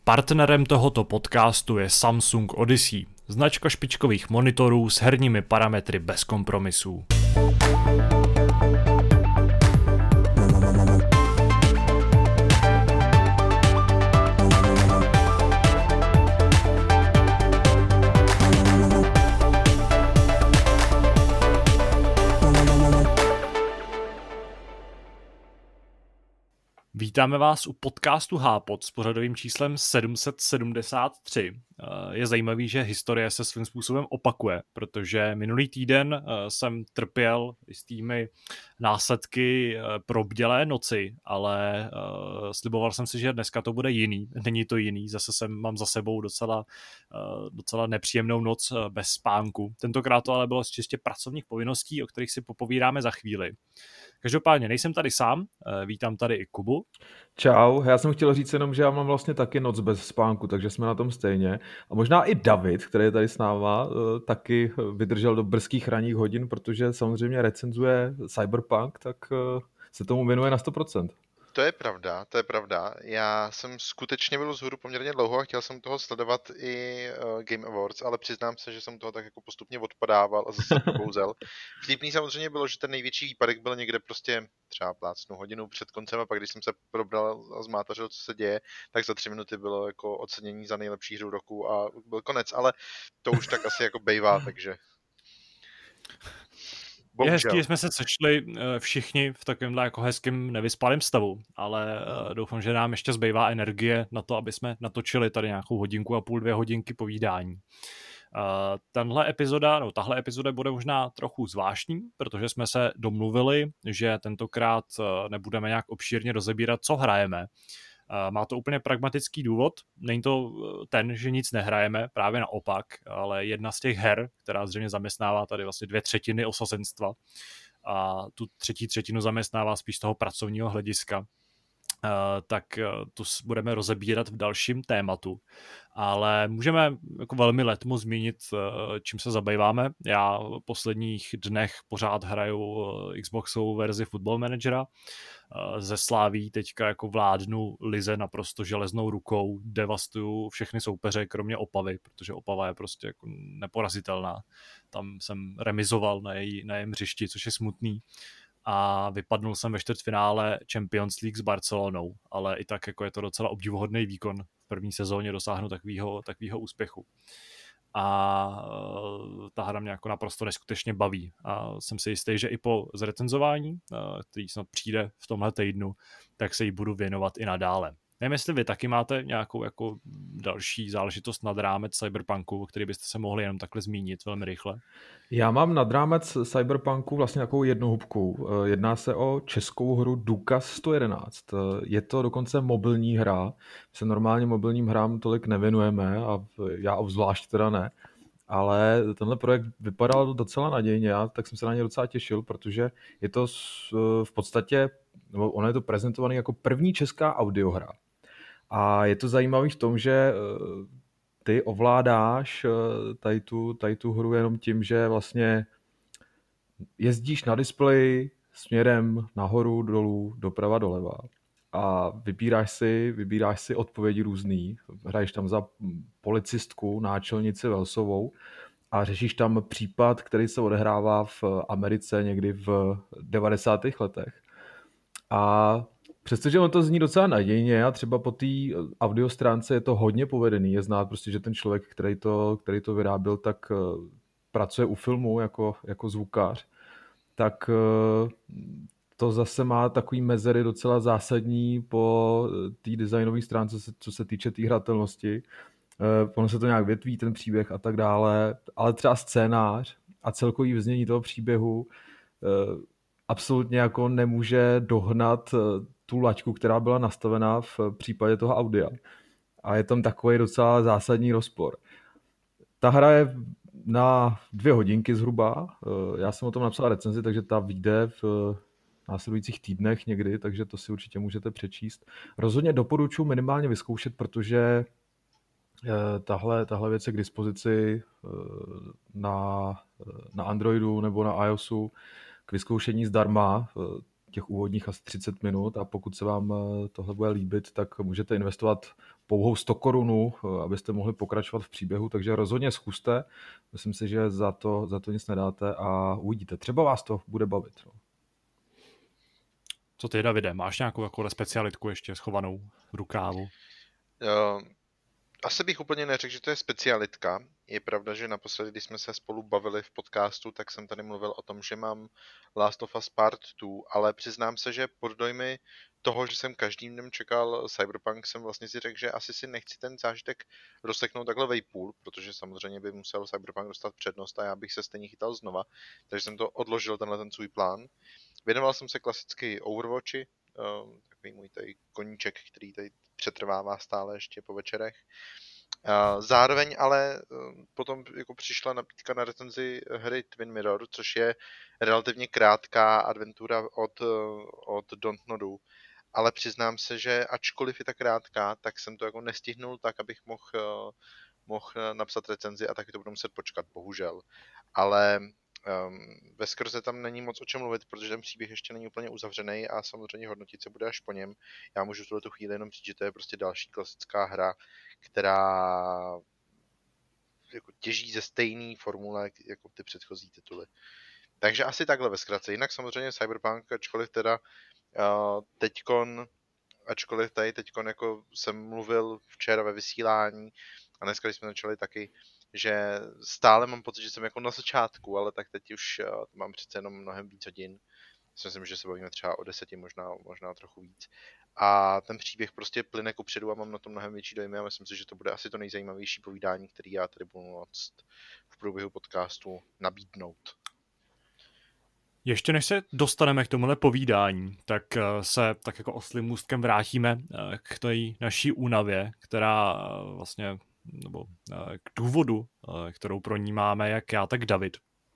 Partnerem tohoto podcastu je Samsung Odyssey, značka špičkových monitorů s herními parametry bez kompromisů. Vítáme vás u podcastu Hápod s pořadovým číslem 773. Je zajímavý, že historie se svým způsobem opakuje, protože minulý týden jsem trpěl jistými následky probdělé noci, ale sliboval jsem si, že dneska to bude jiný. Není to jiný, mám za sebou docela nepříjemnou noc bez spánku. Tentokrát to ale bylo z čistě pracovních povinností, o kterých si popovídáme za chvíli. Každopádně nejsem tady sám, vítám tady i Kubu. Čau, já jsem chtěl říct jenom, že já mám vlastně taky noc bez spánku, takže jsme na tom stejně. A možná i David, který je tady s náma, taky vydržel do brzkých ranních hodin, protože samozřejmě recenzuje Cyberpunk, tak se tomu věnuje na 100%. To je pravda. Já jsem skutečně byl vzhůru poměrně dlouho a chtěl jsem toho sledovat i Game Awards, ale přiznám se, že jsem toho tak jako postupně odpadával a zase probouzel. Vtipný samozřejmě bylo, že ten největší výpadek byl někde prostě třeba plácnu hodinu před koncem a pak když jsem se probral a zmátařil, co se děje, tak za 3 minuty bylo jako ocenění za nejlepší hru roku a byl konec, ale to už tak asi jako bejvá, takže... Je hezký, že jsme se sešli všichni v takovémhle jako hezkým nevyspalém stavu, ale doufám, že nám ještě zbývá energie na to, aby jsme natočili tady nějakou hodinku a půl, 2 hodinky povídání. Tahle epizoda bude možná trochu zvláštní, protože jsme se domluvili, že tentokrát nebudeme nějak obšírně rozebírat, co hrajeme. Má to úplně pragmatický důvod, není to ten, že nic nehrajeme, právě naopak, ale jedna z těch her, která zřejmě zaměstnává tady vlastně 2/3 osazenstva a tu 1/3 zaměstnává spíš z toho pracovního hlediska, tak to budeme rozebírat v dalším tématu. Ale můžeme jako velmi letmo zmínit, čím se zabýváme. Já v posledních dnech pořád hraju Xboxovou verzi Football Managera. Ze Sláví teďka jako vládnu lize naprosto železnou rukou, devastuju všechny soupeře, kromě Opavy, protože Opava je prostě jako neporazitelná. Tam jsem remizoval na jejím hřišti, což je smutný. A vypadnul jsem ve čtvrtfinále Champions League s Barcelonou, ale i tak jako je to docela obdivuhodný výkon v první sezóně dosáhnout takového úspěchu. A ta hra mě jako naprosto neskutečně baví a jsem si jistý, že i po zrecenzování, který snad přijde v tomhle týdnu, tak se jí budu věnovat i nadále. Nevím, jestli vy taky máte nějakou jako další záležitost nad rámec Cyberpunku, o který byste se mohli jenom takhle zmínit velmi rychle. Já mám nad rámec Cyberpunku vlastně takovou jednu hubku. Jedná se o českou hru Důkaz 111. Je to dokonce mobilní hra. My se normálně mobilním hrám tolik nevěnujeme a já obzvlášť teda ne. Ale tenhle projekt vypadal docela nadějně, tak jsem se na ně docela těšil, protože je to v podstatě, nebo ono je to prezentovaný jako první česká audiohra. A je to zajímavý v tom, že ty ovládáš tady tu hru jenom tím, že vlastně jezdíš na displeji směrem nahoru, dolů, doprava, doleva a vybíráš si odpovědi různý. Hraješ tam za policistku, náčelnici Velsovou a řešíš tam případ, který se odehrává v Americe někdy v 90. letech. A přestože on to zní docela nadějně a třeba po té audio stránce je to hodně povedený, je znát prostě, že ten člověk, který to vyráběl, tak pracuje u filmu jako zvukář, tak to zase má takový mezery docela zásadní po té designové stránce, co se týče té hratelnosti. Ono se to nějak větví, ten příběh a tak dále, ale třeba scénář a celkový vyznění toho příběhu absolutně jako nemůže dohnat tu laťku, která byla nastavená v případě toho audia. A je tam takový docela zásadní rozpor. Ta hra je na 2 hodinky zhruba. Já jsem o tom napsal recenzi, takže ta vyjde v následujících týdnech někdy, takže to si určitě můžete přečíst. Rozhodně doporučuji minimálně vyzkoušet, protože tahle věc je k dispozici na Androidu nebo na iOSu k vyzkoušení zdarma, těch úvodních asi 30 minut, a pokud se vám tohle bude líbit, tak můžete investovat pouhou 100 korun, abyste mohli pokračovat v příběhu, takže rozhodně zkuste. Myslím si, že za to nic nedáte a uvidíte. Třeba vás to bude bavit. No. Co ty, Davide, máš nějakou jako specialitku ještě schovanou v rukávu? Asi bych úplně neřekl, že to je specialitka. Je pravda, že naposledy, když jsme se spolu bavili v podcastu, tak jsem tady mluvil o tom, že mám Last of Us Part 2, ale přiznám se, že pod dojmy toho, že jsem každým dnem čekal Cyberpunk, jsem vlastně si řekl, že asi si nechci ten zážitek rozseknout takhle vejpůl, protože samozřejmě by musel Cyberpunk dostat přednost a já bych se stejně chytal znova, takže jsem to odložil, ten svůj plán. Věnoval jsem se klasicky Overwatchi, takový můj tady koníček, který tady přetrvává stále ještě po večerech. Zároveň ale potom jako přišla nabídka na recenzi hry Twin Mirror, což je relativně krátká adventura od Dontnodu. Ale přiznám se, že ačkoliv je tak krátká, tak jsem to jako nestihnul tak, abych mohl napsat recenzi a taky to budu muset počkat, bohužel. Ale ve skrze tam není moc o čem mluvit, protože ten příběh ještě není úplně uzavřený a samozřejmě hodnotit se bude až po něm. Já můžu v tuto chvíli jenom říct, že to je prostě další klasická hra, která jako těží ze stejné formule jako ty předchozí tituly. Takže asi takhle ve zkratce. Jinak samozřejmě Cyberpunk, ačkoliv teďkon jako jsem mluvil včera ve vysílání a dneska, když jsme začali taky, že stále mám pocit, že jsem jako na začátku, ale tak teď už mám přece jenom mnohem víc hodin. Myslím, že se bavíme třeba o 10, možná trochu víc. A ten příběh prostě plyne kupředu a mám na to mnohem větší dojmy a myslím si, že to bude asi to nejzajímavější povídání, který já tady budu moct v průběhu podcastu nabídnout. Ještě než se dostaneme k tomuhle povídání, tak se tak jako oslím můstkem vrátíme k té naší únavě, která vlastně, nebo k důvodu, kterou pro ní máme jak já, tak David.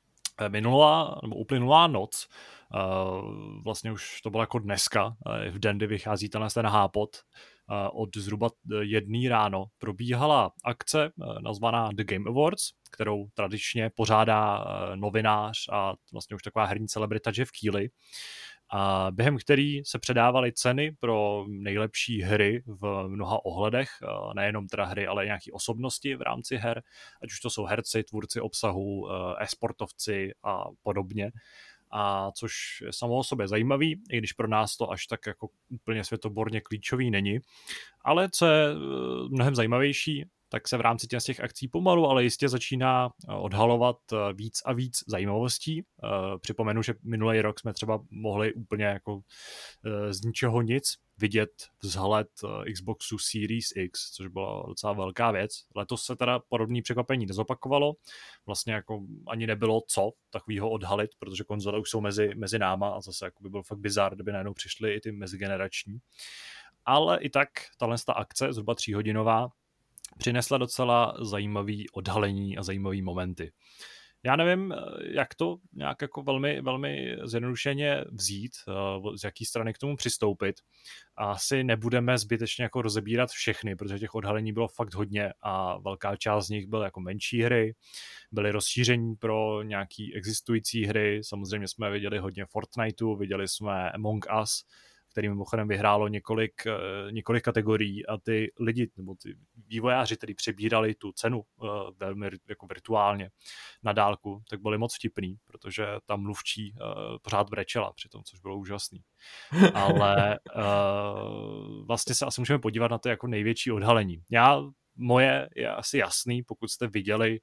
Uplynulá noc, vlastně už to bylo jako dneska, v den, kdy vychází ten hápot, od zhruba 1 ráno probíhala akce nazvaná The Game Awards, kterou tradičně pořádá novinář a vlastně už taková herní celebrita Jeff Keighley, a během který se předávaly ceny pro nejlepší hry v mnoha ohledech, nejenom teda hry, ale nějaké osobnosti v rámci her, ať už to jsou herci, tvůrci obsahu, e-sportovci a podobně. A což je samo o sobě zajímavý, i když pro nás to až tak jako úplně světoborně klíčový není. Ale co je mnohem zajímavější, tak se v rámci těch akcí pomalu, ale jistě začíná odhalovat víc a víc zajímavostí. Připomenu, že minulý rok jsme třeba mohli úplně jako z ničeho nic vidět vzhled Xboxu Series X, což byla docela velká věc. Letos se teda podobné překvapení nezopakovalo. Vlastně jako ani nebylo co takového odhalit, protože konzole už jsou mezi náma a zase jako by byl fakt bizár, kdyby najednou přišly i ty mezigenerační. Ale i tak tahle akce, zhruba 3hodinová, přinesla docela zajímavý odhalení a zajímavý momenty. Já nevím, jak to nějak jako velmi, velmi zjednodušeně vzít, z jaký strany k tomu přistoupit. Asi nebudeme zbytečně jako rozebírat všechny, protože těch odhalení bylo fakt hodně a velká část z nich byly jako menší hry, byly rozšíření pro nějaký existující hry, samozřejmě jsme viděli hodně Fortniteu, viděli jsme Among Us, který mimochodem vyhrálo několik kategorií a ty lidi, nebo ty vývojáři, kteří přebírali tu cenu velmi jako virtuálně na dálku, tak byli moc vtipný, protože tam mluvčí pořád brečela přitom, což bylo úžasný. Ale vlastně se asi můžeme podívat na to jako největší odhalení. Moje je asi jasný, pokud jste viděli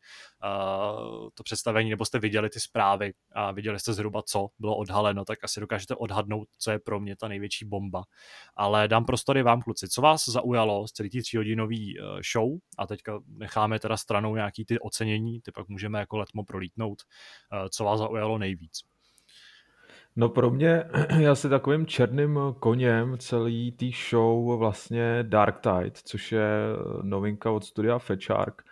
to představení, nebo jste viděli ty zprávy a viděli jste zhruba, co bylo odhaleno, tak asi dokážete odhadnout, co je pro mě ta největší bomba. Ale dám prostory vám, kluci. Co vás zaujalo z celý té 3hodinový show? A teďka necháme teda stranou nějaký ty ocenění, ty pak můžeme jako letmo prolítnout. Co vás zaujalo nejvíc? No pro mě je asi takovým černým koněm celý tý show vlastně Dark Tide, což je novinka od studia Fetchark.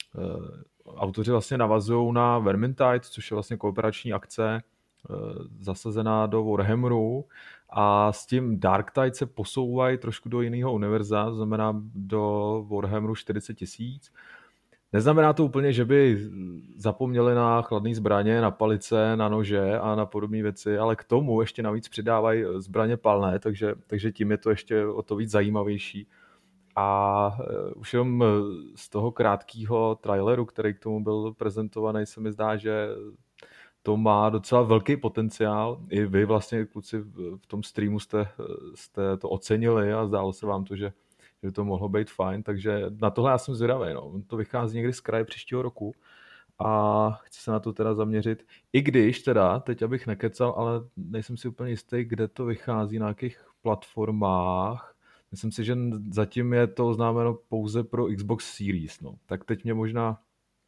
Autoři vlastně navazují na Vermintide, což je vlastně kooperační akce zasazená do Warhammeru a s tím Dark Tide se posouvají trošku do jiného univerza, to znamená do Warhammeru 40 000. Neznamená to úplně, že by zapomněli na chladné zbraně, na palice, na nože a na podobné věci, ale k tomu ještě navíc přidávají zbraně palné, takže tím je to ještě o to víc zajímavější. A už jenom z toho krátkého traileru, který k tomu byl prezentovaný, se mi zdá, že to má docela velký potenciál. I vy vlastně, kluci, v tom streamu jste to ocenili a zdálo se vám to, že to mohlo být fajn, takže na tohle já jsem zvědavý. No. To vychází někdy z kraje příštího roku a chci se na to teda zaměřit. I když teda, teď abych nekecal, ale nejsem si úplně jistý, kde to vychází, na jakých platformách. Myslím si, že zatím je to oznámeno pouze pro Xbox Series. No. Tak teď mě možná...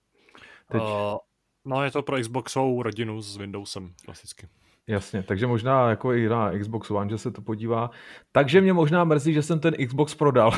No, je to pro Xboxovou rodinu s Windowsem klasicky. Jasně, takže možná jako i na Xbox One, že se to podívá. Takže mě možná mrzí, že jsem ten Xbox prodal.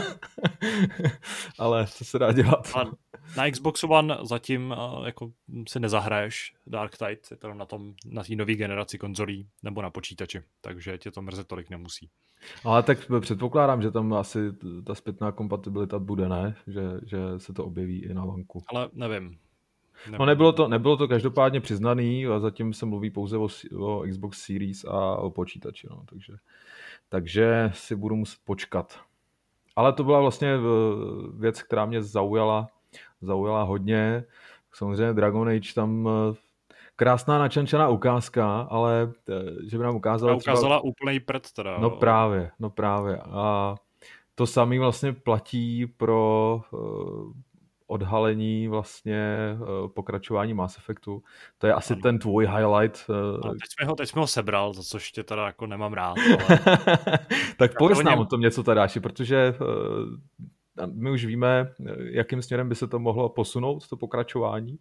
Ale co se dá dělat? A na Xbox One zatím jako si nezahraješ Dark Tide, je to na té nové generaci konzolí nebo na počítači, takže tě to mrzet tolik nemusí. Ale tak předpokládám, že tam asi ta zpětná kompatibilita bude, ne? Že se to objeví i na vanku. Ale nevím. No nebylo to každopádně přiznaný a zatím se mluví pouze o Xbox Series a o počítači, no, takže si budu muset počkat. Ale to byla vlastně věc, která mě zaujala hodně. Samozřejmě Dragon Age tam krásná načančaná ukázka, ale že by nám ukázala úplný prd teda. No právě. A to samé vlastně platí pro odhalení vlastně pokračování Mass Effectu. To je asi ten tvůj highlight. Teď jsme ho sebral, za což tě teda jako nemám rád. Ale... Tak pověz nám o tom něco, Tadáši, protože my už víme, jakým směrem by se to mohlo posunout, to pokračování.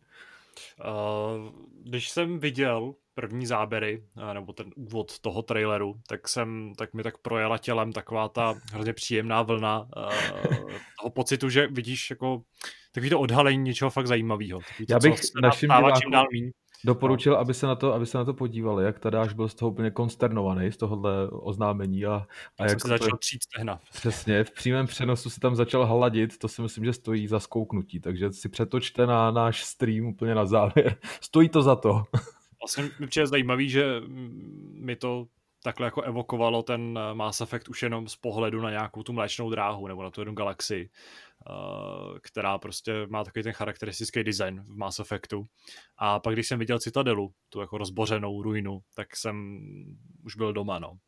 Když jsem viděl první záběry, nebo ten úvod toho traileru, tak mi tak projela tělem taková ta hrozně příjemná vlna toho pocitu, že vidíš jako takový to odhalení něčeho fakt zajímavého. Já bych našim divákům doporučil, aby se na to podívali, jak Tadáš byl z toho úplně konsternovaný, z tohohle oznámení. A jak se začal třít stehna. Přesně, v přímém přenosu se tam začal hladit, to si myslím, že stojí za zkouknutí, takže si přetočte na náš stream úplně na závěr. Stojí to za to. Vlastně mi přijde zajímavý, že mi to takhle jako evokovalo ten Mass Effect už jenom z pohledu na nějakou tu mléčnou dráhu nebo na tu jednu galaxii, která prostě má takový ten charakteristický design v Mass Effectu. A pak když jsem viděl Citadelu, tu jako rozbořenou ruinu, tak jsem už byl doma, no.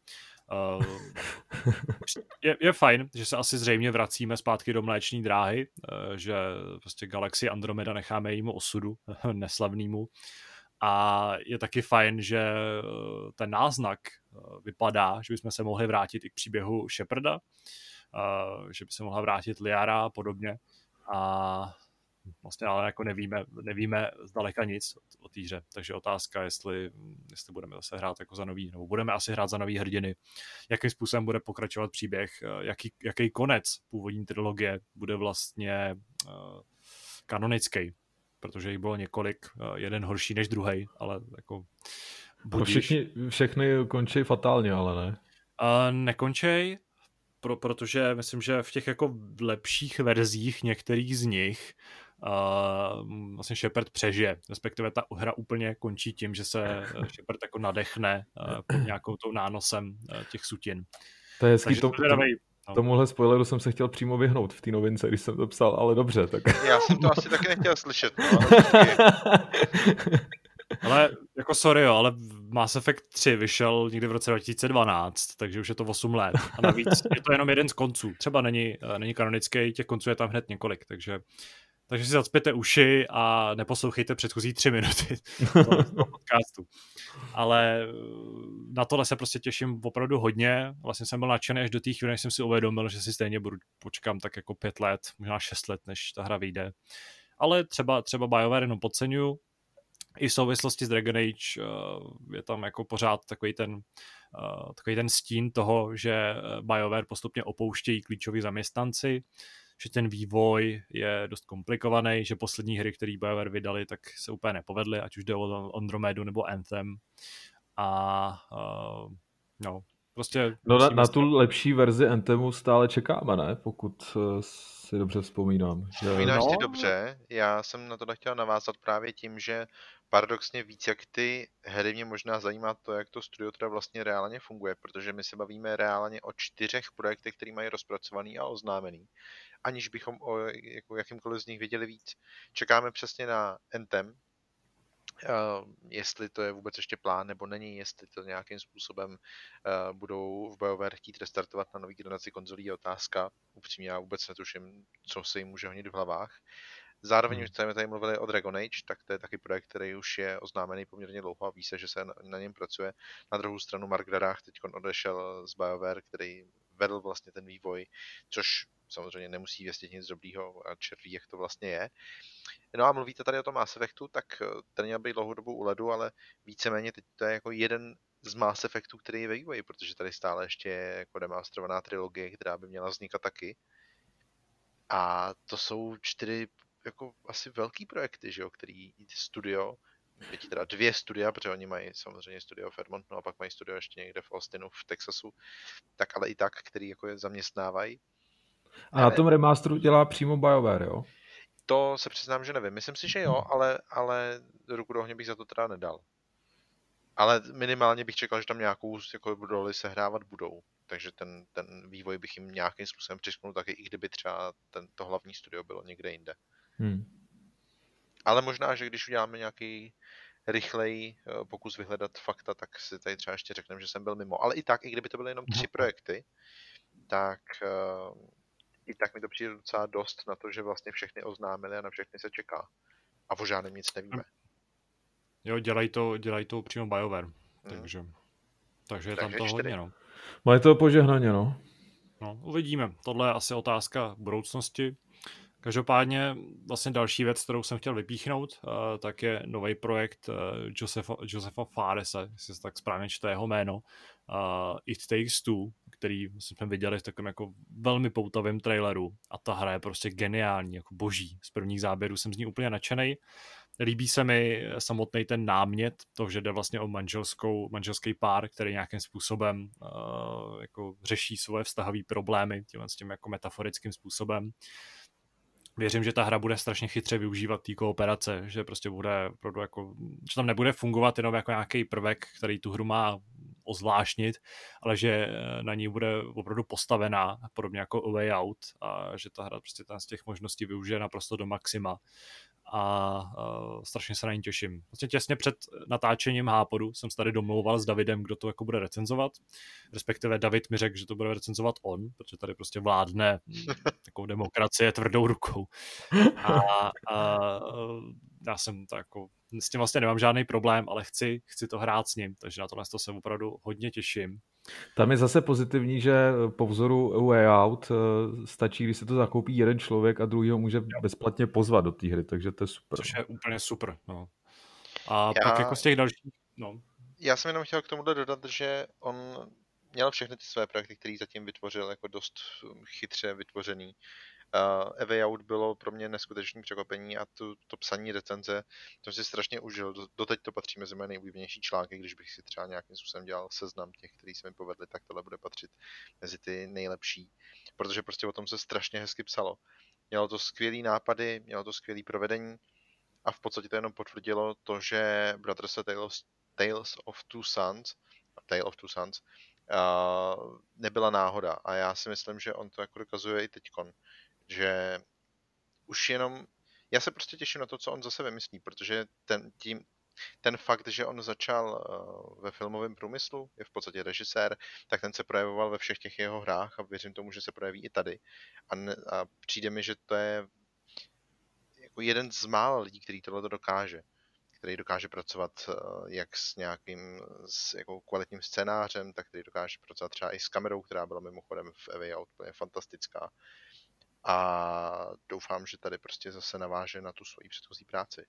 Je fajn, že se asi zřejmě vracíme zpátky do mléčné dráhy, že prostě galaxii Andromeda necháme jejímu osudu neslavnému. A je taky fajn, že ten náznak vypadá, že bychom se mohli vrátit i k příběhu Sheparda, že by se mohla vrátit Liara a podobně. A vlastně ale jako nevíme zdaleka nic o té hře. Takže otázka, jestli budeme zase hrát jako za nový, nebo budeme asi hrát za nový hrdiny, jakým způsobem bude pokračovat příběh, jaký konec původní trilogie bude vlastně kanonický. Protože jich bylo několik, jeden horší než druhej, ale jako budíš. Všechny končí fatálně, ale ne? Nekončej, protože myslím, že v těch jako lepších verzích některých z nich vlastně Shepard přežije, respektive ta hra úplně končí tím, že se Shepard jako nadechne pod nějakou tou nánosem těch sutin. To je hezký, tomuhle spoileru jsem se chtěl přímo vyhnout v té novince, když jsem to psal, ale dobře. Tak... Já jsem to asi taky nechtěl slyšet. No, ale jako sorry, jo, ale Mass Effect 3 vyšel někdy v roce 2012, takže už je to 8 let. A navíc je to jenom jeden z konců. Třeba není kanonický, těch konců je tam hned několik, takže si zacpěte uši a neposlouchejte předchozí 3 minuty toho podcastu. Ale na tohle se prostě těším opravdu hodně. Vlastně jsem byl nadšený až do té chvíle, než jsem si uvědomil, že si stejně počkám tak jako 5 let, možná 6 let, než ta hra vyjde. Ale třeba BioWare jenom podceňuju. I v souvislosti s Dragon Age je tam jako pořád takový ten stín toho, že BioWare postupně opouštějí klíčoví zaměstnanci, že ten vývoj je dost komplikovaný, že poslední hry, které BioWare vydali, tak se úplně nepovedly, ať už jde o Andromedu nebo Anthem. A prostě No na musíme tu lepší verzi Anthemu stále čekáme, ne? Pokud si dobře vzpomínám. Že... Vzpomínáš si No, dobře, já jsem na to chtěl navázat právě tím, že paradoxně víc jak ty hry mě možná zajímá to, jak to studio teda vlastně reálně funguje, protože my se bavíme reálně o 4 projektech, které mají rozpracovaný a oznámený, aniž bychom o jako jakýmkoliv z nich věděli víc. Čekáme přesně na Anthem, jestli to je vůbec ještě plán nebo není, jestli to nějakým způsobem budou v BioWare chtít restartovat na nový generaci konzolí, je otázka. Upřímně já vůbec netuším, co se jim může honit v hlavách. Zároveň už jsme tady mluvili o Dragon Age, tak to je taky projekt, který už je oznámený poměrně dlouho a ví se, že se na něm pracuje. Na druhou stranu Mark Darrach teď odešel z BioWare, který vedl vlastně ten vývoj, což samozřejmě nemusí věstit nic dobrýho a červí, jak to vlastně je. No a mluvíte tady o tom Mass Effectu, tak ten měl být dlouhou dobu u ledu, ale víceméně teď to je jako jeden z Mass Effectů, který je ve vývoji, protože tady stále ještě je jako remasterovaná trilogie, která by měla vznikat taky. A to jsou 4 jako asi velký projekty, že jo, který studio, teď teda 2 studia, protože oni mají samozřejmě studio Fairmont, no a pak mají studio ještě někde v Austinu, v Texasu, tak ale i tak, který jako je zaměstnávají. A na tom remasteru dělá přímo BioWare, jo? To se přiznám, že nevím. Myslím si, že jo, ale ruku do ohně bych za to teda nedal. Ale minimálně bych čekal, že tam nějakou jako roli sehrávat budou. Takže ten vývoj bych jim nějakým způsobem přišknul taky, i kdyby třeba to hlavní studio bylo někde jinde. Ale možná, že když uděláme nějaký rychlej pokus vyhledat fakta, tak si tady třeba ještě řekneme, že jsem byl mimo. Ale i tak, i kdyby to byly jenom 3 projekty, tak i tak mi to přijde docela dost na to, že vlastně všechny oznámili a na všechny se čeká. A o žádném nic nevíme. Jo, dělají to přímo BioWare, takže je tam to hodně, no. Mají to požehnaně, no. No, uvidíme. Tohle je asi otázka budoucnosti. Každopádně vlastně další věc, kterou jsem chtěl vypíchnout, tak je nový projekt Josefa Farese, jestli se tak správně čte jeho jméno, It Takes Two, který jsme viděli v takovém jako velmi poutavém traileru a ta hra je prostě geniální, jako boží. Z prvních záběrů jsem z ní úplně nadšenej. Líbí se mi samotný ten námět, to, že jde vlastně o manželský pár, který nějakým způsobem jako řeší svoje vztahové problémy s tím jako metaforickým způsobem. Věřím, že ta hra bude strašně chytře využívat té kooperace, že prostě bude opravdu jako, že tam nebude fungovat jenom jako nějaký prvek, který tu hru má ozvláštnit, ale že na ní bude opravdu postavená, podobně jako A Way Out, a že ta hra prostě z těch možností využije naprosto do maxima. A strašně se na ní těším. Vlastně těsně před natáčením Hápodu jsem se tady domlouval s Davidem, kdo to jako bude recenzovat. Respektive David mi řekl, že to bude recenzovat on, protože tady prostě vládne takovou demokracie tvrdou rukou. A já jsem to jako, s tím vlastně nemám žádný problém, ale chci to hrát s ním, takže na tohle se opravdu hodně těším. Tam je zase pozitivní, že po vzoru A Way Out stačí, když se to zakoupí jeden člověk a druhý ho může bezplatně pozvat do té hry, takže to je super. Což je úplně super, no. A pak jako z těch dalších, no. Já jsem jenom chtěl k tomuhle dodat, že on měl všechny ty své projekty, které zatím vytvořil, jako dost chytře vytvořený. A Way Out bylo pro mě neskutečné překvapení a to psaní recenze jsem si strašně užil. Doteď to patří mezi mé nejoblíbenější články, když bych si třeba nějakým způsobem dělal seznam těch, který se mi povedli, tak tohle bude patřit mezi ty nejlepší. Protože prostě o tom se strašně hezky psalo. Mělo to skvělý nápady, mělo to skvělý provedení a v podstatě to jenom potvrdilo to, že Brothers Tale of Two Sons nebyla náhoda. A já si myslím, že on to jako dokazuje i teďkon. Že už jenom, já se prostě těším na to, co on zase vymyslí, protože ten fakt, že on začal ve filmovém průmyslu, je v podstatě režisér, tak ten se projevoval ve všech těch jeho hrách a věřím tomu, že se projeví i tady. A přijde mi, že to je jako jeden z mála lidí, který tohle dokáže. Který dokáže pracovat jak s nějakým jako kvalitním scénářem, tak který dokáže pracovat třeba i s kamerou, která byla mimochodem v A Way Out úplně fantastická. A doufám, že tady prostě zase naváže na tu svoji předchozí práci.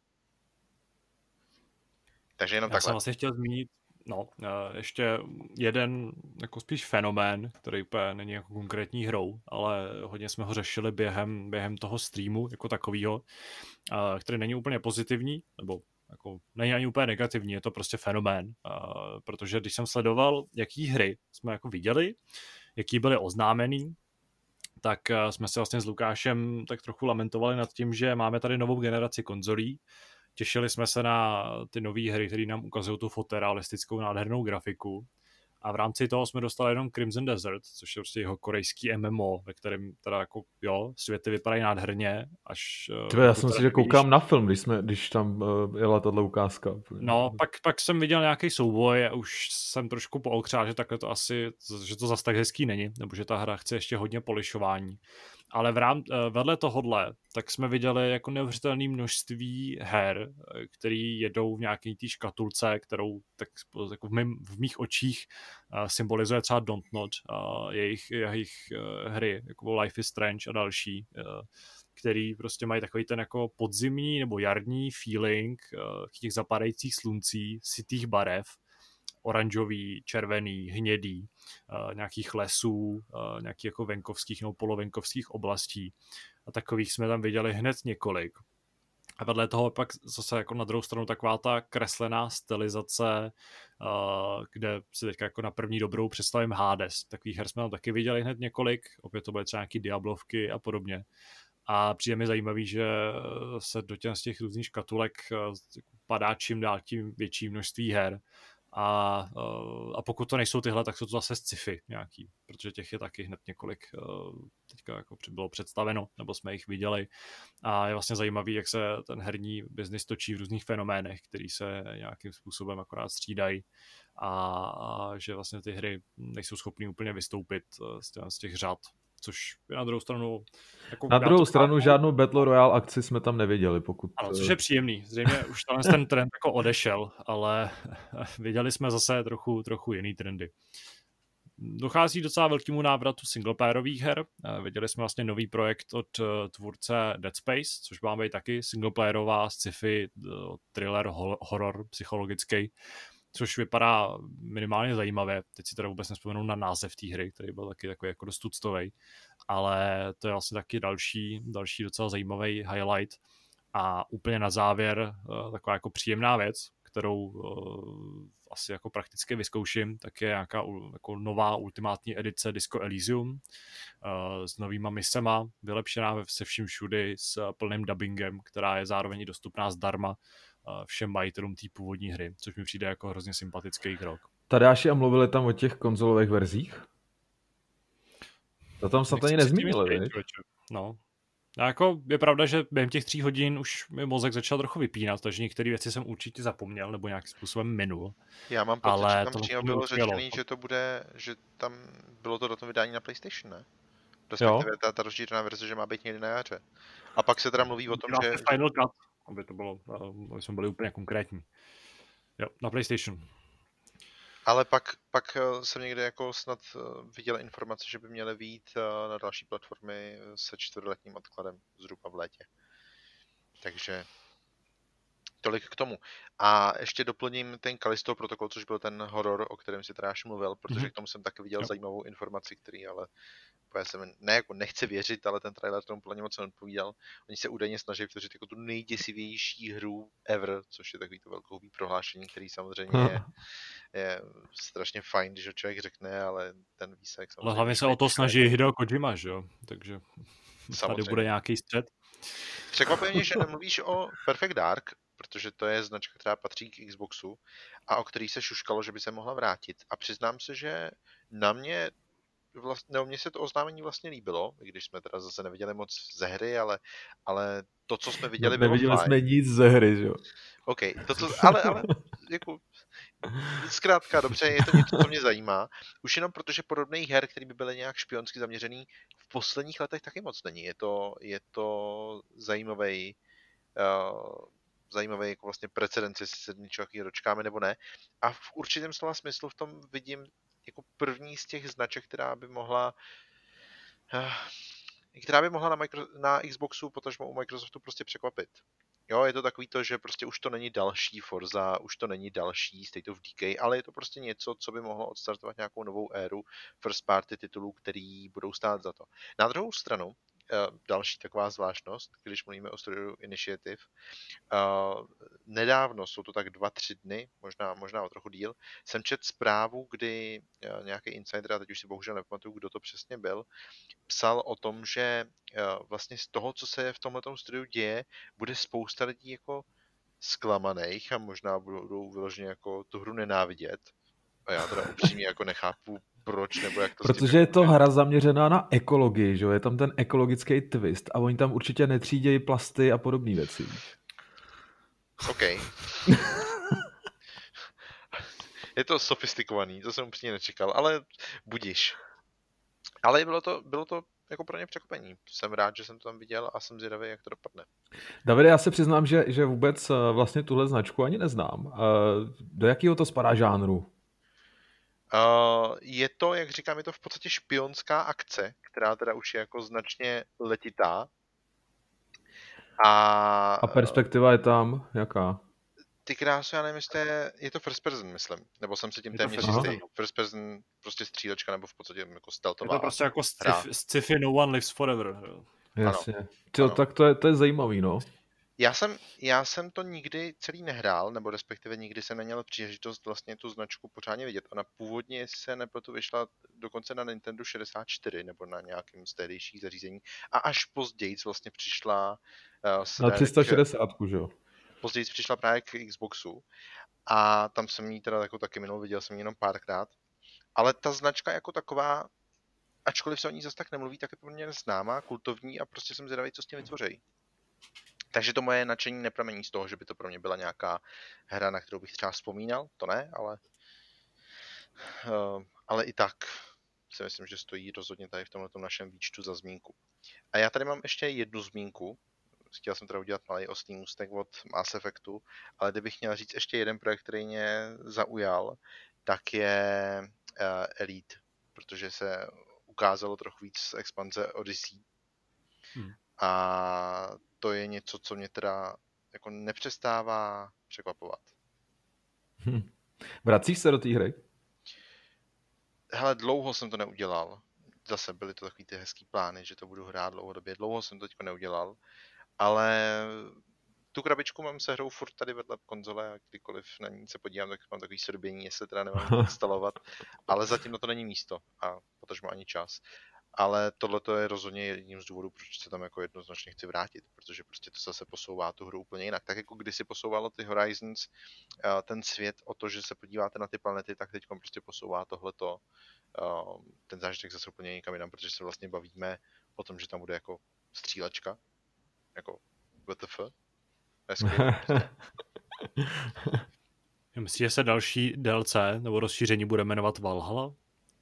Takže jenom Já takhle. jsem vlastně chtěl zmínit ještě jeden jako spíš fenomén, který úplně není jako konkrétní hrou, ale hodně jsme ho řešili během toho streamu jako takovýho, který není úplně pozitivní, nebo jako není ani úplně negativní, je to prostě fenomén, protože když jsem sledoval, jaký hry jsme jako viděli, jaký byly oznámený, tak jsme se vlastně s Lukášem tak trochu lamentovali nad tím, že máme tady novou generaci konzolí. Těšili jsme se na ty nové hry, které nám ukazují tu fotorealistickou nádhernou grafiku. A v rámci toho jsme dostali jenom Crimson Desert, což je prostě jeho korejský MMO, ve kterém teda jako, jo, světy vypadají nádherně, až... Já jsem si, že koukám na film, když tam jela tato ukázka. No, pak jsem viděl nějaký souboj a už jsem trošku pookřál, že takhle to asi, že to zas tak hezký není, nebo že ta hra chce ještě hodně polišování. Ale vedle tohodle, tak jsme viděli jako neuvěřitelné množství her, který jedou v nějaký té škatulce, kterou tak jako v mých očích symbolizuje třeba Dontnod, jejich hry, jako Life is Strange a další, který prostě mají takový ten jako podzimní nebo jarní feeling těch zapadajících sluncí, sytých barev, oranžový, červený, hnědý, nějakých lesů, nějakých jako venkovských nebo polovenkovských oblastí. A takových jsme tam viděli hned několik. A vedle toho pak zase jako na druhou stranu taková ta kreslená stylizace, kde si teďka jako na první dobrou představím Hades. Takových her jsme tam taky viděli hned několik, opět to byly třeba nějaký Diablovky a podobně. A přijde mi zajímavý, že se do těch různých škatulek padá čím dál tím větší množství her. A pokud to nejsou tyhle, tak jsou to zase sci-fi nějaký, protože těch je taky hned několik teďka jako bylo představeno, nebo jsme jich viděli. A je vlastně zajímavý, jak se ten herní biznis točí v různých fenoménech, který se nějakým způsobem akorát střídají a že vlastně ty hry nejsou schopný úplně vystoupit z těch řad. Což je na druhou stranu... Jako na druhou stranu žádnou Battle Royale akci jsme tam neviděli, pokud... Ano, což je příjemný. Zřejmě už ten trend jako odešel, ale viděli jsme zase trochu jiný trendy. Dochází docela velkému návratu singleplayerových her. Viděli jsme vlastně nový projekt od tvůrce Dead Space, což má být taky singleplayerová sci-fi thriller, horor psychologický, což vypadá minimálně zajímavě. Teď si teda vůbec nevzpomenu na název té hry, který byl taky takový jako dost tuctovej, ale to je vlastně taky další docela zajímavý highlight. A úplně na závěr taková jako příjemná věc, kterou asi jako prakticky vyzkouším, tak je nějaká jako nová ultimátní edice Disco Elysium s novýma misema, vylepšená se vším všudy s plným dubbingem, která je zároveň dostupná zdarma všem majitelům té původní hry, což mi přijde jako hrozně sympatický krok. Tadáši, a mluvili tam o těch konzolových verzích? To tam snad ani nezmínili, viď? No. A jako je pravda, že během těch 3 hodin už mi mozek začal trochu vypínat, takže některé věci jsem určitě zapomněl nebo nějakým způsobem minul. Já mám pocit, že tam přímo bylo řečený, že to bude, že tam bylo to do toho vydání na PlayStation, ne? Respektive ta rozšířená verze, že má být někdy na jaře. A pak se teda mluví o tom, že... Final Cut, aby to bylo, aby jsme byli úplně konkrétní. Jo, na PlayStation. Ale pak jsem někde jako snad viděl informace, že by měly vyjít na další platformy se 4letým odkladem zhruba v létě. Takže tolik k tomu. A ještě doplním ten Callisto protokol, což byl ten horor, o kterém si teda až mluvil, protože k tomu jsem taky viděl zajímavou informaci, který ale já jsem nechci věřit, ale ten trailer tomu plně moc neodpovídal. Oni se údajně snaží vytvořit jako tu nejděsivější hru ever, což je takový to velkohubý prohlášení, který samozřejmě je strašně fajn, když ho člověk řekne, ale ten výsledek samozřejmě... Ale hlavně se o to snaží Hideo Kojima, že jo? Takže tady bude nějaký střed. Překvapuje mě, že nemluvíš o Perfect Dark, protože to je značka, která patří k Xboxu a o který se šuškalo, že by se mohla vrátit. A přiznám se, že mně se to oznámení vlastně líbilo, i když jsme teda zase neviděli moc ze hry, ale to, co jsme viděli, bylo neviděli fajn. jsme nic ze hry, že jo? OK, ale jako, zkrátka, dobře, je to něco, co mě zajímá. Už jenom protože podobných her, které by byly nějak špionsky zaměřený, v posledních letech taky moc není. Je to zajímavý jako vlastně precedens, jestli se něčeho dočkáme nebo ne. A v určitém slova smyslu v tom vidím jako první z těch značek, která by mohla na Xboxu, potažmo u Microsoftu prostě překvapit. Jo, je to takový to, že prostě už to není další Forza, už to není další State of Decay, ale je to prostě něco, co by mohlo odstartovat nějakou novou éru first party titulů, který budou stát za to. Na druhou stranu, další taková zvláštnost, když mluvíme o Studio Initiative. Nedávno, jsou to tak 2-3 dny, možná o trochu díl, jsem četl zprávu, kdy nějaký insider, a teď už si bohužel nepamatuju, kdo to přesně byl, psal o tom, že vlastně z toho, co se v tomhletom studiu děje, bude spousta lidí jako zklamaných a možná budou vyloženě jako tu hru nenávidět. A já teda upřímně jako nechápu, proč nebo jak to. Protože je to hra zaměřená na ekologii, že jo? Je tam ten ekologický twist a oni tam určitě netřídějí plasty a podobné věci. OK. Je to sofistikovaný, to jsem úplně nečekal, ale budiš. Ale bylo to jako pro ně překvapení. Jsem rád, že jsem to tam viděl a jsem zvědavý, jak to dopadne. Davide, já se přiznám, že vůbec vlastně tuhle značku ani neznám. Do jakého to spadá žánru? Je to, jak říkám, je to v podstatě špionská akce, která teda už je jako značně letitá. A perspektiva je tam jaká? Ty krásu, já nevím, jestli je to first person, myslím. Nebo jsem se tím téměř jistý. First person, prostě střílečka, nebo v podstatě jako stealthová. Je to prostě jako sci-fi No One Lives Forever. Jasně. Ano. Tak to je zajímavý, no. Já jsem to nikdy celý nehrál, nebo respektive nikdy jsem neměl příležitost vlastně tu značku pořádně vidět. Ona původně, jestli se nepletu, vyšla dokonce na Nintendo 64 nebo na nějakém z tehdejších zařízení. A až později vlastně přišla na 360, že jo? Později přišla právě k Xboxu a tam jsem ji teda jako taky minul, viděl jsem ji jenom párkrát. Ale ta značka jako taková, ačkoliv se o ní zase tak nemluví, tak je poměrně známá, kultovní a prostě jsem zvědavý, co s tím vytvoří. Takže to moje nadšení nepramení z toho, že by to pro mě byla nějaká hra, na kterou bych třeba vzpomínal, to ne, ale i tak si myslím, že stojí rozhodně tady v tomto našem výčtu za zmínku. A já tady mám ještě jednu zmínku. Chtěl jsem teda udělat malý ostný můstek od Mass Effectu, ale kdybych měl říct ještě jeden projekt, který mě zaujal, tak je Elite, protože se ukázalo trochu víc z expanze Odyssey. A to je něco, co mě teda jako nepřestává překvapovat. Vracíš se do té hry? Hele, dlouho jsem to neudělal. Zase byly to takový ty hezký plány, že to budu hrát dlouhodobě. Dlouho jsem to teďko neudělal. Ale tu krabičku mám se hrou furt tady vedle konzole a kdykoliv na ní se podívám, tak mám takový srbění, jestli teda nemám instalovat. Ale zatím na to není místo a potažmo ani čas. Ale tohle je rozhodně jedním z důvodů, proč se tam jako jednoznačně chci vrátit, protože prostě to zase posouvá tu hru úplně jinak. Tak jako kdysi posouvalo ty Horizons ten svět o to, že se podíváte na ty planety, tak teď prostě posouvá tohleto ten zážitek zase úplně někam jinam, protože se vlastně bavíme o tom, že tam bude jako střílečka, jako WTF. Myslíš, že se další DLC nebo rozšíření bude jmenovat Valhalla?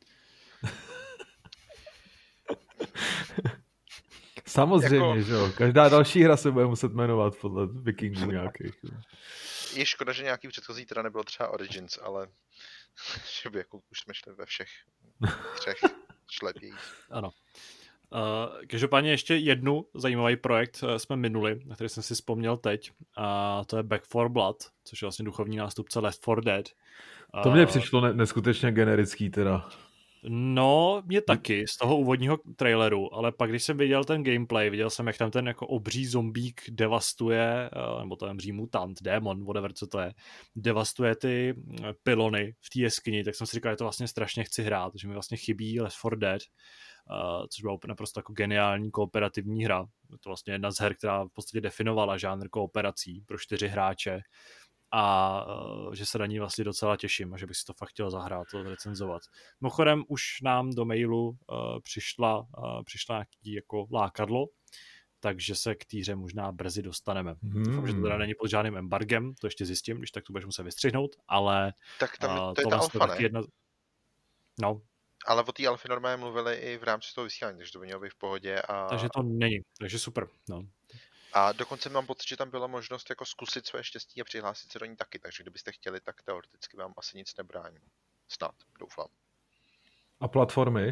Samozřejmě, že jo. Každá další hra se bude muset jmenovat podle Vikingů nějakých. Je škoda, že nějaký předchozí teda nebylo třeba Origins, ale že by jako už jsme šli ve všech 3 šlepějích. Ano. Každopádně ještě jednu zajímavý projekt jsme minuli, na který jsem si vzpomněl teď, a to je Back 4 Blood, což je vlastně duchovní nástupce Left 4 Dead. To mně přišlo neskutečně generický teda. No, mě taky, z toho úvodního traileru, ale pak, když jsem viděl ten gameplay, viděl jsem, jak tam ten jako obří zombík devastuje, nebo to je obří mutant, démon, whatever, co to je, devastuje ty pylony v té jeskyni, tak jsem si říkal, že to vlastně strašně chci hrát, že mi vlastně chybí Left 4 Dead, což byla naprosto jako geniální kooperativní hra. Je to vlastně jedna z her, která v podstatě definovala žánr kooperací pro 4 hráče, a že se na ní vlastně docela těším a že bych si to fakt chtěl zahrát, to recenzovat. Mimochodem už nám do mailu přišla nějaký jako lákadlo, takže se k týře možná brzy dostaneme. Doufám, že to teda není pod žádným embargem, to ještě zjistím, když tak to budeš muset vystřihnout, ale tak tam to je ta alfa, ne? Jedna... No. Ale o té alfě normálně mluvili i v rámci toho vysílání, takže to by mělo být v pohodě. Takže to není, takže super, no. A dokonce mám pocit, že tam byla možnost jako zkusit své štěstí a přihlásit se do ní taky, takže kdybyste chtěli, tak teoreticky vám asi nic nebrání. Snad, doufám. A platformy?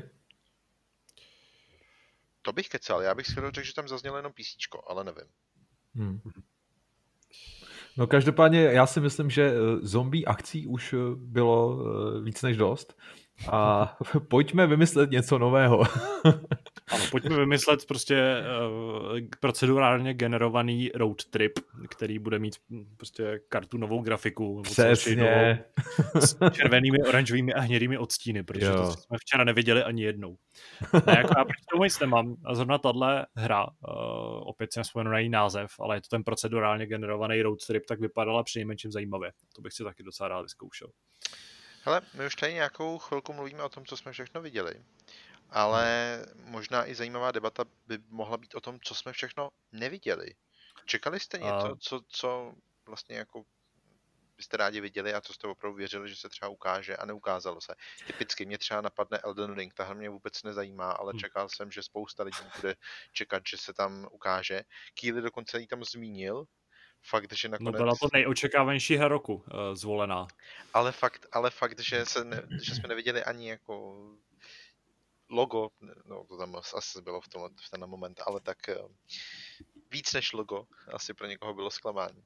To bych kecal, já bych skoro řekl, že tam zaznělo jenom PCčko, ale nevím. No každopádně já si myslím, že zombie akcí už bylo víc než dost a pojďme vymyslet něco nového. Ano, pojďme vymyslet prostě procedurálně generovaný road trip, který bude mít prostě kartunovou grafiku. Přesně. S červenými, oranžovými a hnědými odstíny, protože to jsme včera neviděli ani jednou. Ne, jako já proti tomu nic nemám. A zrovna tahle hra, opět jsem vzpomněl na její název, ale je to ten procedurálně generovaný road trip, tak vypadala přinejmenším zajímavě. To bych si taky docela rád vyzkoušel. Hele, my už tady nějakou chvilku mluvíme o tom, co jsme všechno viděli. Ale možná i zajímavá debata by mohla být o tom, co jsme všechno neviděli. Čekali jste něco, co vlastně jako byste rádi viděli a co jste opravdu věřili, že se třeba ukáže a neukázalo se. Typicky mě třeba napadne Elden Ring, ta hra mě vůbec nezajímá, ale čekal jsem, že spousta lidí bude čekat, že se tam ukáže. Keely dokonce ji tam zmínil. Fakt, že nakonec... No byla to nejočekávanější hra roku zvolená. Ale fakt, že jsme neviděli ani jako logo, no to tam asi bylo v ten moment, ale tak víc než logo asi pro někoho bylo zklamání.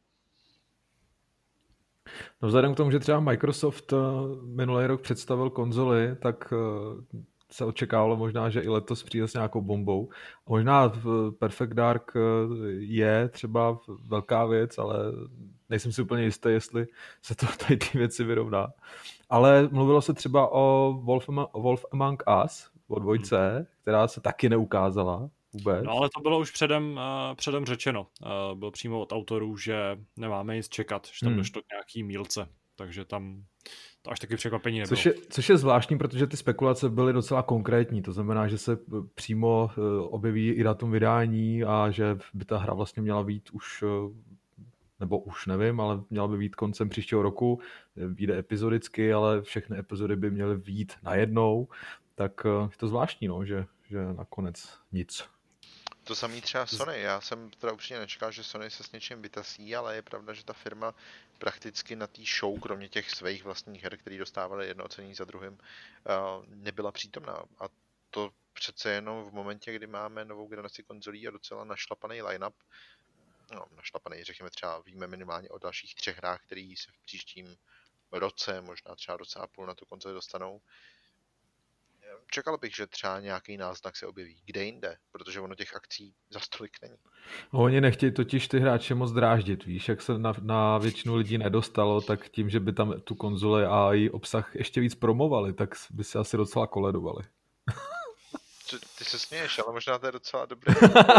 No vzhledem k tomu, že třeba Microsoft minulý rok představil konzoli, tak se očekávalo možná, že i letos přijde s nějakou bombou. Možná Perfect Dark je třeba velká věc, ale nejsem si úplně jistý, jestli se to tady ty věci vyrovná. Ale mluvilo se třeba o Wolf Among Us, o 2, která se taky neukázala vůbec. No ale to bylo už předem řečeno. Bylo přímo od autorů, že nemáme nic čekat, že tam došlo k nějaký mílce. Takže tam to až taky překvapení nebylo. Což je zvláštní, protože ty spekulace byly docela konkrétní. To znamená, že se přímo objeví i datum vydání a že by ta hra vlastně měla být už, nebo už nevím, ale měla by být koncem příštího roku. Vyjde epizodicky, ale všechny epizody by měly vyjít najednou. Tak je to zvláštní, no, že nakonec nic. To samý třeba Sony. Já jsem teda upřímně nečekal, že Sony se s něčím vytasí, ale je pravda, že ta firma prakticky na té show, kromě těch svých vlastních her, které dostávaly jedno ocenění za druhým, nebyla přítomná. A to přece jenom v momentě, kdy máme novou generaci konzolí a docela našlapaný line-up, no našlapaný, řekněme třeba víme minimálně o dalších 3 hrách, které se v příštím roce, možná třeba roce a půl na tu konzoli dostanou. Čekal bych, že třeba nějaký náznak se objeví. Kde jinde? Protože ono těch akcí za stolik není. Oni nechtějí totiž ty hráče moc dráždit, víš, jak se na většinu lidí nedostalo, tak tím, že by tam tu konzoli a její obsah ještě víc promovali, tak by se asi docela koledovali. Ty se směješ, ale možná to je docela dobré.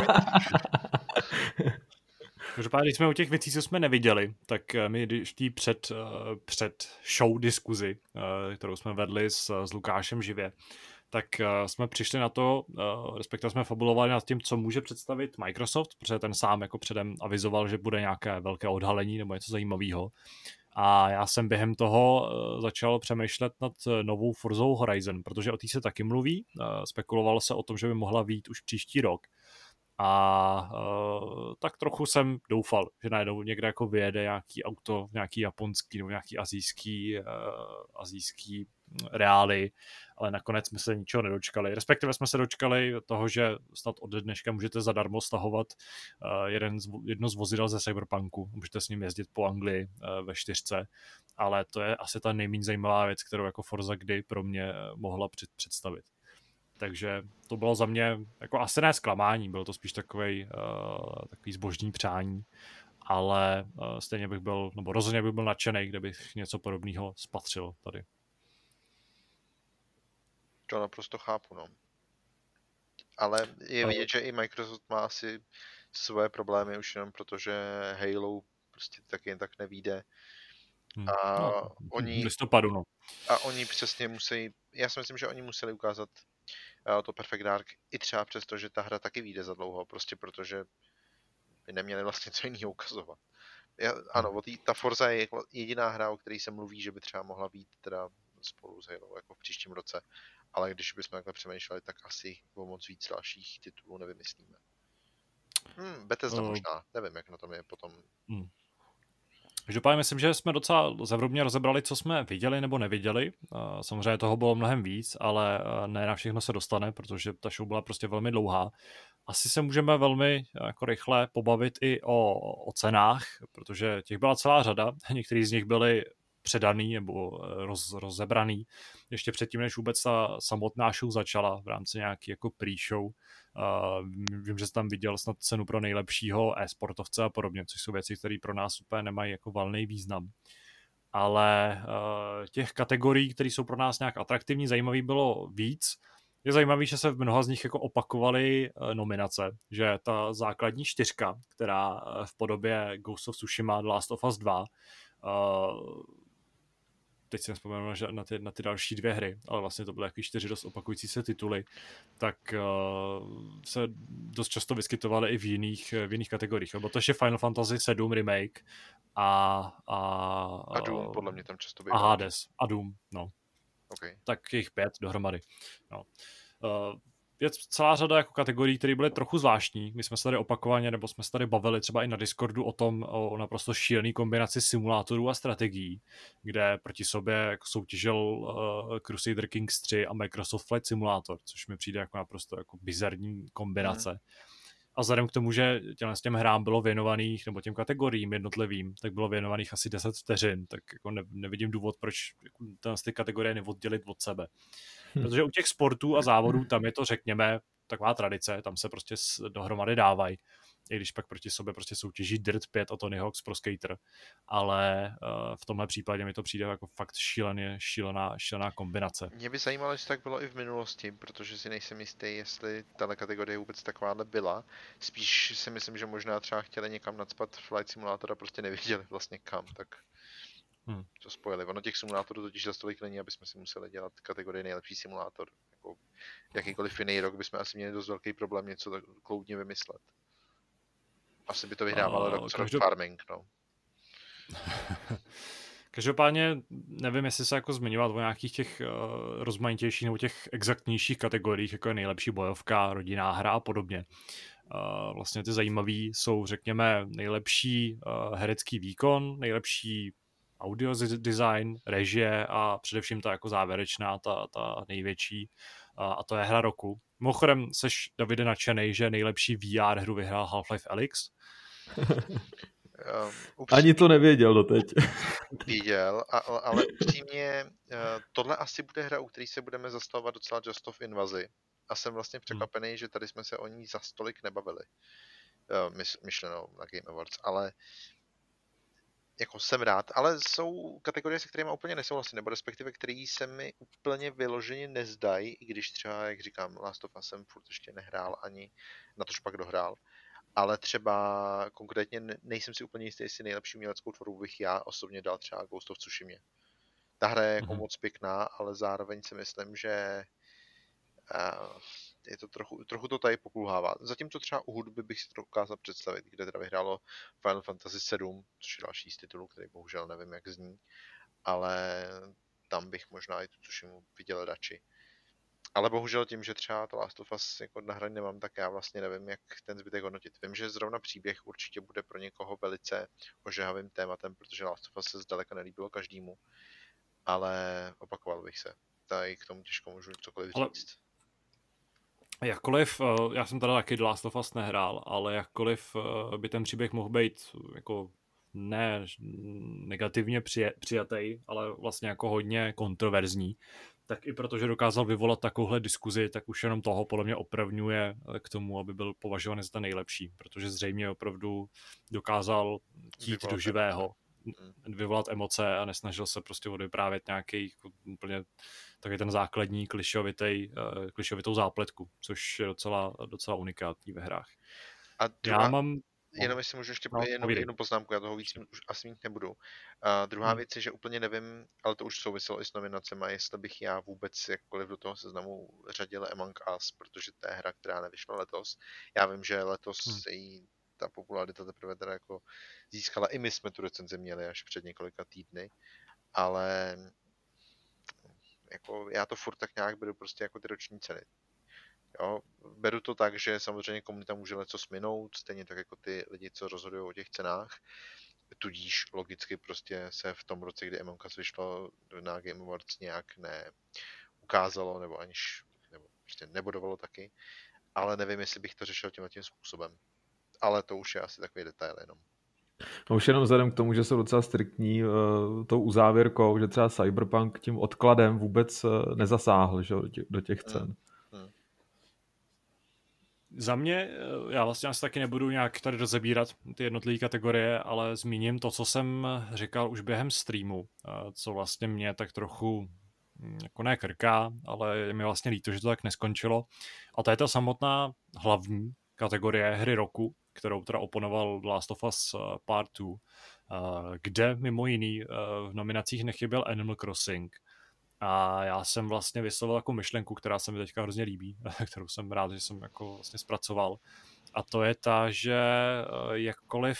Každopádně, když jsme u těch věcí, co jsme neviděli, tak my když tý před show diskuzi, kterou jsme vedli s Lukášem živě, tak jsme přišli na to, respektive jsme fabulovali nad tím, co může představit Microsoft, protože ten sám jako předem avizoval, že bude nějaké velké odhalení nebo něco zajímavého. A já jsem během toho začal přemýšlet nad novou Forzou Horizon, protože o té se taky mluví. Spekulovalo se o tom, že by mohla vyjít už příští rok. A tak trochu jsem doufal, že najednou někde jako vyjede nějaký auto, nějaký japonský nebo nějaký asijský reály, ale nakonec jsme se ničeho nedočkali. Respektive jsme se dočkali toho, že snad od dneška můžete zadarmo stahovat jedno z vozidel ze Cyberpunku. Můžete s ním jezdit po Anglii ve 4, ale to je asi ta nejméně zajímavá věc, kterou jako Forza kdy pro mě mohla představit. Takže to bylo za mě jako asi ne zklamání, bylo to spíš takový zbožní přání, ale stejně bych byl, nebo rozhodně bych byl nadšený, kdybych něco podobného spatřil tady. To naprosto chápu, no. Ale je vidět, že i Microsoft má asi svoje problémy už jenom protože Halo prostě taky jen tak nevyjde. A oni... listopadu, no. A oni přesně musí, já si myslím, že oni museli ukázat to Perfect Dark i třeba přesto, že ta hra taky vyjde za dlouho, prostě protože by neměli vlastně co jiného ukazovat. Ano, ta Forza je jediná hra, o které se mluví, že by třeba mohla být teda spolu s Halo jako v příštím roce, ale když bychom takhle přemýšleli, tak asi o moc víc dalších titulů nevymyslíme. Bethesda možná, nevím, jak na tom je potom. Každopádně myslím, že jsme docela zevrubně rozebrali, co jsme viděli nebo neviděli. Samozřejmě toho bylo mnohem víc, ale ne na všechno se dostane, protože ta show byla prostě velmi dlouhá. Asi se můžeme velmi jako rychle pobavit i o cenách, protože těch byla celá řada. Některý z nich byly předaný nebo rozebraný. Ještě předtím, než vůbec ta samotná show začala v rámci nějaký jako pre-show. Vím, že jsi tam viděl snad cenu pro nejlepšího e-sportovce a podobně, což jsou věci, které pro nás úplně nemají jako valný význam. Ale těch kategorií, které jsou pro nás nějak atraktivní, zajímavý bylo víc. Je zajímavý, že se v mnoha z nich jako opakovaly nominace, že ta základní 4, která v podobě Ghost of Tsushima, The Last of Us 2, teď si nevzpomenu na ty další 2 hry, ale vlastně to byly jaký 4 dost opakující se tituly, tak se dost často vyskytovaly i v jiných kategoriích. Bylo to ještě Final Fantasy 7 Remake a Doom podle mě tam často bývá. A Hades a Doom, no. Okay. Tak jich 5 dohromady. No. Je celá řada jako kategorií, které byly trochu zvláštní. My jsme se tady opakovaně, nebo jsme se tady bavili třeba i na Discordu o naprosto šílený kombinaci simulátorů a strategií, kde proti sobě jako soutěžil Crusader Kings 3 a Microsoft Flight Simulator, což mi přijde jako naprosto jako bizarní kombinace. A vzhledem k tomu, že těm hrám bylo věnovaných, nebo těm kategoriím jednotlivým, tak bylo věnovaných asi 10 vteřin, tak jako nevidím důvod, proč ty kategorie neoddělit od sebe. Protože u těch sportů a závodů tam je to, řekněme, taková tradice, tam se prostě dohromady dávají, i když pak proti sobě prostě soutěží Dirt 5 a Tony Hawk's Pro Skater, ale v tomhle případě mi to přijde jako fakt šílená kombinace. Mě by zajímalo, jestli tak bylo i v minulosti, protože si nejsem jistý, jestli tahle kategorie vůbec takováhle byla. Spíš si myslím, že možná třeba chtěli někam nacpat Flight Simulator a prostě nevěděli vlastně kam, tak to spojili. Ono těch simulátorů totiž za tolik není, aby jsme si museli dělat kategorii nejlepší simulátor. Jako jakýkoliv jiný rok bychom asi měli dost velký problém něco tak kloudně vymyslet. Asi by to vyhrávalo rok Farming, no. Každopádně nevím, jestli se jako zmiňovat o nějakých těch rozmanitějších nebo těch exaktnějších kategoriích, jako je nejlepší bojovka, rodinná hra a podobně. Vlastně ty zajímavý jsou, řekněme, nejlepší herecký výkon, nejlepší audio design, režie a především ta jako závěrečná, ta největší, a to je hra roku. Mimochodem, seš, Davide, nadšenej, že nejlepší VR hru vyhrál Half-Life Alyx? Ani to nevěděl doteď. Viděl, ale upřímně tohle asi bude hra, u který se budeme zastavovat docela Just of Invazi. A jsem vlastně překvapený, že tady jsme se o ní za stolik nebavili. Myšleno na Game Awards, ale jako jsem rád, ale jsou kategorie, se kterými úplně nesouhlasím, nebo respektive, který se mi úplně vyloženě nezdají, i když třeba, jak říkám, Last of Us jsem furt ještě nehrál ani, na tož pak dohrál. Ale třeba konkrétně nejsem si úplně jistý, jestli nejlepší uměleckou tvorbu bych já osobně dal třeba Ghost of Tsushima. Ta hra je jako moc pěkná, ale zároveň si myslím, že je to trochu to tady pokulhává. Zatímco třeba u hudby bych si to dokázal představit, kde teda vyhrálo Final Fantasy 7, což je další z titulů, který bohužel nevím, jak zní, ale tam bych možná i tu Tsushimu viděl radši. Ale bohužel tím, že třeba to Last of Us jako na hraní nemám, tak já vlastně nevím, jak ten zbytek hodnotit. Vím, že zrovna příběh určitě bude pro někoho velice ožehavým tématem, protože Last of Us se zdaleka nelíbilo každému, ale opakoval bych se. Tady k tomu těžko můžu cokoliv říct. Jakkoliv, já jsem teda taky The Last of Us nehrál, ale jakkoliv by ten příběh mohl být jako ne negativně přijatý, ale vlastně jako hodně kontroverzní, tak i protože dokázal vyvolat takovouhle diskuzi, tak už jenom toho podle mě opravňuje k tomu, aby byl považovaný za ten nejlepší, protože zřejmě opravdu dokázal jít do živého, vyvolat emoce a nesnažil se prostě odvyprávět nějaký úplně taky ten základní klišovitou zápletku, což je docela unikátní ve hrách. A já mám... Jenom jestli můžu ještě jednu poznámku, já toho víc už asi mít nebudu. Druhá věc je, že úplně nevím, ale to už souviselo i s nominacemi, jestli bych já vůbec jakkoliv do toho seznamu řadil Among Us, protože to je hra, která nevyšla letos. Já vím, že letos i ta popularita teprve teda jako získala, i my jsme tu recenzi měli až před několika týdny, ale jako já to furt tak nějak beru prostě jako ty roční ceny. Jo, beru to tak, že samozřejmě komunita může něco sminout, stejně tak jako ty lidi, co rozhodují o těch cenách. Tudíž logicky prostě se v tom roce, kdy Among Us vyšlo na Game Awards, nějak neukázalo, nebo prostě nebodovalo taky. Ale nevím, jestli bych to řešil tímhle tím způsobem. Ale to už je asi takový detail jenom. No už jenom vzhledem k tomu, že jsou docela striktní tou uzávěrkou, že třeba Cyberpunk tím odkladem vůbec nezasáhl, že, do těch cen. Za mě, já vlastně asi taky nebudu nějak tady rozebírat ty jednotlivé kategorie, ale zmíním to, co jsem říkal už během streamu, co vlastně mě tak trochu jako ne krká, ale je mi vlastně líto, že to tak neskončilo. A to je ta samotná hlavní kategorie hry roku, kterou teda oponoval The Last of Us Part 2, kde mimo jiný v nominacích nechyběl Animal Crossing. A já jsem vlastně vyslovil jako myšlenku, která se mi teďka hrozně líbí, kterou jsem rád, že jsem jako vlastně zpracoval. A to je ta, že jakkoliv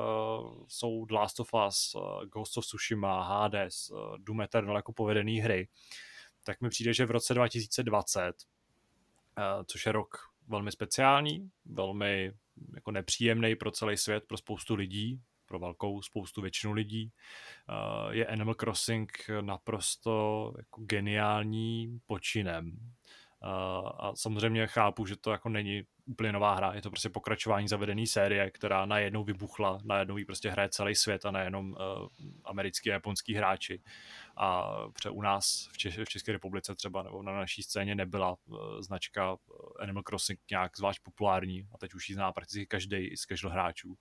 jsou The Last of Us, Ghost of Tsushima, Hades, Doom Eternal jako povedený hry, tak mi přijde, že v roce 2020, což je rok velmi speciální, velmi jako nepříjemný pro celý svět, pro spoustu lidí, pro velkou spoustu většinu lidí, je Animal Crossing naprosto jako geniální počinem. A samozřejmě chápu, že to jako není úplně nová hra, je to prostě pokračování zavedené série, která najednou vybuchla, najednou jí prostě hraje celý svět a nejenom americký a japonský hráči. A u nás v České republice třeba nebo na naší scéně nebyla značka Animal Crossing nějak zvlášť populární a teď už ji zná prakticky každý z casual hráčů.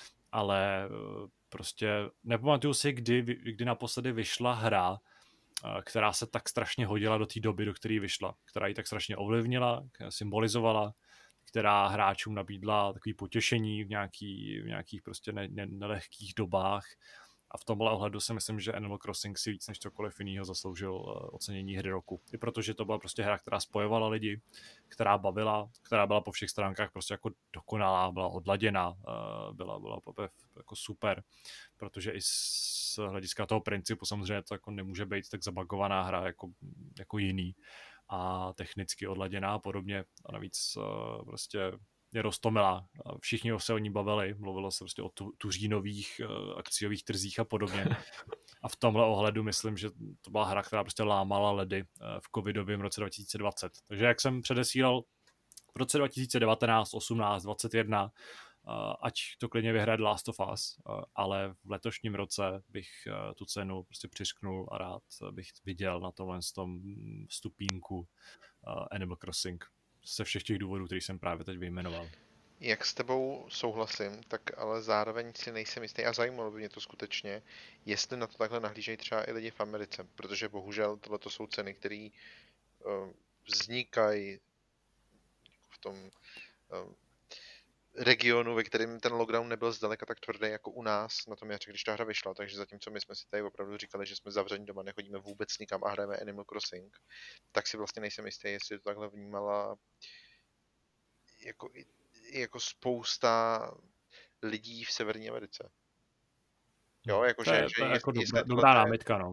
Ale prostě nepamatuju si, kdy naposledy vyšla hra, která se tak strašně hodila do té doby, do které vyšla, která ji tak strašně ovlivnila, symbolizovala, která hráčům nabídla takový potěšení v nějakých prostě nelehkých dobách. A v tomhle ohledu si myslím, že Animal Crossing si víc než cokoliv jiného zasloužil ocenění hry roku. I protože to byla prostě hra, která spojovala lidi, která bavila, která byla po všech stránkách prostě jako dokonalá, byla odladěná, byla jako super, protože i z hlediska toho principu samozřejmě to jako nemůže být tak zabagovaná hra jako jiný a technicky odladěná a podobně. A navíc prostě je roztomilá. Všichni se o ní bavili, mluvilo se prostě o tuřínových akciových trzích a podobně. A v tomhle ohledu myslím, že to byla hra, která prostě lámala ledy v covidovém roce 2020. Takže jak jsem předesílal, v roce 2019, 18, 21, ať to klidně vyhraje The Last of Us, ale v letošním roce bych tu cenu prostě přišknul a rád bych viděl na tomhle stupínku Animal Crossing. Ze všech těch důvodů, který jsem právě teď vyjmenoval. Jak s tebou souhlasím, tak ale zároveň si nejsem jistý a zajímalo by mě to skutečně, jestli na to takhle nahlížejí třeba i lidi v Americe, protože bohužel tohleto jsou ceny, které vznikají v tom regionu, ve kterém ten lockdown nebyl zdaleka tak tvrdý jako u nás na tom jaře, když ta hra vyšla, takže zatímco my jsme si tady opravdu říkali, že jsme zavřeni doma, nechodíme vůbec nikam a hrajeme Animal Crossing, tak si vlastně nejsem jistý, jestli to takhle vnímala jako spousta lidí v Severní Americe. Jo, jakože... To je jako dobrá námitka, no.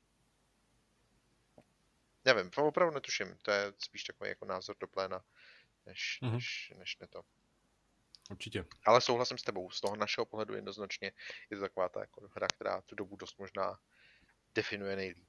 Nevím, opravdu netuším, to je spíš takový jako názor do pléna, než ne to. Určitě. Ale souhlasím s tebou, z toho našeho pohledu jednoznačně je to taková ta jako hra, která tu dobu dost možná definuje nejlíp.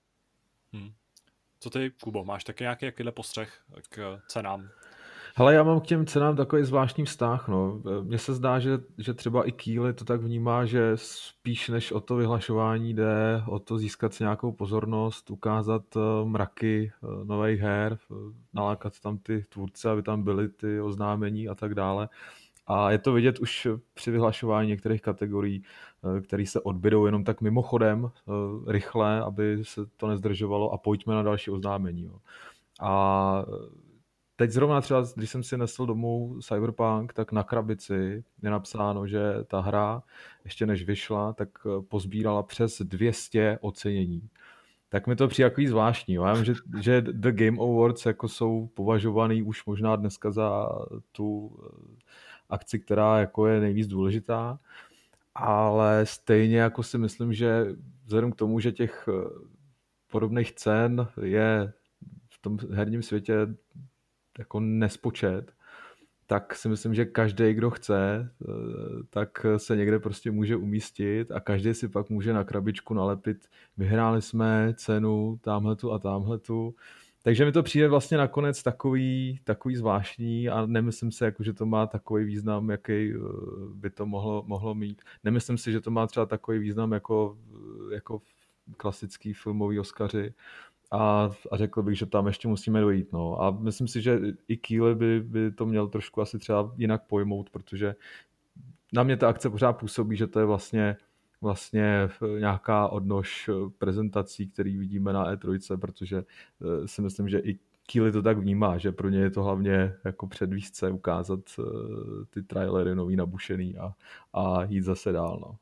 Co ty, Kubo, máš taky nějaký jakýhle postřeh k cenám? Hele, já mám k těm cenám takový zvláštní vztah. No. Mně se zdá, že třeba i Keely to tak vnímá, že spíš než o to vyhlašování jde o to získat si nějakou pozornost, ukázat mraky nových her, nalákat tam ty tvůrce, aby tam byly ty oznámení a tak dále. A je to vidět už při vyhlašování některých kategorií, které se odbydou jenom tak mimochodem, rychle, aby se to nezdržovalo a pojďme na další oznámení. Jo. A teď zrovna třeba, když jsem si nesl domů Cyberpunk, tak na krabici je napsáno, že ta hra, ještě než vyšla, tak pozbírala přes 200 ocenění. Tak mi to přijde takový zvláštní. Jo. Já vím, že The Game Awards jako jsou považovaný už možná dneska za tu akci, která jako je nejvíc důležitá, ale stejně jako si myslím, že vzhledem k tomu, že těch podobných cen je v tom herním světě jako nespočet, tak si myslím, že každý, kdo chce, tak se někde prostě může umístit a každý si pak může na krabičku nalepit, vyhráli jsme cenu támhletu a támhletu Takže mi to přijde vlastně nakonec takový zvláštní a nemyslím si, jako, že to má takový význam, jaký by to mohlo mít. Nemyslím si, že to má třeba takový význam jako klasický filmový Oscaři a řekl bych, že tam ještě musíme dojít. No. A myslím si, že i Keely by to měl trošku asi třeba jinak pojmout, protože na mě ta akce pořád působí, že to je vlastně nějaká odnož prezentací, který vidíme na E3, protože si myslím, že i Keely to tak vnímá, že pro ně je to hlavně jako předvízce ukázat ty trailery nový nabušený a jít zase dál. No.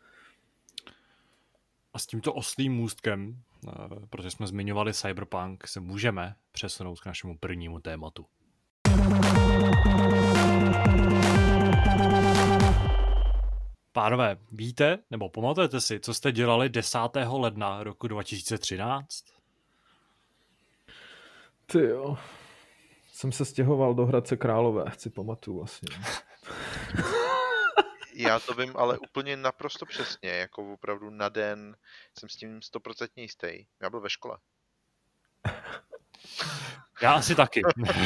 A s tímto oslým můstkem, protože jsme zmiňovali Cyberpunk, se můžeme přesunout k našemu prvnímu tématu. Pánové, víte, nebo pamatujete si, co jste dělali 10. ledna roku 2013? Ty jo, jsem se stěhoval do Hradce Králové, si pamatuju vlastně. Já to vím, ale úplně naprosto přesně, jako opravdu na den jsem s tím 100% jistý. Já byl ve škole. Já asi taky.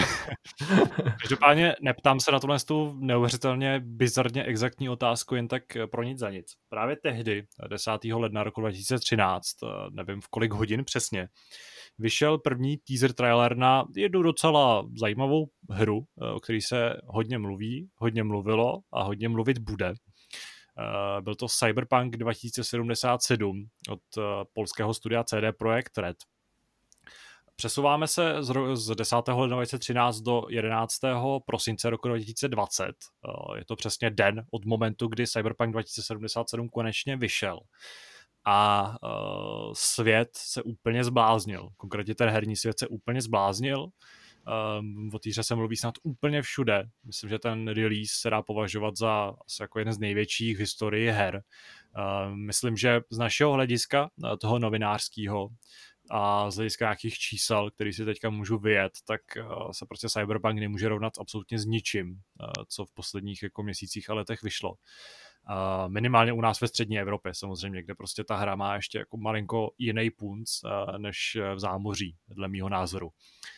Každopádně neptám se na tohle tu neuvěřitelně bizarně exaktní otázku jen tak pro nic za nic. Právě tehdy, 10. ledna roku 2013, nevím v kolik hodin přesně, vyšel první teaser trailer na jednu docela zajímavou hru, o které se hodně mluví, hodně mluvilo a hodně mluvit bude. Byl to Cyberpunk 2077 od polského studia CD Projekt Red. Přesouváme se z 10. ledna 2013 do 11. prosince roku 2020. Je to přesně den od momentu, kdy Cyberpunk 2077 konečně vyšel. A svět se úplně zbláznil. Konkrétně ten herní svět se úplně zbláznil. O té hře se mluví snad úplně všude. Myslím, že ten release se dá považovat za asi jako jeden z největších v historii her. Myslím, že z našeho hlediska, toho novinářského, a z hlediska nějakých čísel, který si teďka můžu vyjet, tak se prostě Cyberpunk nemůže rovnat absolutně s ničím, co v posledních jako měsících a letech vyšlo. Minimálně u nás ve střední Evropě samozřejmě, kde prostě ta hra má ještě jako malinko jiný punc než v zámoří, dle mýho názoru.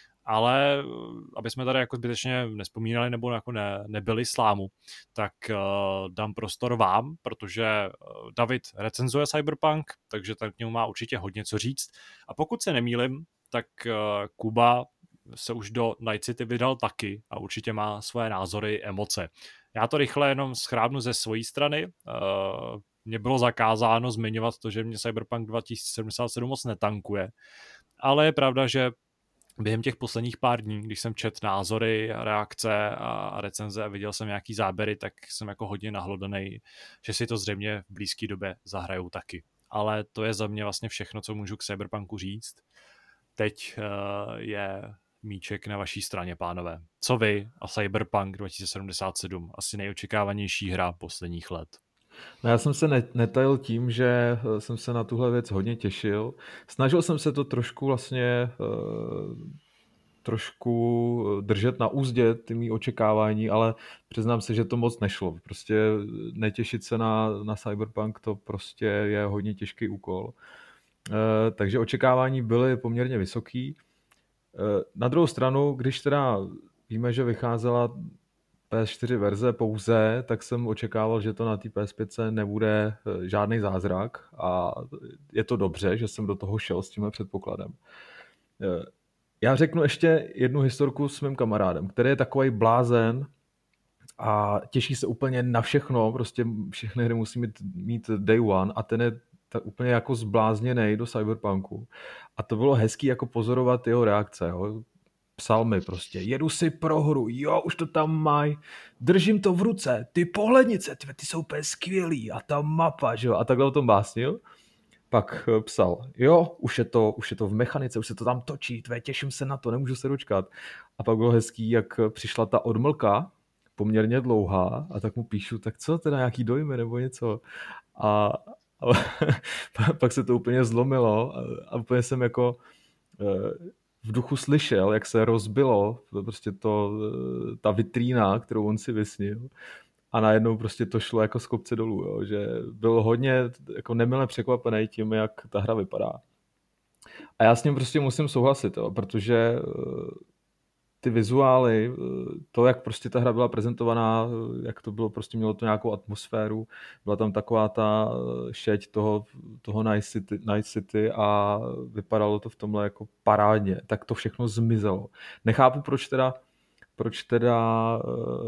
Ale aby jsme tady jako zbytečně nespomínali nebo jako nebyli slámu, tak dám prostor vám, protože David recenzuje Cyberpunk, takže tak k němu má určitě hodně co říct. A pokud se nemýlim, tak Kuba se už do Night City vydal taky a určitě má svoje názory, emoce. Já to rychle jenom schrábnu ze své strany. Mně bylo zakázáno zmiňovat to, že mě Cyberpunk 2077 moc netankuje, ale je pravda, že během těch posledních pár dní, když jsem četl názory, reakce a recenze a viděl jsem nějaký záběry, tak jsem jako hodně nahlodanej, že si to zřejmě v blízké době zahrajou taky. Ale to je za mě vlastně všechno, co můžu k Cyberpunku říct. Teď je míček na vaší straně, pánové. Co vy a Cyberpunk 2077? Asi nejočekávanější hra posledních let. No já jsem se netajil tím, že jsem se na tuhle věc hodně těšil. Snažil jsem se to trošku držet na úzdě ty mý očekávání, ale přiznám se, že to moc nešlo. Prostě netěšit se na Cyberpunk, to prostě je hodně těžký úkol. Takže očekávání byly poměrně vysoký. Na druhou stranu, když teda víme, že vycházela PS4 verze pouze, tak jsem očekával, že to na té PS5 nebude žádný zázrak a je to dobře, že jsem do toho šel s tímhle předpokladem. Já řeknu ještě jednu historku s mým kamarádem, který je takovej blázen a těší se úplně na všechno, prostě všechny hry musí mít day one a ten je úplně jako zblázněnej do Cyberpunku. A to bylo hezký jako pozorovat jeho reakce. Jo. Psal mi prostě, jedu si pro hru, jo, už to tam mají, držím to v ruce, ty pohlednice, ty jsou úplně skvělý a ta mapa, že jo, a takhle o tom básnil. Pak psal, jo, už je to v mechanice, už se to tam točí, těším se na to, nemůžu se dočkat. A pak bylo hezký, jak přišla ta odmlka, poměrně dlouhá, a tak mu píšu, tak co, teda nějaký dojmy nebo něco. A pak se to úplně zlomilo a úplně jsem jako v duchu slyšel, jak se rozbilo prostě ta vitrína, kterou on si vysnil. A najednou prostě to šlo jako z kopce dolů, jo, že byl hodně jako nemile překvapený tím, jak ta hra vypadá. A já s ním prostě musím souhlasit, jo, protože ty vizuály, to, jak prostě ta hra byla prezentovaná, jak to bylo, prostě mělo to nějakou atmosféru, byla tam taková ta šeť toho Night City a vypadalo to v tomhle jako parádně, tak to všechno zmizelo. Nechápu, proč teda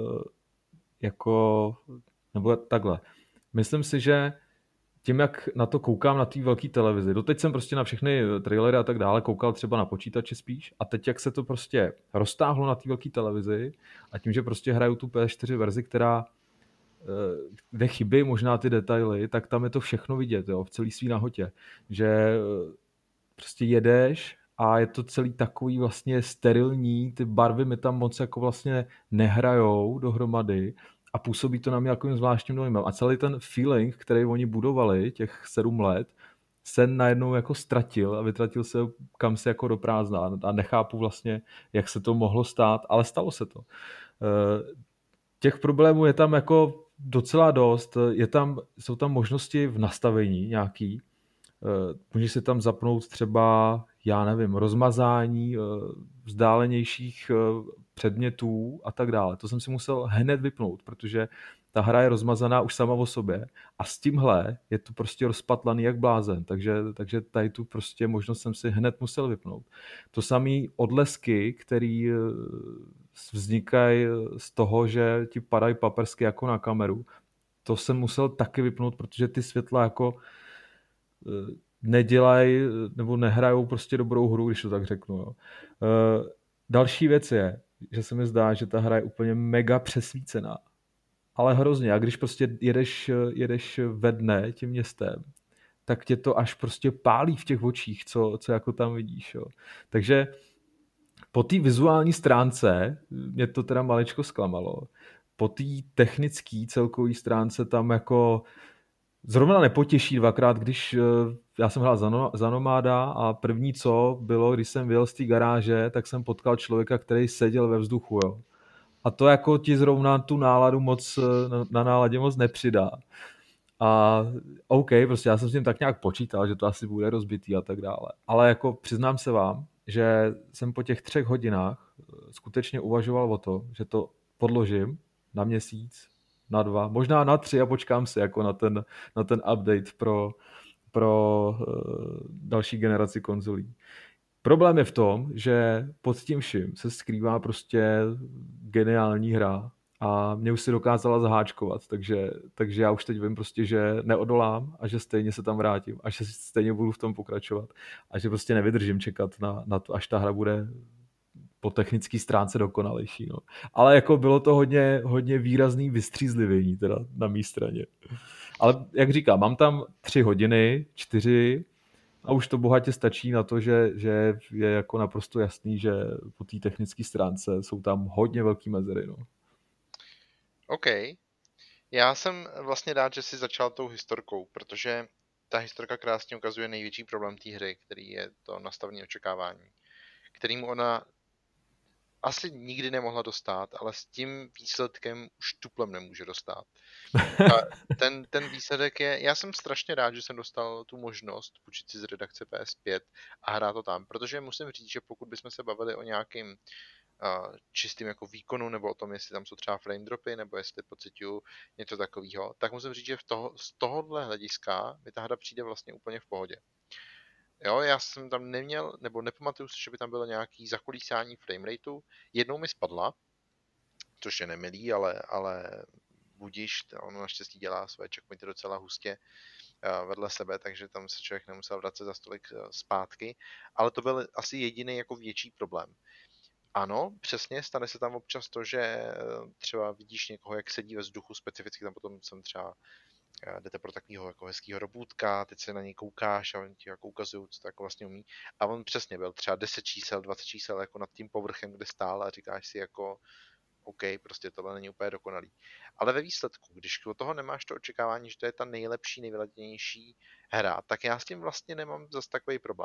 jako, nebo takhle. Myslím si, že tím, jak na to koukám na té velké televizi, doteď jsem prostě na všechny trailery a tak dále koukal třeba na počítači spíš a teď, jak se to prostě roztáhlo na té velké televizi a tím, že prostě hraju tu PS4 verzi, která kde chybí možná ty detaily, tak tam je to všechno vidět, jo, v celý svý nahotě, že prostě jedeš a je to celý takový vlastně sterilní, ty barvy mi tam moc jako vlastně nehrajou dohromady a působí to na mě jako zvláštním dojmem. A celý ten feeling, který oni budovali těch 7 let, se najednou jako ztratil a vytratil se kam se jako do prázdna a nechápu vlastně, jak se to mohlo stát, ale stalo se to. Těch problémů je tam jako docela dost, jsou tam možnosti v nastavení nějaký, můžeš si tam zapnout třeba, já nevím, rozmazání vzdálenějších předmětů a tak dále. To jsem si musel hned vypnout, protože ta hra je rozmazaná už sama o sobě a s tímhle je to prostě rozpatlaný jak blázen, takže tady tu prostě možnost jsem si hned musel vypnout. To samé odlesky, které vznikají z toho, že ti padají paprsky jako na kameru, to jsem musel taky vypnout, protože ty světla jako nedělají nebo nehrajou prostě dobrou hru, když to tak řeknu. Jo. Další věc je, že se mi zdá, že ta hra je úplně mega přesvícená. Ale hrozně. A když prostě jedeš ve dne tím městem, tak tě to až prostě pálí v těch očích, co jako tam vidíš. Jo. Takže po té vizuální stránce mě to teda maličko zklamalo. Po té technické celkové stránce tam jako zrovna nepotěší dvakrát, když já jsem hrál za Nomáda a první co bylo, když jsem vyjel z té garáže, tak jsem potkal člověka, který seděl ve vzduchu. Jo. A to jako ti zrovna tu náladu moc, na náladě moc nepřidá. A OK, prostě já jsem s tím tak nějak počítal, že to asi bude rozbitý a tak dále. Ale jako přiznám se vám, že jsem po těch 3 hodinách skutečně uvažoval o to, že to podložím na měsíc, na 2, možná na 3 a počkám si jako na ten update pro další generaci konzolí. Problém je v tom, že pod tím vším se skrývá prostě geniální hra a mě už si dokázala zaháčkovat, takže já už teď vím prostě, že neodolám a že stejně se tam vrátím a že stejně budu v tom pokračovat a že prostě nevydržím čekat na to, až ta hra bude po technické stránce dokonalejší. No. Ale jako bylo to hodně výrazný vystřízlivění teda na mý straně. Ale jak říkám, mám tam 3 hodiny, 4 a už to bohatě stačí na to, že je jako naprosto jasný, že po té technické stránce jsou tam hodně velký mezery. No. OK. Já jsem vlastně rád, že jsi začal tou historkou, protože ta historka krásně ukazuje největší problém té hry, který je to nastavení očekávání, kterým ona asi nikdy nemohla dostat, ale s tím výsledkem už tuplem nemůže dostat. A ten výsledek je, já jsem strašně rád, že jsem dostal tu možnost půjčit si z redakce PS5 a hrát to tam, protože musím říct, že pokud bychom se bavili o nějakým čistým jako výkonu, nebo o tom, jestli tam jsou třeba frame dropy, nebo jestli pocituju něco takového, tak musím říct, že z tohohle hlediska mi ta hra přijde vlastně úplně v pohodě. Jo, já jsem tam neměl, nebo nepamatuju si, že by tam bylo nějaký zakolísání framerateu. Jednou mi spadla, což je nemilý, ale budíš, ono naštěstí dělá své checkpointy docela hustě vedle sebe, takže tam se člověk nemusel vracet za stolik zpátky, ale to byl asi jediný jako větší problém. Ano, přesně, stane se tam občas to, že třeba vidíš někoho, jak sedí ve vzduchu, specificky tam potom jsem třeba jdete pro takového jako hezkého robůtka, teď se na něj koukáš a oni ti jako ukazují, co to jako vlastně umí. A on přesně byl třeba 10 čísel, 20 čísel jako nad tím povrchem, kde stál a říkáš si jako OK, prostě tohle není úplně dokonalý. Ale ve výsledku, když od toho nemáš to očekávání, že to je ta nejlepší, nejvyladěnější hra, tak já s tím vlastně nemám zase takový problém.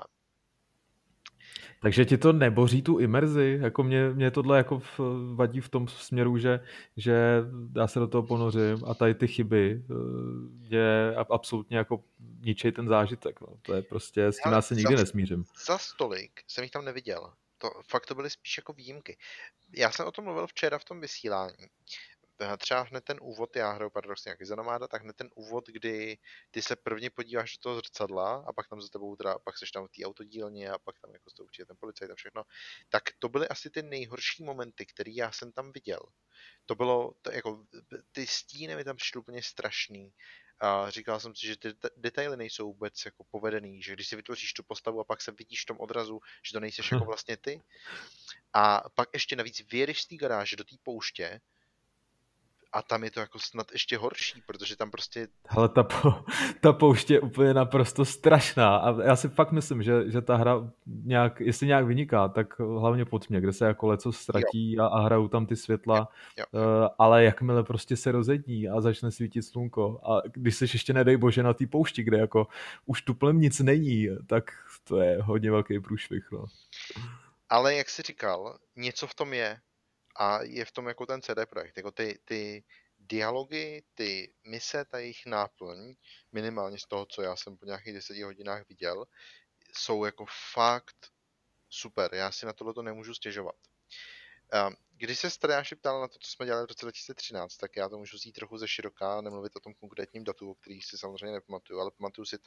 Takže ti to neboří tu imerzi? Jako mě tohle jako vadí v tom směru, že já se do toho ponořím a tady ty chyby je absolutně jako ničej ten zážitek. No. To je prostě, s tím Hele, já se nikdy nesmířím. za stolik jsem jich tam neviděl. Fakt to byly spíš jako výjimky. Já jsem o tom mluvil včera v tom vysílání. Třeba hned ten úvod, já hraju paradoxně jak Izonomáda, tak hned ten úvod, kdy ty se prvně podíváš do toho zrcadla a pak tam za tebou pak seš tam v té autodílně a pak tam jako to určitě ten policajt a všechno, tak to byly asi ty nejhorší momenty, které já jsem tam viděl. To bylo, jako, ty stíny mi tam přišly úplně strašný. A říkal jsem si, že ty detaily nejsou vůbec jako povedený, že když si vytvoříš tu postavu a pak se vidíš v tom odrazu, že to nejseš jako vlastně ty. A pak ještě navíc vyjedeš z té garáže do té pouště a tam je to jako snad ještě horší, protože tam prostě... Hele, ta pouště je úplně naprosto strašná a já si fakt myslím, že ta hra jestli nějak vyniká, tak hlavně pod mě, kde se jako leco ztratí a hrajou tam ty světla, Jo. Ale jakmile prostě se rozední a začne svítit slunko a když seš ještě nedej bože na té poušti, kde jako už tuplem nic není, tak to je hodně velký průšvih. No. Ale jak jsi říkal, něco v tom je a je v tom jako ten CD Projekt, jako ty dialogy, ty mise, ta jejich náplň, minimálně z toho, co já jsem po nějakých 10 hodinách viděl, jsou jako fakt super. Já si na tohle nemůžu stěžovat. Když se Strajáši ptal na to, co jsme dělali v roce 2013, tak já to můžu vzít trochu ze široká, nemluvit o tom konkrétním datu, o který si samozřejmě nepamatuju, ale pamatuju si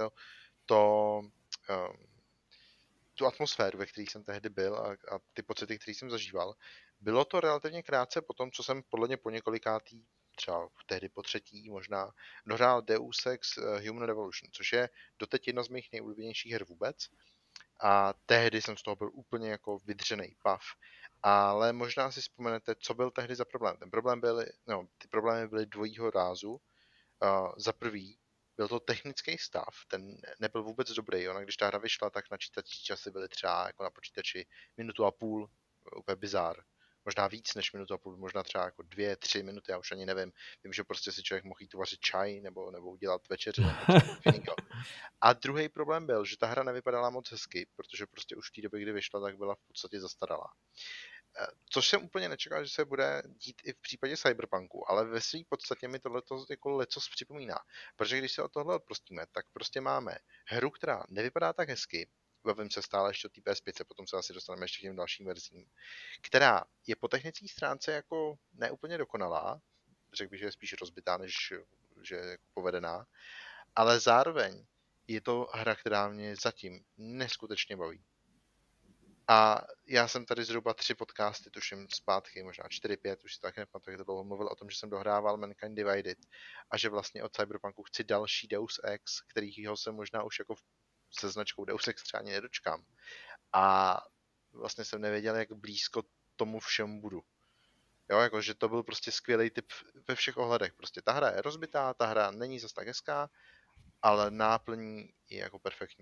tu atmosféru, ve které jsem tehdy byl a ty pocity, které jsem zažíval. Bylo to relativně krátce po tom, co jsem podle mě po několikátý, třeba tehdy po třetí možná, dohrál Deus Ex Human Revolution, což je doteď jedna z mých nejoblíbenějších her vůbec. A tehdy jsem z toho byl úplně jako vydřenej pav. Ale možná si vzpomenete, co byl tehdy za problém. Ty problémy byly dvojího rázu. Za prvý, byl to technický stav, ten nebyl vůbec dobrý. Ona, když ta hra vyšla, tak načítací časy byly třeba jako na počítači minutu a půl, úplně bizár. Možná víc než minutu a půl, možná třeba jako 2-3 minuty, já už ani nevím. Vím, že prostě si člověk mohl jít uvařit čaj nebo udělat večeři. A druhý problém byl, že ta hra nevypadala moc hezky, protože prostě už v té době, kdy vyšla, tak byla v podstatě zastaralá. Což jsem úplně nečekal, že se bude dít i v případě Cyberpunku, ale ve své podstatě mi tohleto jako lecos připomíná. Protože když se od tohle odprostíme, tak prostě máme hru, která nevypadá tak hezky, bavím se stále ještě o té PS5, potom se asi dostaneme ještě k těm dalším verzím, která je po technické stránce jako neúplně dokonalá, řekl bych, že je spíš rozbitá, než že je jako povedená, ale zároveň je to hra, která mě zatím neskutečně baví. A já jsem tady zhruba 3 podcasty, tuším zpátky, možná 4-5, už si tak nepamatuji, jak to dlouho mluvil o tom, že jsem dohrával Mankind Divided a že vlastně od Cyberpunku chci další Deus Ex, kterýho se možná už jako se značkou Deus Ex třeba ani nedočkám. A vlastně jsem nevěděl, jak blízko tomu všemu budu. Jo, jakože to byl prostě skvělý typ ve všech ohledech. Prostě ta hra je rozbitá, ta hra není zas tak hezká, ale náplní je jako perfektní.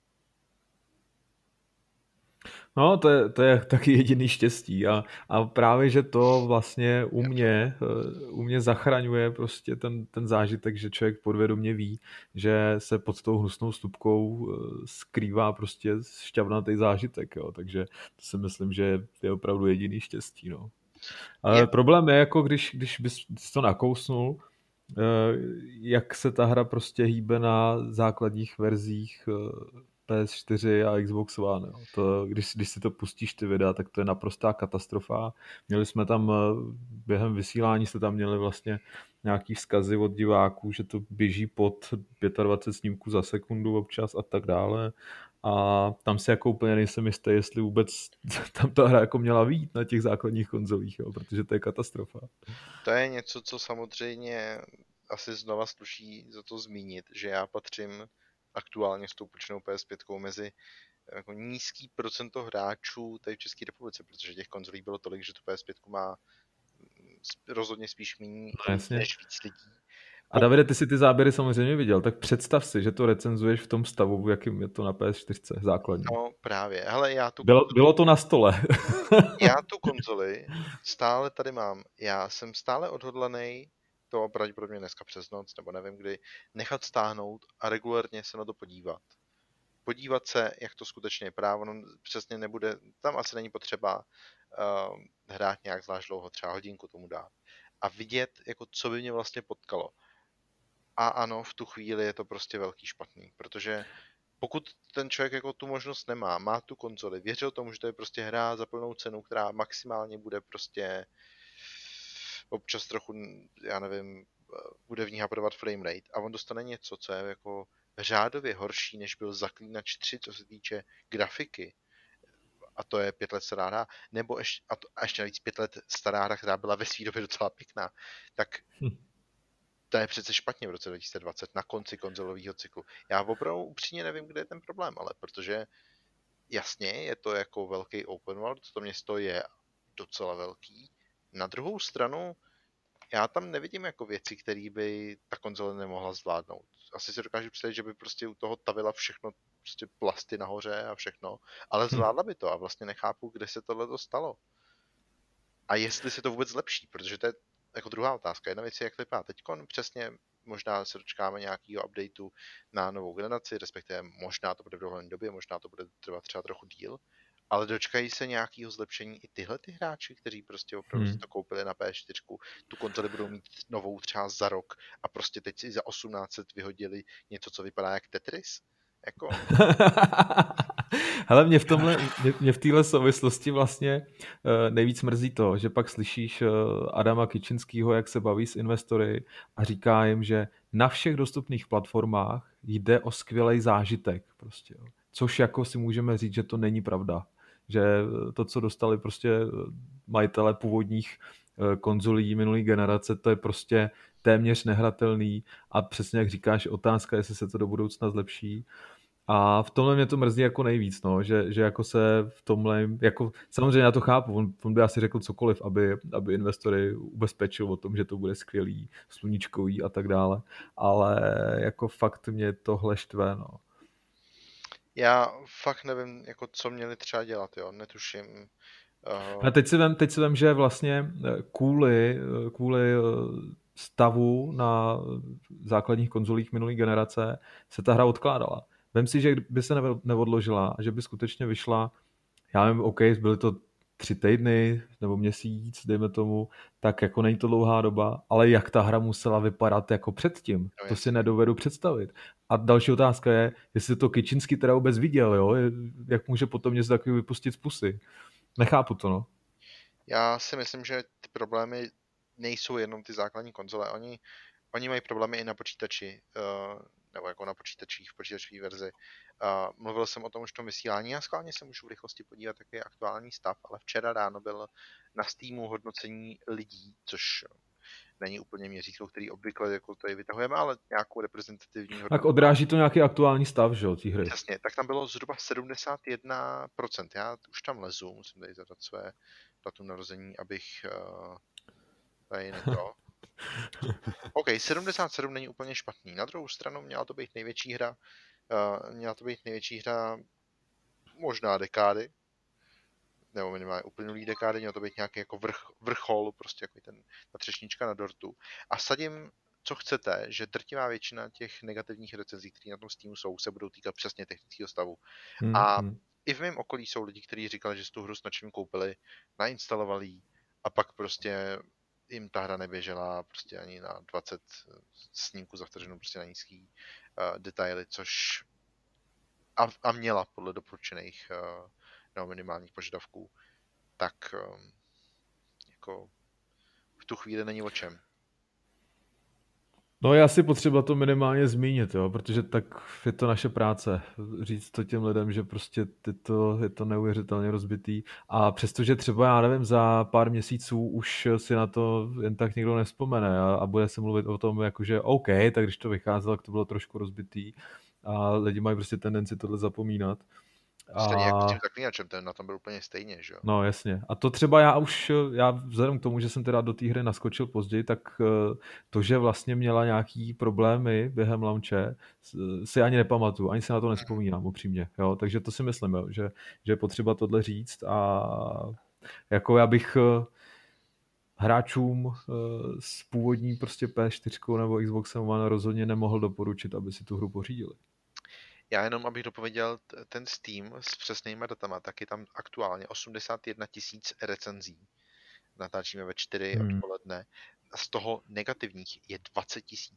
No, to je taky jediný štěstí a právě, že to vlastně u mě zachraňuje prostě ten zážitek, že člověk podvědomě ví, že se pod tou hnusnou stupkou skrývá prostě šťavnatý zážitek, jo, takže to si myslím, že je opravdu jediný štěstí, no. Ale problém je, jako když bys to nakousnul, jak se ta hra prostě hýbe na základních verzích PS4 a Xbox One. Jo. To, když si to pustíš ty videa, tak to je naprostá katastrofa. Měli jsme tam během vysílání jste tam měli vlastně nějaký vzkazy od diváků, že to běží pod 25 snímků za sekundu občas a tak dále. A tam si jako úplně nejsem jistý, jestli vůbec tam ta hra jako měla vyjít na těch základních konzolích, jo, protože to je katastrofa. To je něco, co samozřejmě asi znova sluší za to zmínit, že já patřím aktuálně s tou počnou PS5 mezi jako nízký procento hráčů tady v České republice, protože těch konzolí bylo tolik, že tu PS5 má rozhodně spíš méně než víc lidí. A Davide, ty si ty záběry samozřejmě viděl, tak představ si, že to recenzuješ v tom stavu, v jakým je to na PS4 základní. No právě, hele, bylo to na stole. Já tu konzoli stále tady mám, já jsem stále odhodlaný to pravděpodobně dneska přes noc, nebo nevím kdy, nechat stáhnout a regulárně se na to podívat. Podívat se, jak to skutečně je právo, no, přesně nebude, tam asi není potřeba hrát nějak zvlášť dlouho, třeba hodinku tomu dát. A vidět, jako co by mě vlastně potkalo. A ano, v tu chvíli je to prostě velký špatný, protože pokud ten člověk jako tu možnost nemá, má tu konzoli, věřil tomu, že to je prostě hra za plnou cenu, která maximálně bude prostě občas trochu, já nevím, bude v ní haprovat frame rate a on dostane něco, co je jako řádově horší, než byl Zaklínač 3, co se týče grafiky, a to je 5 let stará hra, nebo a ještě navíc 5 let stará hra, která byla ve své době docela pěkná, tak to je přece špatně v roce 2020 na konci konzolového cyklu. Já opravdu upřímně nevím, kde je ten problém, ale protože jasně je to jako velký open world, to město je docela velký. Na druhou stranu já tam nevidím jako věci, které by ta konzole nemohla zvládnout. Asi si dokážu představit, že by prostě u toho tavila všechno, prostě plasty nahoře a všechno, ale zvládla by to a vlastně nechápu, kde se tohle dostalo. A jestli se to vůbec zlepší, protože to je jako druhá otázka. Jedna věc je, jak to vypadá teďkon, přesně možná se dočkáme nějakého updateu na novou generaci, respektive možná to bude v dohledné době, možná to bude trvat třeba trochu díl, ale dočkají se nějakého zlepšení i tyhle ty hráči, kteří prostě opravdu si to koupili na P4, tu konzoli budou mít novou třeba za rok a prostě teď si za 1800 vyhodili něco, co vypadá jak Tetris? Jako... Hele, mě v téhle souvislosti vlastně nejvíc mrzí to, že pak slyšíš Adama Kičinskýho, jak se baví s investory a říká jim, že na všech dostupných platformách jde o skvělý zážitek. Prostě, jo. Což jako si můžeme říct, že to není pravda. Že to, co dostali prostě majitele původních konzolí minulý generace, to je prostě téměř nehratelný a přesně jak říkáš, otázka, jestli se to do budoucna zlepší. A v tomhle mě to mrzí jako nejvíc, no, že jako se v tomhle, jako samozřejmě já to chápu, on by asi řekl cokoliv, aby investory ubezpečil o tom, že to bude skvělý, sluníčkový a tak dále, ale jako fakt mě tohle štve, no. Já fakt nevím, jako co měli třeba dělat, jo, netuším. A teď si vem, že vlastně kvůli stavu na základních konzolích minulý generace se ta hra odkládala. Vem si, že by se neodložila a že by skutečně vyšla, já nevím, OK, byly to 3 týdny nebo měsíc, dejme tomu, tak jako není to dlouhá doba, ale jak ta hra musela vypadat jako předtím, to si nedovedu představit. A další otázka je, jestli to Kičinský teda vůbec viděl, jo? Jak může potom něco takového vypustit z pusy. Nechápu to, no. Já si myslím, že ty problémy nejsou jenom ty základní konzole. Oni mají problémy i na počítači, nebo jako na počítačích, v počítačové verzi. Mluvil jsem o tom už v tom vysílání a schválně se můžu v rychlosti podívat, jaký je aktuální stav, ale včera ráno byl na Steamu hodnocení lidí, což není úplně měřítko, který obvykle jako tady vytahujeme, ale nějakou reprezentativní hodnotu. Tak odráží to nějaký aktuální stav, že jo, té hry. Jasně, tak tam bylo zhruba 71%. Já už tam lezu, musím tady zadat své datum narození, abych tady neto. OK, 77 není úplně špatný. Na druhou stranu měla to být největší hra, možná dekády, nebo minimálně uplynulý dekády, mělo to být nějaký jako vrchol, prostě jako ta třešnička na dortu. A sadím, co chcete, že drtivá většina těch negativních recenzí, které na tom Steamu jsou, se budou týkat přesně technického stavu. A i v mém okolí jsou lidi, kteří říkali, že si tu hru s nadšením koupili, nainstalovali ji a pak prostě jim ta hra neběžela prostě ani na 20 snímků za vteřinu, prostě na nízký detaily, což a měla podle doporučených nebo minimálních požadavků, tak jako v tu chvíli není o čem. No je asi potřeba to minimálně zmínit, jo, protože tak je to naše práce, říct to těm lidem, že prostě je to neuvěřitelně rozbitý a přestože třeba, já nevím, za pár měsíců už si na to jen tak někdo nevzpomene a bude se mluvit o tom, jakože OK, tak když to vycházelo, tak to bylo trošku rozbitý a lidi mají prostě tendenci tohle zapomínat. Stejně jako s tím Zaklínačem, ten na tom byl úplně stejně, že jo? No jasně. A to třeba já vzhledem k tomu, že jsem teda do té hry naskočil později, tak to, že vlastně měla nějaký problémy během launche, si ani nepamatuju, ani se na to nevzpomínám upřímně. Jo? Takže to si myslím, jo, že je potřeba tohle říct a jako já bych hráčům s původní prostě P4 nebo Xboxem One rozhodně nemohl doporučit, aby si tu hru pořídili. Já jenom, abych dopověděl ten Steam s přesnýma datama, tak je tam aktuálně 81 000 recenzí. Natáčíme ve 4 odpoledne. A z toho negativních je 20 000.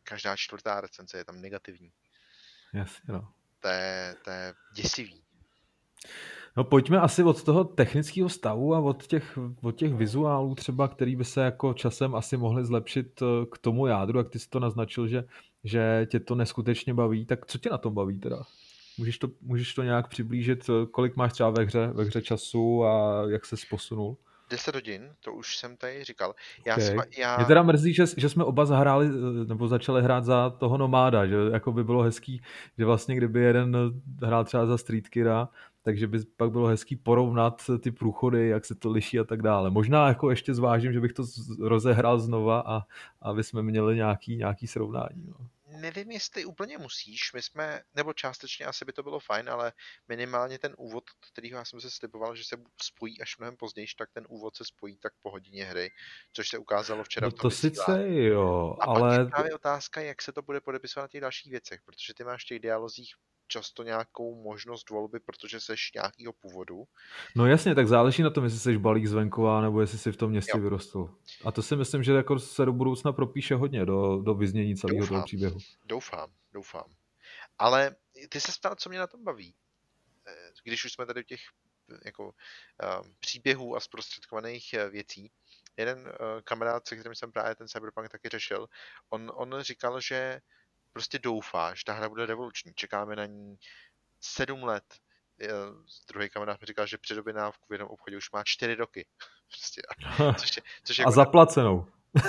každá čtvrtá recenze je tam negativní. Jasně, no. To je děsivý. No pojďme asi od toho technického stavu a od těch vizuálů třeba, který by se jako časem asi mohly zlepšit k tomu jádru, jak ty jsi to naznačil, že tě to neskutečně baví, tak co tě na tom baví teda? Můžeš to nějak přiblížit, kolik máš třeba ve hře času a jak ses posunul? 10 hodin, to už jsem tady říkal. Mě teda mrzí, že jsme oba zahráli, nebo začali hrát za toho nomáda, že jako by bylo hezký, že vlastně kdyby jeden hrál třeba za Street Kida, takže by pak bylo hezký porovnat ty průchody, jak se to liší a tak dále. Možná jako ještě zvážím, že bych to rozehrál znova a aby jsme měli nějaký srovnání. No. Nevím, jestli úplně musíš, nebo částečně asi by to bylo fajn, ale minimálně ten úvod, kterýho já jsem se sliboval, že se spojí až mnohem později, tak ten úvod se spojí tak po hodině hry, což se ukázalo včera No v tom to sice jo, a ale... pak je právě otázka, jak se to bude podepisovat na těch dalších věcech, protože ty máš v těch dialozích často nějakou možnost volby, protože seš nějakýho původu. No jasně, tak záleží na tom, jestli jsi balík z venkova, nebo jestli jsi v tom městě vyrostl. A to si myslím, že jako se do budoucna propíše hodně do vyznění celého toho příběhu. Doufám. Ale ty se ptal, co mě na tom baví. Když už jsme tady u těch jako, příběhů a zprostředkovaných věcí, jeden kamarád, se kterým jsem právě ten Cyberpunk taky řešil, on říkal, že prostě doufá, že ta hra bude revoluční. Čekáme na ní 7 let. Druhý kamarád mi říkal, že předobědnávku v jednom obchodě už má 4 roky. Prostě, což a zaplacenou.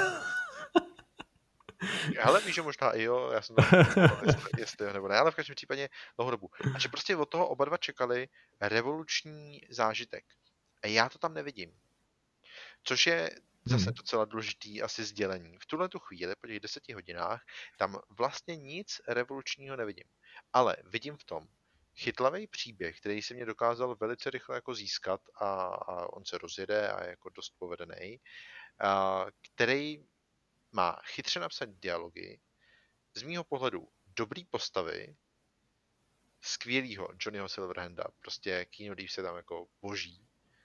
Ale víš, že možná i jo, já jsem tam jestli jo nebo ne, ale v každém případě dlouhou dobu. A že prostě od toho oba dva čekali revoluční zážitek. A já to tam nevidím. Což je zase docela důležitý asi sdělení. V tuhletu chvíli, po těch 10 hodinách, tam vlastně nic revolučního nevidím. Ale vidím v tom chytlavý příběh, který se mě dokázal velice rychle jako získat a on se rozjede a je jako dost povedený, který má chytře napsat dialogy, z mýho pohledu dobrý postavy, skvělýho Johnnyho Silverhanda, prostě Keanu Reeves je tam jako boží.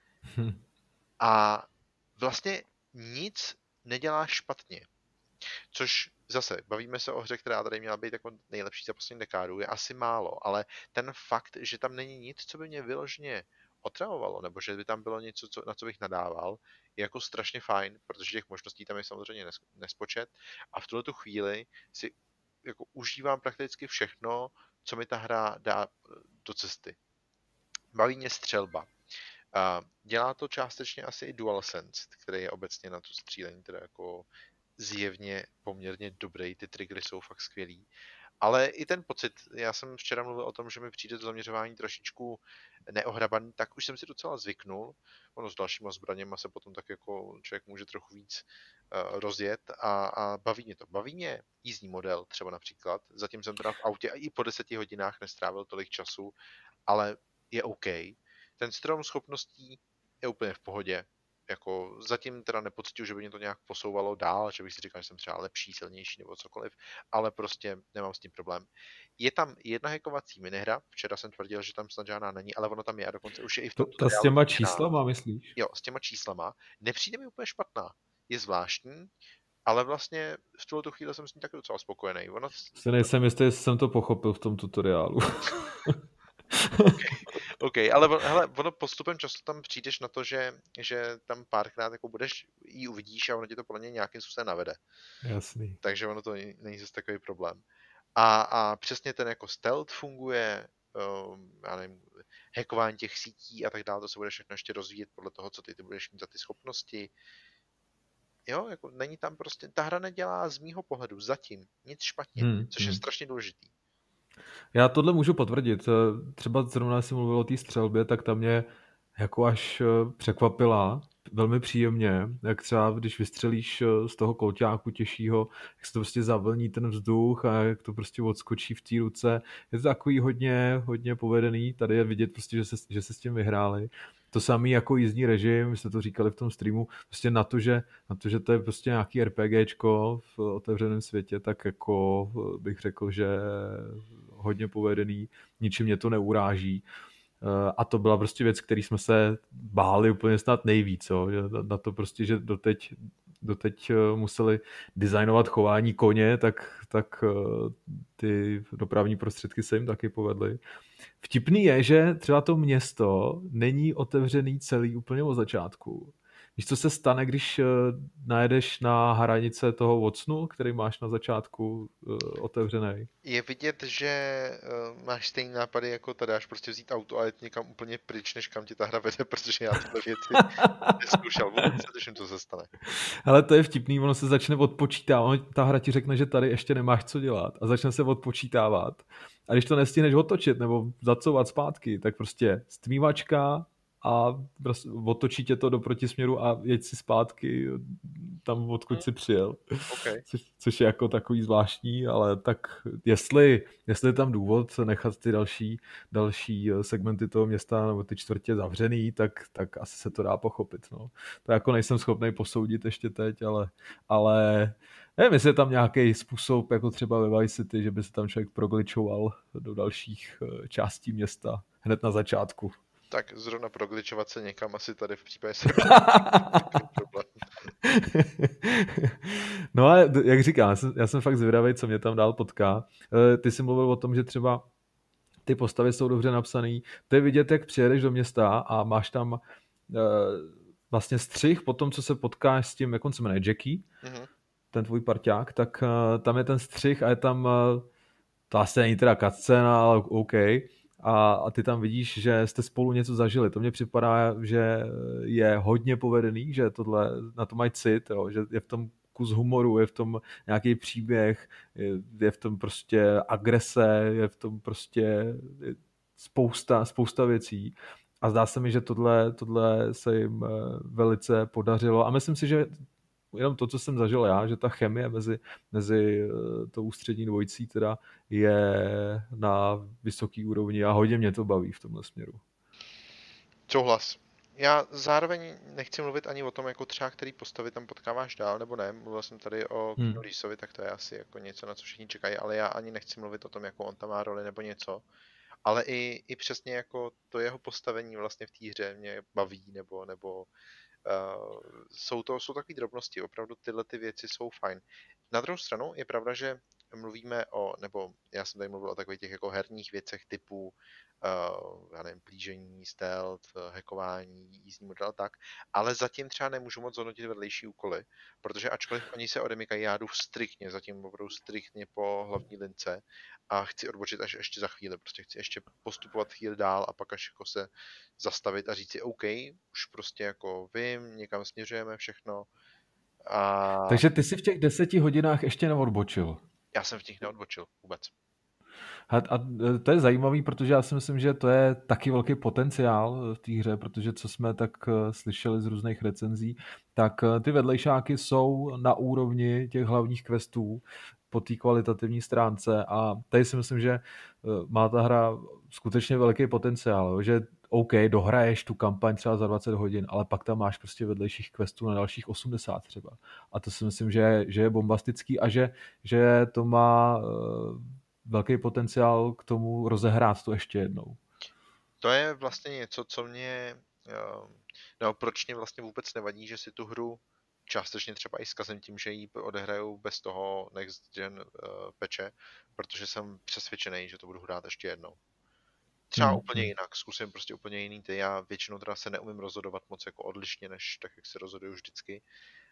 A vlastně nic nedělá špatně. Což zase, bavíme se o hře, která tady měla být jako nejlepší za poslední dekádu, je asi málo, ale ten fakt, že tam není nic, co by mě vyloženě otravovalo, nebo že by tam bylo něco, na co bych nadával, je jako strašně fajn, protože těch možností tam je samozřejmě nespočet a v tuhletu chvíli si jako užívám prakticky všechno, co mi ta hra dá do cesty. Baví mě střelba. Dělá to částečně asi i DualSense, který je obecně na to střílení teda jako zjevně poměrně dobrý, ty triggery jsou fakt skvělý. Ale i ten pocit, já jsem včera mluvil o tom, že mi přijde to zaměřování trošičku neohrabaný, tak už jsem si docela zvyknul. Ono s dalšíma zbraněma se potom tak jako člověk může trochu víc rozjet a baví mě to. Baví mě jízdní model třeba například. Zatím jsem teda v autě a i po 10 hodinách nestrávil tolik času, ale je OK. Ten strom schopností je úplně v pohodě. Jako zatím teda nepocituju, že by mě to nějak posouvalo dál, že bych si říkal, že jsem třeba lepší, silnější nebo cokoliv, ale prostě nemám s tím problém. Je tam jedna hackovací minihra, včera jsem tvrdil, že tam snad žádná není, ale ono tam je a dokonce už je i v tom. To s těma číslama, myslíš? Jo, s těma číslama. Nepřijde mi úplně špatná. Je zvláštní, ale vlastně v tuhle chvíli jsem s ní taky docela spokojený. Nejsem jistý, jestli jsem to pochopil v tom tutoriálu. OK, ale hele, ono postupem času tam přijdeš na to, že tam párkrát jako jí uvidíš a ono ti to podle mě nějakým způsobem navede. Jasný. Takže ono to není zase takový problém. A přesně ten jako stealth funguje, já nevím, hackování těch sítí a tak dále, to se bude všechno ještě rozvíjet podle toho, co ty budeš mít za ty schopnosti. Jo, jako není tam prostě, ta hra nedělá z mýho pohledu zatím nic špatně, což je strašně důležitý. Já tohle můžu potvrdit. Třeba zrovna jsem mluvil o té střelbě, tak ta mě jako až překvapila velmi příjemně, jak třeba když vystřelíš z toho kolťáku těžšího, jak se to prostě zavlní ten vzduch a jak to prostě odskočí v té ruce. Je to takový hodně povedený. Tady je vidět prostě, že se s tím vyhráli. To samé jako jízdní režim, my jsme to říkali v tom streamu, prostě na to, že to je prostě nějaký RPGčko v otevřeném světě, tak jako bych řekl, že hodně povedený, ničím mě to neuráží. A to byla prostě věc, který jsme se báli úplně snad nejvíc, jo? Na to prostě, že doteď doteď museli designovat chování koně, tak ty dopravní prostředky se jim taky povedly. Vtipný je, že třeba to město není otevřený celý úplně od začátku. Víš, co se stane, když najedeš na hranice toho Watsonu, který máš na začátku otevřený? Je vidět, že máš stejný nápady jako Tadáš, prostě vzít auto a jet někam úplně pryč, než kam ti ta hra vede, protože já tyhle věci neskoušel. Vůbec se těším, co se stane. Ale to je vtipný, ono se začne odpočítávat. Ta hra ti řekne, že tady ještě nemáš co dělat a začne se odpočítávat. A když to nestihneš otočit nebo zacouvat zpátky, tak prostě stmívačka a prostě otočí tě to do protisměru a jeď si zpátky tam, odkud si přijel. Okay. Což je jako takový zvláštní, ale tak jestli je tam důvod nechat ty další segmenty toho města nebo ty čtvrtě zavřený, tak asi se to dá pochopit. No. To jako nejsem schopný posoudit ještě teď, ale nevím, jestli je tam nějaký způsob, jako třeba ve Vice City, že by se tam člověk progličoval do dalších částí města hned na začátku. Tak zrovna progličovat se někam asi tady v případě problém. No a jak říkám, já jsem fakt zvědavý, co mě tam dál potká. Ty jsi mluvil o tom, že třeba ty postavy jsou dobře napsaný. To je vidět, jak přijedeš do města a máš tam vlastně střih po tom, co se potkáš s tím, jak on se jmenuje, Jackie, ten tvůj parťák, tak tam je ten střih a je tam, to asi není teda cutscéna, ale OK, a ty tam vidíš, že jste spolu něco zažili. To mně připadá, že je hodně povedený, že tohle, na to mají cit, jo, že je v tom kus humoru, je v tom nějaký příběh, je v tom prostě agrese, je v tom prostě spousta věcí. A zdá se mi, že tohle se jim velice podařilo. A myslím si, že jenom to, co jsem zažil já, že ta chemie mezi tou ústřední dvojicí teda je na vysoký úrovni a hodně mě to baví v tomhle směru. Souhlas. Já zároveň nechci mluvit ani o tom, jako třeba který postavy tam potkáváš dál, nebo ne. Mluvil jsem tady o Keanu Reevesovi, tak to je asi jako něco, na co všichni čekají, ale já ani nechci mluvit o tom, jako on tam má roli nebo něco. Ale i přesně jako to jeho postavení vlastně v té hře mě baví, nebo jsou takové drobnosti, opravdu tyhle ty věci jsou fajn. Na druhou stranu je pravda, že mluvíme nebo já jsem tady mluvil o takových těch jako herních věcech typu já nevím, plížení, stealth, hackování, jízdní model a tak, ale zatím třeba nemůžu moc hodnotit vedlejší úkoly, protože ačkoliv oni se odemykají, já jdu zatím opravdu striktně po hlavní lince a chci odbočit až ještě za chvíli, prostě chci ještě postupovat chvíli dál a pak až jako se zastavit a říct si OK, už prostě jako vím, někam směřujeme všechno. Takže ty si v těch 10 hodinách ještě neodbočil? Já jsem v nich neodbočil vůbec. A to je zajímavý, protože já si myslím, že to je taky velký potenciál v té hře, protože co jsme tak slyšeli z různých recenzí, tak ty vedlejšáky jsou na úrovni těch hlavních questů po té kvalitativní stránce a tady si myslím, že má ta hra skutečně velký potenciál, že OK, dohraješ tu kampaň třeba za 20 hodin, ale pak tam máš prostě vedlejších questů na dalších 80 třeba. A to si myslím, že je bombastický a že to má velký potenciál k tomu rozehrát to ještě jednou. To je vlastně něco, co mě, proč mě vlastně vůbec nevadí, že si tu hru částečně třeba i zkazím tím, že ji odehraju bez toho next gen patche, protože jsem přesvědčený, že to budu hrát ještě jednou. Třeba úplně jinak, zkusím prostě úplně jiný ty. Já většinou teda se neumím rozhodovat moc jako odlišně, než tak, jak se rozhoduju vždycky,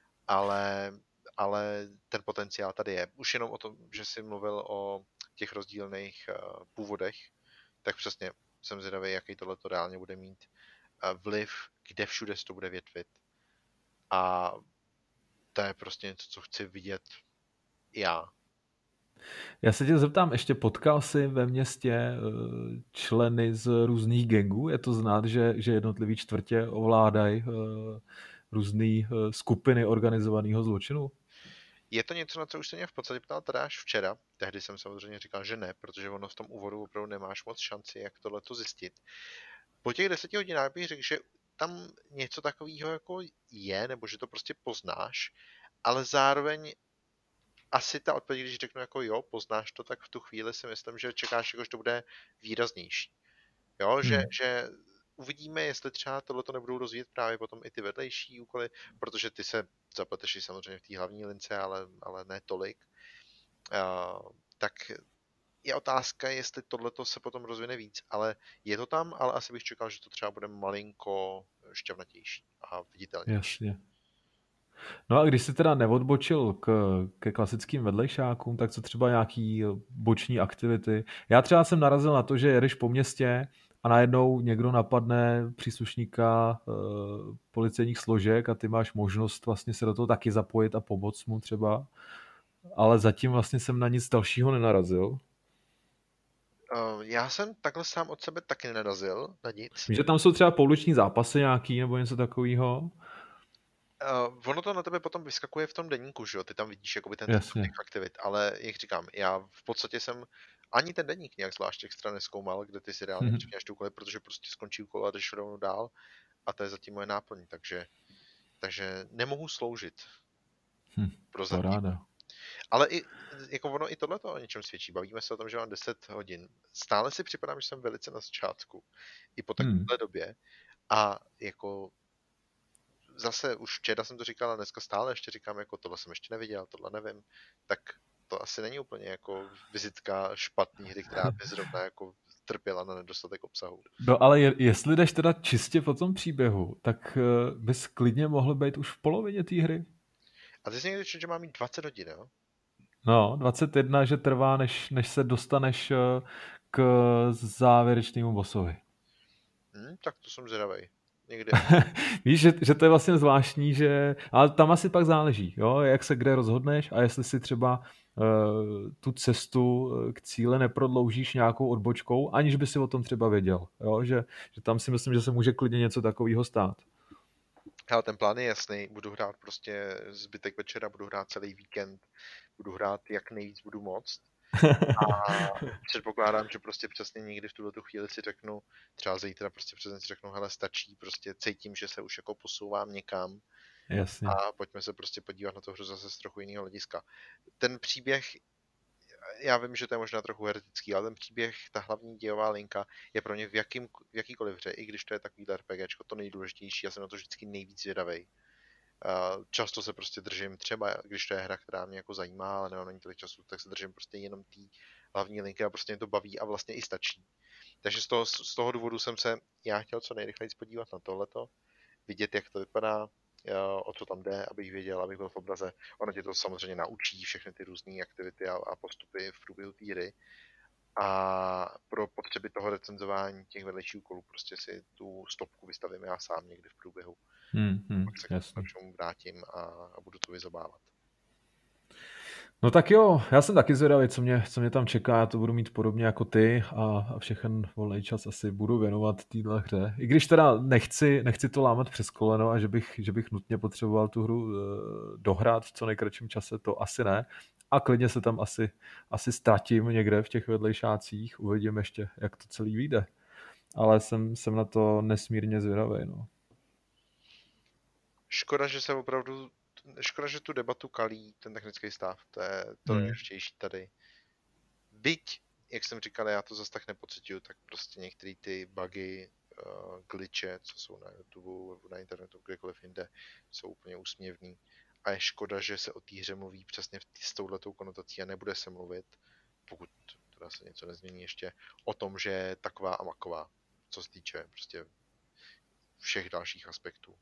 ale ten potenciál tady je. Už jenom o tom, že jsi mluvil o těch rozdílných původech, tak přesně jsem zvědavý, jaký tohleto reálně bude mít vliv, kde všude se to bude větvit. A to je prostě něco, co chci vidět já. Já se tě zeptám, ještě potkal jsi ve městě členy z různých gangů? Je to znát, že jednotlivý čtvrtě ovládají různé skupiny organizovaného zločinu? Je to něco, na co už se mě v podstatě ptal Tadáš včera. Tehdy jsem samozřejmě říkal, že ne, protože ono v tom úvodu opravdu nemáš moc šanci, jak tohleto zjistit. Po těch 10 hodinách bych řekl, že tam něco takového jako je, nebo že to prostě poznáš, ale zároveň asi ta odpověď, když řeknu jako jo, poznáš to, tak v tu chvíli si myslím, že čekáš, jako, že to bude výraznější. Jo, že uvidíme, jestli třeba tohleto nebudou rozvíjet právě potom i ty vedlejší úkoly, protože ty se zapleteš i samozřejmě v té hlavní lince, ale ne tolik. Tak je otázka, jestli tohleto se potom rozvine víc, ale je to tam, ale asi bych čekal, že to třeba bude malinko šťavnatější a viditelnější. Jasně. No a když jsi teda neodbočil ke klasickým vedlejšákům, tak co třeba nějaký boční aktivity? Já třeba jsem narazil na to, že jedeš po městě a najednou někdo napadne příslušníka policejních složek a ty máš možnost vlastně se do toho taky zapojit a pomoct mu třeba. Ale zatím vlastně jsem na nic dalšího nenarazil. Já jsem takhle sám od sebe taky nenarazil na nic. Vím, že tam jsou třeba pouliční zápasy nějaký nebo něco takového. Ono to na tebe potom vyskakuje v tom deníku, že jo? Ty tam vidíš jakoby ten Jasně. těch aktivit, ale jak říkám, já v podstatě jsem ani ten deník nějak zvlášť extra nezkoumal, kde ty si reálně připínáš ty úkoly, protože prostě skončí úkol a jdeš rovnou dál a to je zatím moje náplň, takže nemohu sloužit prozatím. Paráda. Ale i, jako ono i tohleto o něčem svědčí. Bavíme se o tom, že mám 10 hodin. Stále si připadám, že jsem velice na začátku. I po takovéhle době. A jako zase už včera jsem to říkal a dneska stále ještě říkám, jako tohle jsem ještě neviděl, tohle nevím. Tak to asi není úplně jako vizitka špatný hry, která by zrovna jako trpěla na nedostatek obsahu. No ale jestli jdeš teda čistě po tom příběhu, tak bys klidně mohl být už v polovině té hry. A ty jsi někdy četl, že mám mít 20 hodin, jo? No, 21, že trvá, než se dostaneš k závěrečnému bossovi. Tak to jsem zvědavej. Někdy. Víš, že to je vlastně zvláštní, že... Ale tam asi pak záleží, jo? Jak se kde rozhodneš a jestli si třeba tu cestu k cíle neprodloužíš nějakou odbočkou, aniž by si o tom třeba věděl. Jo? Že tam si myslím, že se může klidně něco takového stát. Ale ten plán je jasný, budu hrát prostě zbytek večera, budu hrát celý víkend, budu hrát jak nejvíc budu moct. A předpokládám, že prostě přesně někdy v tuto chvíli si řeknu, třeba zítra prostě přesně si řeknu, hele, stačí, prostě cítím, že se už jako posouvám někam. Jasně. A pojďme se prostě podívat na tu hru zase z trochu jiného hlediska. Ten příběh, já vím, že to je možná trochu heretický, ale ten příběh, ta hlavní dějová linka je pro mě v jakýkoliv hře, i když to je takový RPGčko, to nejdůležitější, já jsem na to vždycky nejvíc zvědavej. Často se prostě držím, třeba když to je hra, která mě jako zajímá, ale není tolik času, tak se držím prostě jenom té hlavní linky a prostě mě to baví a vlastně i stačí. Takže z toho důvodu jsem se já chtěl co nejrychleji podívat na tohleto, vidět, jak to vypadá, o co tam jde, abych věděl, abych byl v obraze. Ono tě to samozřejmě naučí všechny ty různé aktivity a postupy v průběhu té hry. A pro potřeby toho recenzování těch vedlejších úkolů prostě si tu stopku vystavím já sám někdy v průběhu. Pak se k tomu vrátím a budu to vyzobávat. No tak jo, já jsem taky zvědavý, co mě tam čeká, já to budu mít podobně jako ty a všechen volný čas asi budu věnovat téhle hře. I když teda nechci to lámat přes koleno a že bych nutně potřeboval tu hru dohrát v co nejkratším čase, to asi ne. A klidně se tam asi ztratím někde v těch vedlejšácích, uvidím ještě, jak to celý vyjde. Ale jsem na to nesmírně zvědavý, no. Škoda, že tu debatu kalí ten technický stav, to je to nejdůležitější tady. Byť, jak jsem říkal, já to zase tak nepocituju, tak prostě některé ty bugy, glitche, co jsou na YouTube, na internetu, kdekoliv jinde, jsou úplně úsměvný. A je škoda, že se o té hře mluví přesně s touhletou konotací a nebude se mluvit, pokud teda se něco nezmění ještě, o tom, že je taková a maková, co se týče prostě všech dalších aspektů.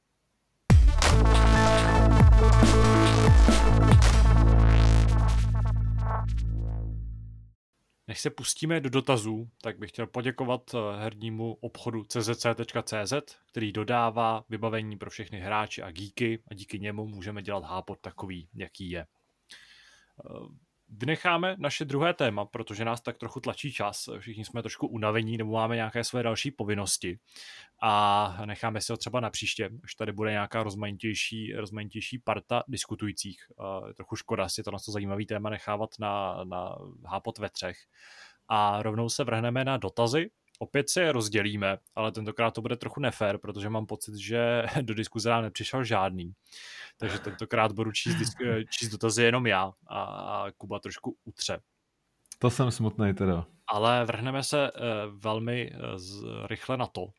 Než se pustíme do dotazů, tak bych chtěl poděkovat hernímu obchodu czc.cz, který dodává vybavení pro všechny hráče a geeky a díky němu můžeme dělat hápot takový, jaký je. Vynecháme naše druhé téma, protože nás tak trochu tlačí čas, všichni jsme trošku unavení nebo máme nějaké své další povinnosti a necháme si ho třeba na příště, až tady bude nějaká rozmanitější parta diskutujících. Je trochu škoda si to zajímavý téma nechávat na hápot ve třech. A rovnou se vrhneme na dotazy. Opět si je rozdělíme, ale tentokrát to bude trochu nefér, protože mám pocit, že do diskuze nám nepřišel žádný. Takže tentokrát budu číst dotazy jenom já a Kuba trošku utře. To jsem smutnej teda. Ale vrhneme se velmi rychle na to.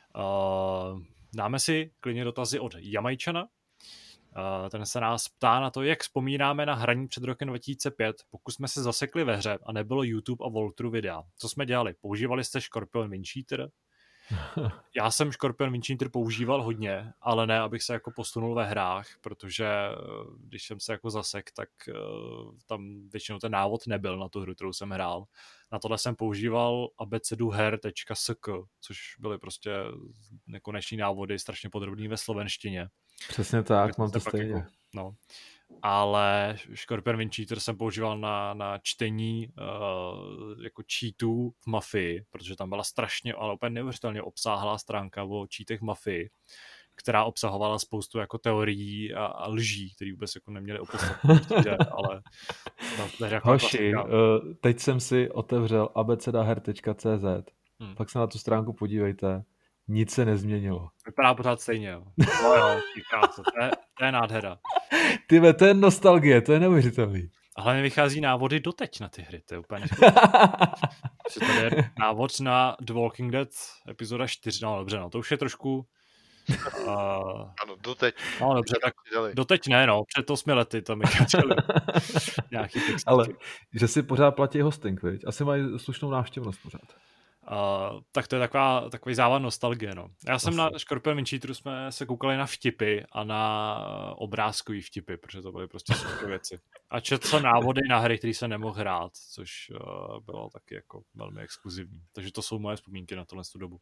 Dáme si klidně dotazy od Jamajčana. Ten se nás ptá na to, jak vzpomínáme na hraní před rokem 2005, pokud jsme se zasekli ve hře a nebylo YouTube a Walkthrough videa. Co jsme dělali? Používali jste Scorpion Windcheater? Já jsem Scorpion Windcheater používal hodně, ale ne, abych se jako posunul ve hrách, protože když jsem se jako zasek, tak tam většinou ten návod nebyl na tu hru, kterou jsem hrál. Na tohle jsem používal abecedu her.sk, což byly prostě nekoneční návody, strašně podrobný ve slovenštině. Přesně tak, mám to stejně. Jako, no. Ale Scorpion Windcheater jsem používal na čtení jako cheatů v Mafii, protože tam byla strašně, ale úplně neuvěřitelně obsáhlá stránka o cheatech Mafii, která obsahovala spoustu jako teorií a lží, které vůbec jako neměly opodstatnění, ale Hoši, teď jsem si otevřel abecedaher.cz, pak se na tu stránku podívejte, nic se nezměnilo. Vypadá pořád stejně, jo. No jo, to je nádhera. Tyve, to je nostalgie, to je neuvěřitelný. A hlavně vychází návody doteď na ty hry, to je úplně tady je návod na The Walking Dead epizoda 4, no dobře, no to už je trošku... Ano, doteď. No dobře, tak doteď ne, no, před 8 lety tam vycházeli nějaký texty. Ale že si pořád platí hosting, viď? Asi mají slušnou návštěvnost pořád. Tak to je takový závad nostalgie, no. Já jsem na Scorpion Windcheateru jsme se koukali na vtipy a na obrázkový vtipy, protože to byly prostě super věci. A četl jsem návody na hry, které jsem nemohl hrát, což bylo taky jako velmi exkluzivní. Takže to jsou moje vzpomínky na tohle dobu.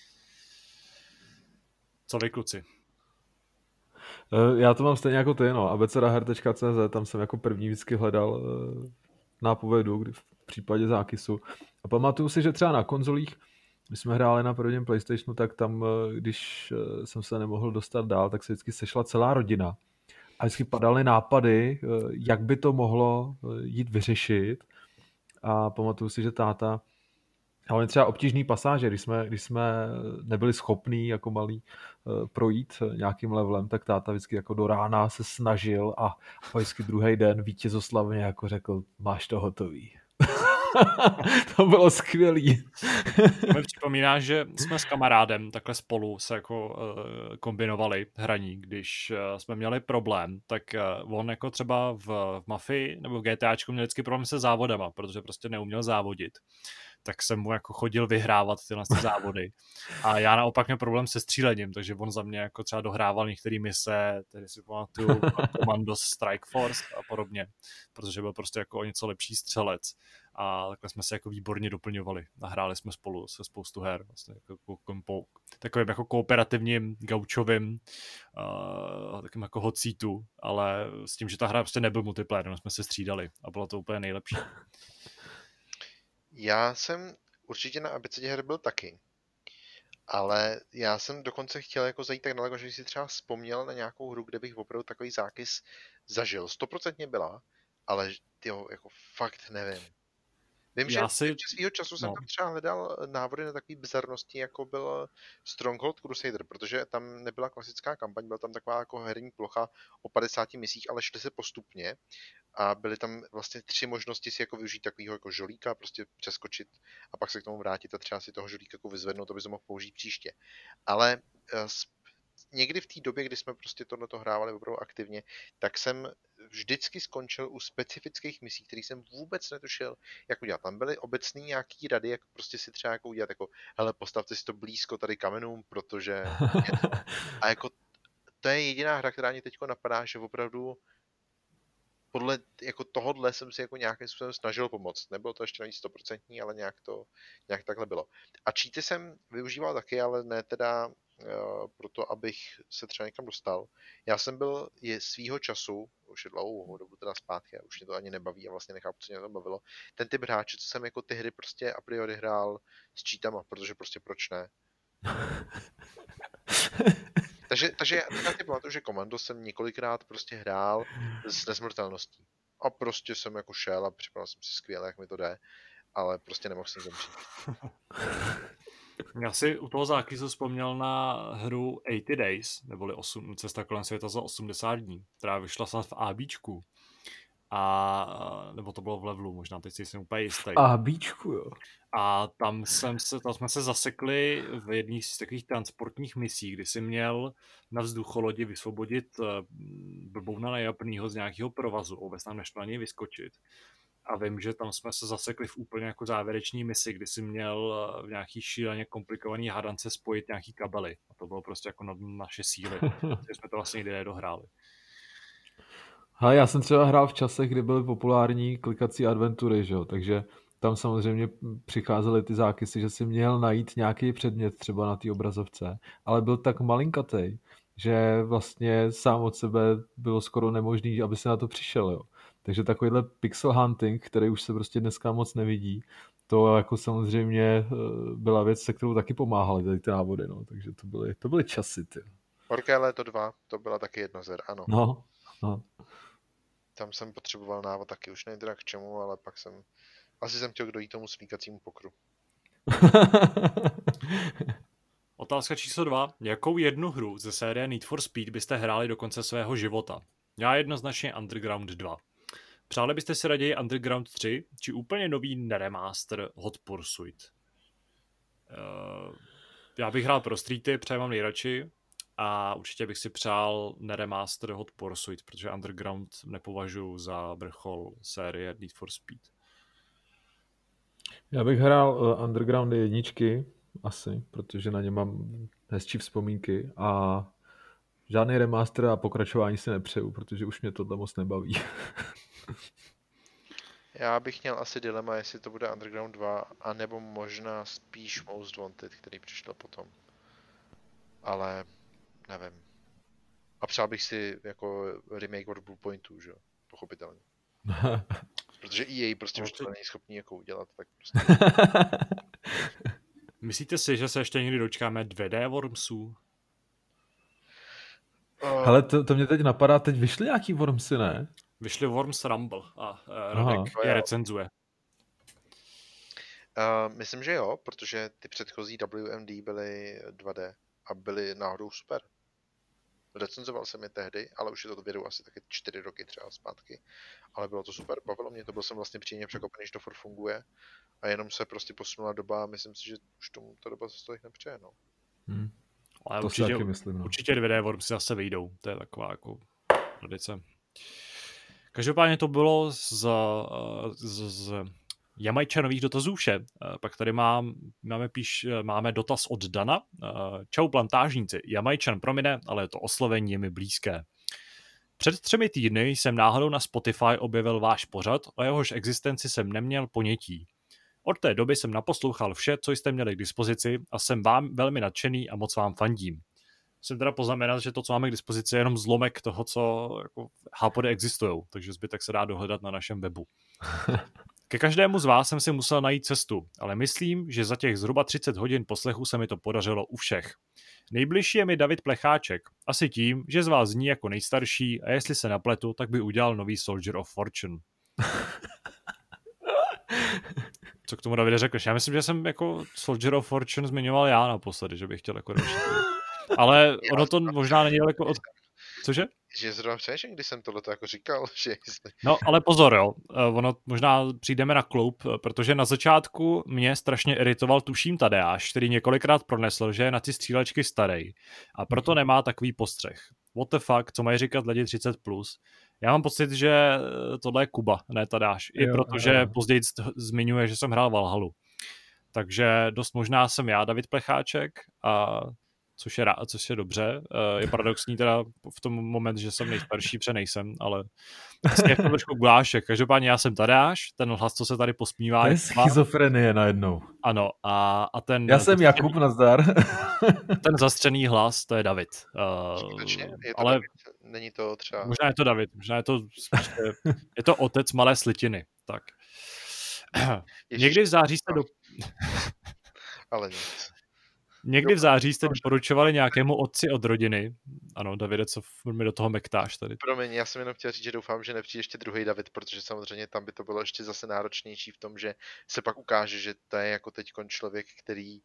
Co vy, kluci? Já to mám stejně jako ty, no. abecedaher.cz, tam jsem jako první vždycky hledal nápovědu v případě zákysu. A pamatuju si, že třeba na konzolích, když jsme hráli na prvním PlayStationu, tak tam, když jsem se nemohl dostat dál, tak se vždycky sešla celá rodina. A vždycky padaly nápady, jak by to mohlo jít vyřešit. A pamatuju si, že táta, ale třeba obtížný pasáže, když jsme nebyli schopní jako malí projít nějakým levelem, tak táta vždycky jako do rána se snažil a vždycky druhý den vítězoslavně jako řekl, máš to hotový. To bylo skvělý. Mi připomíná, že jsme s kamarádem takhle spolu se jako kombinovali hraní, když jsme měli problém, tak on jako třeba v Mafii nebo v GTAčku měl vždycky problém se závodama, protože prostě neuměl závodit. Tak jsem mu jako chodil vyhrávat tyhle závody. A já naopak měl problém se střílením, takže on za mě jako třeba dohrával některé mise, tedy si pamatuju Commandos Strike Force a podobně, protože byl prostě jako o něco lepší střelec. A takhle jsme se jako výborně doplňovali a hráli jsme spolu se spoustu her, vlastně jako takovým jako kooperativním gaučovým takovým jako hot seatu, ale s tím, že ta hra prostě nebyl multiplayer, no jsme se střídali a bylo to úplně nejlepší. Já jsem určitě na abecedě her byl taky, ale já jsem dokonce chtěl jako zajít tak daleko, že si třeba vzpomněl na nějakou hru, kde bych opravdu takový zákys zažil. 100% byla, ale tyjo, jako fakt nevím. Vím, že svýho času jsem tam třeba hledal návody na takové bizarnosti, jako byl Stronghold Crusader, protože tam nebyla klasická kampaň, byla tam taková jako herní plocha o 50 misích, ale šly se postupně a byly tam vlastně 3 možnosti si jako využít takového jako žolíka, prostě přeskočit a pak se k tomu vrátit a třeba si toho žolíka jako vyzvednout, to by se mohl použít příště. Ale někdy v té době, kdy jsme prostě tohleto hrávali opravdu aktivně, tak jsem vždycky skončil u specifických misí, které jsem vůbec netušil, jak udělat. Tam byly obecný nějaký rady, jak prostě si třeba jako udělat, jako hele, postavte si to blízko tady kamenům, protože... A jako to je jediná hra, která mě teďko napadá, že opravdu podle jako tohodle jsem si jako nějakým způsobem snažil pomoct. Nebylo to ještě navíc 100%, ale nějak takhle bylo. A cheaty jsem využíval taky, ale ne teda proto, abych se třeba někam dostal. Já jsem byl svýho času, už je dlouhou dobu teda zpátky, a už mě to ani nebaví a vlastně nechápu, co mě to bavilo, ten typ hráče, co jsem jako ty hry prostě a priori hrál s cheatama, protože prostě proč ne? Takže já si pamatuju, že Komando jsem několikrát prostě hrál s nesmrtelností. A prostě jsem jako šel a připadal jsem si skvěle, jak mi to jde, ale prostě nemohl jsem zemřít. Já si u toho zákysu vzpomněl na hru 80 Days, neboli Cesta kolem světa za 80 dní, která vyšla snad v ABčku. nebo to bylo v levelu, možná teď si jsem úplně jistý. A bíčku, jo. A tam jsme se zasekli v jedných z takových transportních misí, kdy si měl na vzducholodi vysvobodit blbouna nejapnýho z nějakého provazu, vůbec nám nešlo na něj vyskočit. A vím, že tam jsme se zasekli v úplně jako závěreční misi, kdy si měl v nějaký šíleně komplikovaný hádance spojit nějaký kabely. A to bylo prostě jako na naše síly. Takže jsme to vlastně nikdy nedohráli. Já jsem třeba hrál v časech, kdy byly populární klikací adventury, že jo? Takže tam samozřejmě přicházely ty zákysy, že si měl najít nějaký předmět třeba na té obrazovce, ale byl tak malinkatej, že vlastně sám od sebe bylo skoro nemožný, aby se na to přišel, jo? Takže takovýhle pixel hunting, který už se prostě dneska moc nevidí, to jako samozřejmě byla věc, se kterou taky pomáhaly tady ty návody, no. Takže to byly časy, ty. Horké léto 2, to byla taky jednozer, ano. No. Tam jsem potřeboval návod taky, už nejde k čemu, ale pak asi jsem chtěl dojít tomu smíkacímu pokru. Otázka číslo 2. Jakou jednu hru ze série Need for Speed byste hráli do konce svého života? Já jednoznačně Underground 2. Přáli byste si raději Underground 3, či úplně nový neremaster Hot Pursuit? Já bych hrál pro Streety, protože mám nejradši, a určitě bych si přál neremaster Hot Pursuit, protože Underground nepovažuji za vrchol série Need for Speed. Já bych hrál Underground jedničky, asi, protože na ně mám hezčí vzpomínky a žádný remaster a pokračování si nepřeju, protože už mě tohle moc nebaví. Já bych měl asi dilema, jestli to bude Underground 2, anebo možná spíš Most Wanted, který přišel potom. Ale nevím. A přál bych si jako remake od Blue Pointu, že jo? Pochopitelně. Protože EA prostě už to není schopný jako udělat, tak prostě... Myslíte si, že se ještě někdy dočkáme 2D Wormsů? Ale to mě teď napadá, teď vyšly nějaký Wormsy, ne? Vyšly Worms Rumble a Radek je recenzuje. Myslím, že jo, protože ty předchozí WMD byly 2D a byly náhodou super. Recenzoval jsem je tehdy, ale už je to vědou asi taky 4 roky třeba zpátky. Ale bylo to super, bavilo mě to, byl jsem vlastně příjemně překvapený, že to furt funguje. A jenom se prostě posunula doba a myslím si, že už tomu ta doba se tolik nepřeje, no. Ale to určitě, taky myslím, no. Určitě 2D Wormsy zase vyjdou, to je taková jako tradice. Každopádně to bylo z Jamajčanových dotazů vše. Pak tady máme dotaz od Dana. Čau plantážníci, Jamajčan promine, ale to oslovení je mi blízké. Před 3 týdny jsem náhodou na Spotify objevil váš pořad, o jehož existenci jsem neměl ponětí. Od té doby jsem naposlouchal vše, co jste měli k dispozici a jsem vám velmi nadšený a moc vám fandím. Jsem teda poznamenat, že to, co máme k dispozici, je jenom zlomek toho, co jako hápody existují, takže zbytek se dá dohledat na našem webu. Ke každému z vás jsem si musel najít cestu, ale myslím, že za těch zhruba 30 hodin poslechu se mi to podařilo u všech. Nejbližší je mi David Plecháček, asi tím, že z vás zní jako nejstarší a jestli se napletu, tak by udělal nový Soldier of Fortune. Co k tomu, Davide, řekneš? Já myslím, že jsem jako Soldier of Fortune zmiňoval já naposledy, že bych chtěl jako další. Ale ono to možná není daleko od... Cože? Že zrovna přemýšlím, když jsem tohleto jako říkal, že jestli... No, ale pozor, jo. Ono možná přijdeme na kloup, protože na začátku mě strašně iritoval tuším Tadeáš, který několikrát pronesl, že je na ty střílečky starý a proto nemá takový postřeh. What the fuck, co mají říkat lidi 30+. Já mám pocit, že tohle je Kuba, ne Tadeáš. I protože později zmiňuje, že jsem hrál Valhalu. Takže dost možná jsem já, David Plecháček, a což je dobře. Je paradoxní teda v tom moment, že jsem nejstarší, protože nejsem, ale vlastně je to trošku gulášek. Každopádně já jsem Tadeáš, ten hlas, co se tady posmívá. To je schizofrenie najednou. Ano, a ten... Já jsem Jakub, nazdar. Ten zastřený hlas, to je David. Skutečně? Je to ale David? Není to třeba... Možná je to David, možná je to je to otec malé slitiny. Tak. Někdy v září jste Ale nic. Někdy v září jste doporučovali nějakému otci od rodiny. Ano, Davide, co mi do toho mektáš tady? Promiň, já jsem jenom chtěl říct, že doufám, že nepřijde ještě druhý David, protože samozřejmě tam by to bylo ještě zase náročnější v tom, že se pak ukáže, že to je jako teďkon člověk, který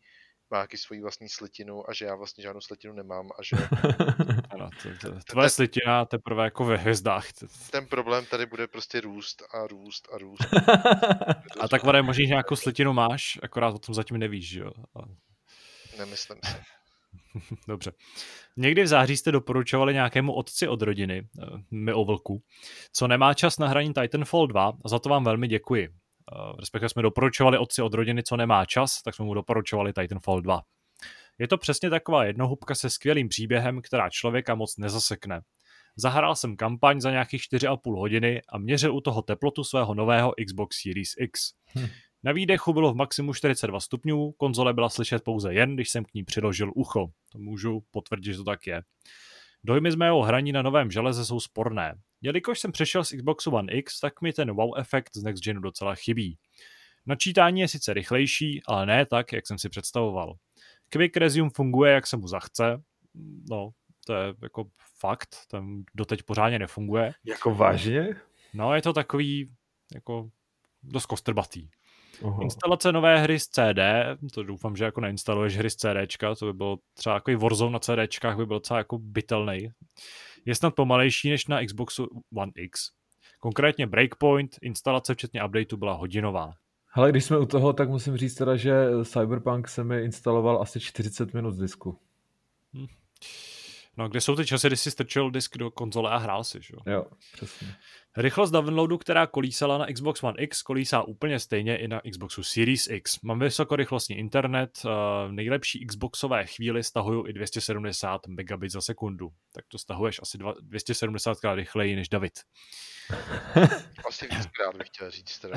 má jaký svoji vlastní slitinu a že já vlastně žádnou slitinu nemám a že Ano, tvoje slitina teprve jako ve hvězdách. ten problém tady bude prostě růst a růst a růst. A takové možná nějakou slitinu máš, akorát o tom zatím nevíš, že jo? Nemyslím si. Dobře. Někdy v září jste doporučovali nějakému otci od rodiny, mi o vlku, co nemá čas na hraní Titanfall 2 a za to vám velmi děkuji. Respektive jsme doporučovali otci od rodiny, co nemá čas, tak jsme mu doporučovali Titanfall 2. Je to přesně taková jednohubka se skvělým příběhem, která člověka moc nezasekne. Zahrál jsem kampaň za nějakých 4,5 hodiny a měřil u toho teplotu svého nového Xbox Series X. Na výdechu bylo v maximu 42 stupňů, konzole byla slyšet pouze jen, když jsem k ní přiložil ucho. To můžu potvrdit, že to tak je. Dojmy z mého hraní na novém železe jsou sporné. Jelikož jsem přešel z Xboxu One X, tak mi ten wow efekt z Next Genu docela chybí. Načítání je sice rychlejší, ale ne tak, jak jsem si představoval. Quick Resume funguje, jak se mu zachce. No, to je jako fakt, ten doteď pořádně nefunguje. Jako vážně? No, je to takový jako dost kostrbatý. Aha. Instalace nové hry z CD, to doufám, že jako neinstaluješ hry z CDčka, to by bylo třeba takový Warzone na CDčkách, by byl docela jako bytelnej. Je snad pomalejší než na Xboxu One X. Konkrétně Breakpoint, instalace včetně updateu byla hodinová. Hele, když jsme u toho, tak musím říct teda, že Cyberpunk se mi instaloval asi 40 minut z disku. No, kde jsou ty časy, kdy jsi strčil disk do konzole a hrál si, že jo? Jo, přesně. Rychlost downloadu, která kolísala na Xbox One X, kolísá úplně stejně i na Xboxu Series X. Mám vysokorychlostní internet, v nejlepší Xboxové chvíli stahuju i 270 megabit za sekundu. Tak to stahuješ asi 270krát rychleji než David. Asi víckrát bych chtěl říct teda.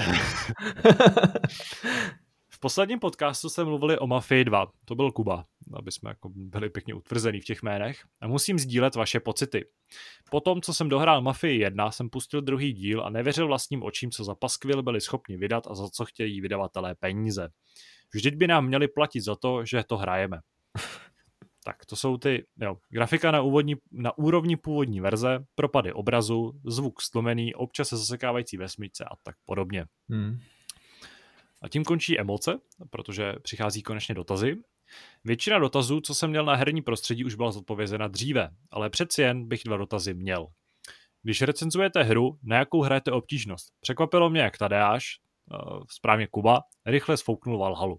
V posledním podcastu jsme mluvili o Mafii 2, to byl Kuba, aby jsme jako byli pěkně utvrzení v těch jménech, a musím sdílet vaše pocity. Po tom, co jsem dohrál Mafii 1, jsem pustil druhý díl a nevěřil vlastním očím, co za paskvil byli schopni vydat a za co chtějí vydavatelé peníze. Vždyť by nám měli platit za to, že to hrajeme. Tak to jsou ty, grafika na úrovni původní verze, propady obrazu, zvuk stlumený, občas se zasekávající vesmičce a tak podobně. A tím končí emoce, protože přichází konečně dotazy. Většina dotazů, co jsem měl na herní prostředí, už byla zodpovězena dříve, ale přeci jen bych 2 dotazy měl. Když recenzujete hru, na jakou hrajete obtížnost? Překvapilo mě, jak Tadeáš, správně Kuba, rychle sfouknul Valhalu.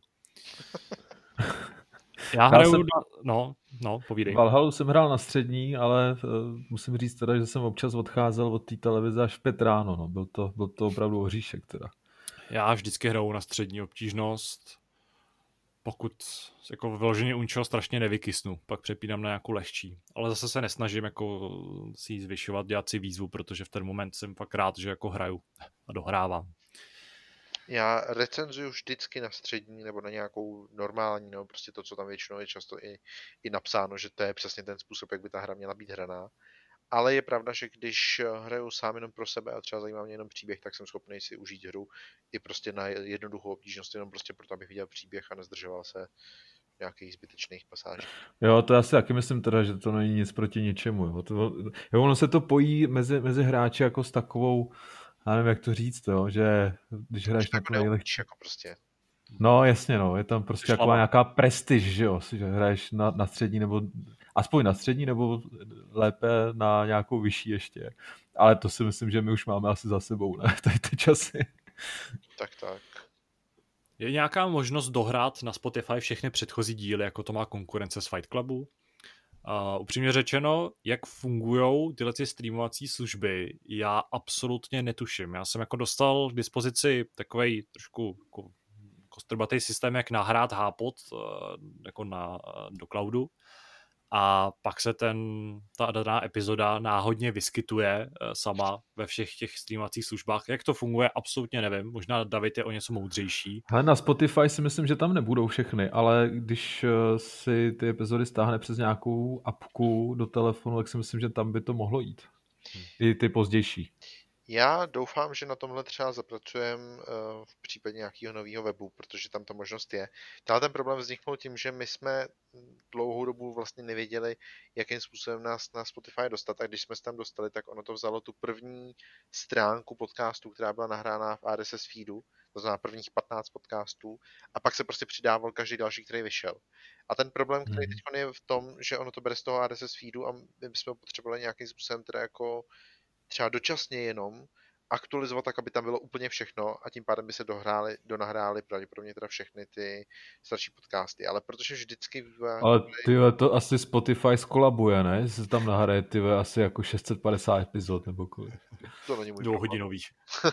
Já hraju povídej. Valhalu jsem hrál na střední, ale musím říct teda, že jsem občas odcházel od té televize až v 5 ráno. No. Byl to opravdu oříšek teda. Já vždycky hraju na střední obtížnost, pokud jako vyloženě u ničeho strašně nevykysnu, pak přepínám na nějakou lehčí. Ale zase se nesnažím jako si ji zvyšovat, dělat si výzvu, protože v ten moment jsem fakt rád, že jako hraju a dohrávám. Já recenzuju vždycky na střední nebo na nějakou normální, no prostě to, co tam většinou je často i napsáno, že to je přesně ten způsob, jak by ta hra měla být hraná. Ale je pravda, že když hraju sám jenom pro sebe a třeba zajímá mě jenom příběh, tak jsem schopný si užít hru i prostě na jednoduchou obtížnost, jenom prostě proto, abych viděl příběh a nezdržoval se nějakých zbytečných pasáží. Jo, to já si taky myslím teda, že to není nic proti ničemu. Jo, ono se to pojí mezi hráči jako s takovou, já nevím, jak to říct, jo, že když hraješ jako nejlehčí. Jako prostě. No jasně, no, je tam prostě jako nějaká prestiž, že jo, že hraješ na střední nebo aspoň na střední nebo lépe na nějakou vyšší ještě. Ale to si myslím, že my už máme asi za sebou, ne, tady ty časy. Tak. Je nějaká možnost dohrát na Spotify všechny předchozí díly, jako to má konkurence z Fight Clubu? Upřímně řečeno, jak fungujou tyhle streamovací služby, já absolutně netuším. Já jsem jako dostal k dispozici takovej trošku jako kostrbatý systém, jak nahrát hápot jako do cloudu, a pak se ta daná epizoda náhodně vyskytuje sama ve všech těch streamovacích službách. Jak to funguje, absolutně nevím. Možná David je o něco moudřejší. Hele, na Spotify si myslím, že tam nebudou všechny, ale když si ty epizody stáhne přes nějakou apku do telefonu, tak si myslím, že tam by to mohlo jít. I ty pozdější. Já doufám, že na tomhle třeba zapracujeme v případě nějakého nového webu, protože tam ta možnost je. Tenhle ten problém vzniknul tím, že my jsme dlouhou dobu vlastně nevěděli, jakým způsobem nás na Spotify dostat, a když jsme se tam dostali, tak ono to vzalo tu první stránku podcastu, která byla nahrána v RSS feedu, to znamená prvních 15 podcastů, a pak se prostě přidával každý další, který vyšel. A ten problém, který teď je v tom, že ono to bere z toho RSS feedu a my bychom potřebovali nějakým způsobem teda jako třeba dočasně jenom aktualizovat tak, aby tam bylo úplně všechno, a tím pádem by se donahrály pravděpodobně teda všechny ty starší podcasty. Ale protože vždycky... Ale tyhle, to asi Spotify skolabuje, ne? Že se tam nahraje tyhle asi jako 650 epizod nebo kolik. To není můj 2hodinových.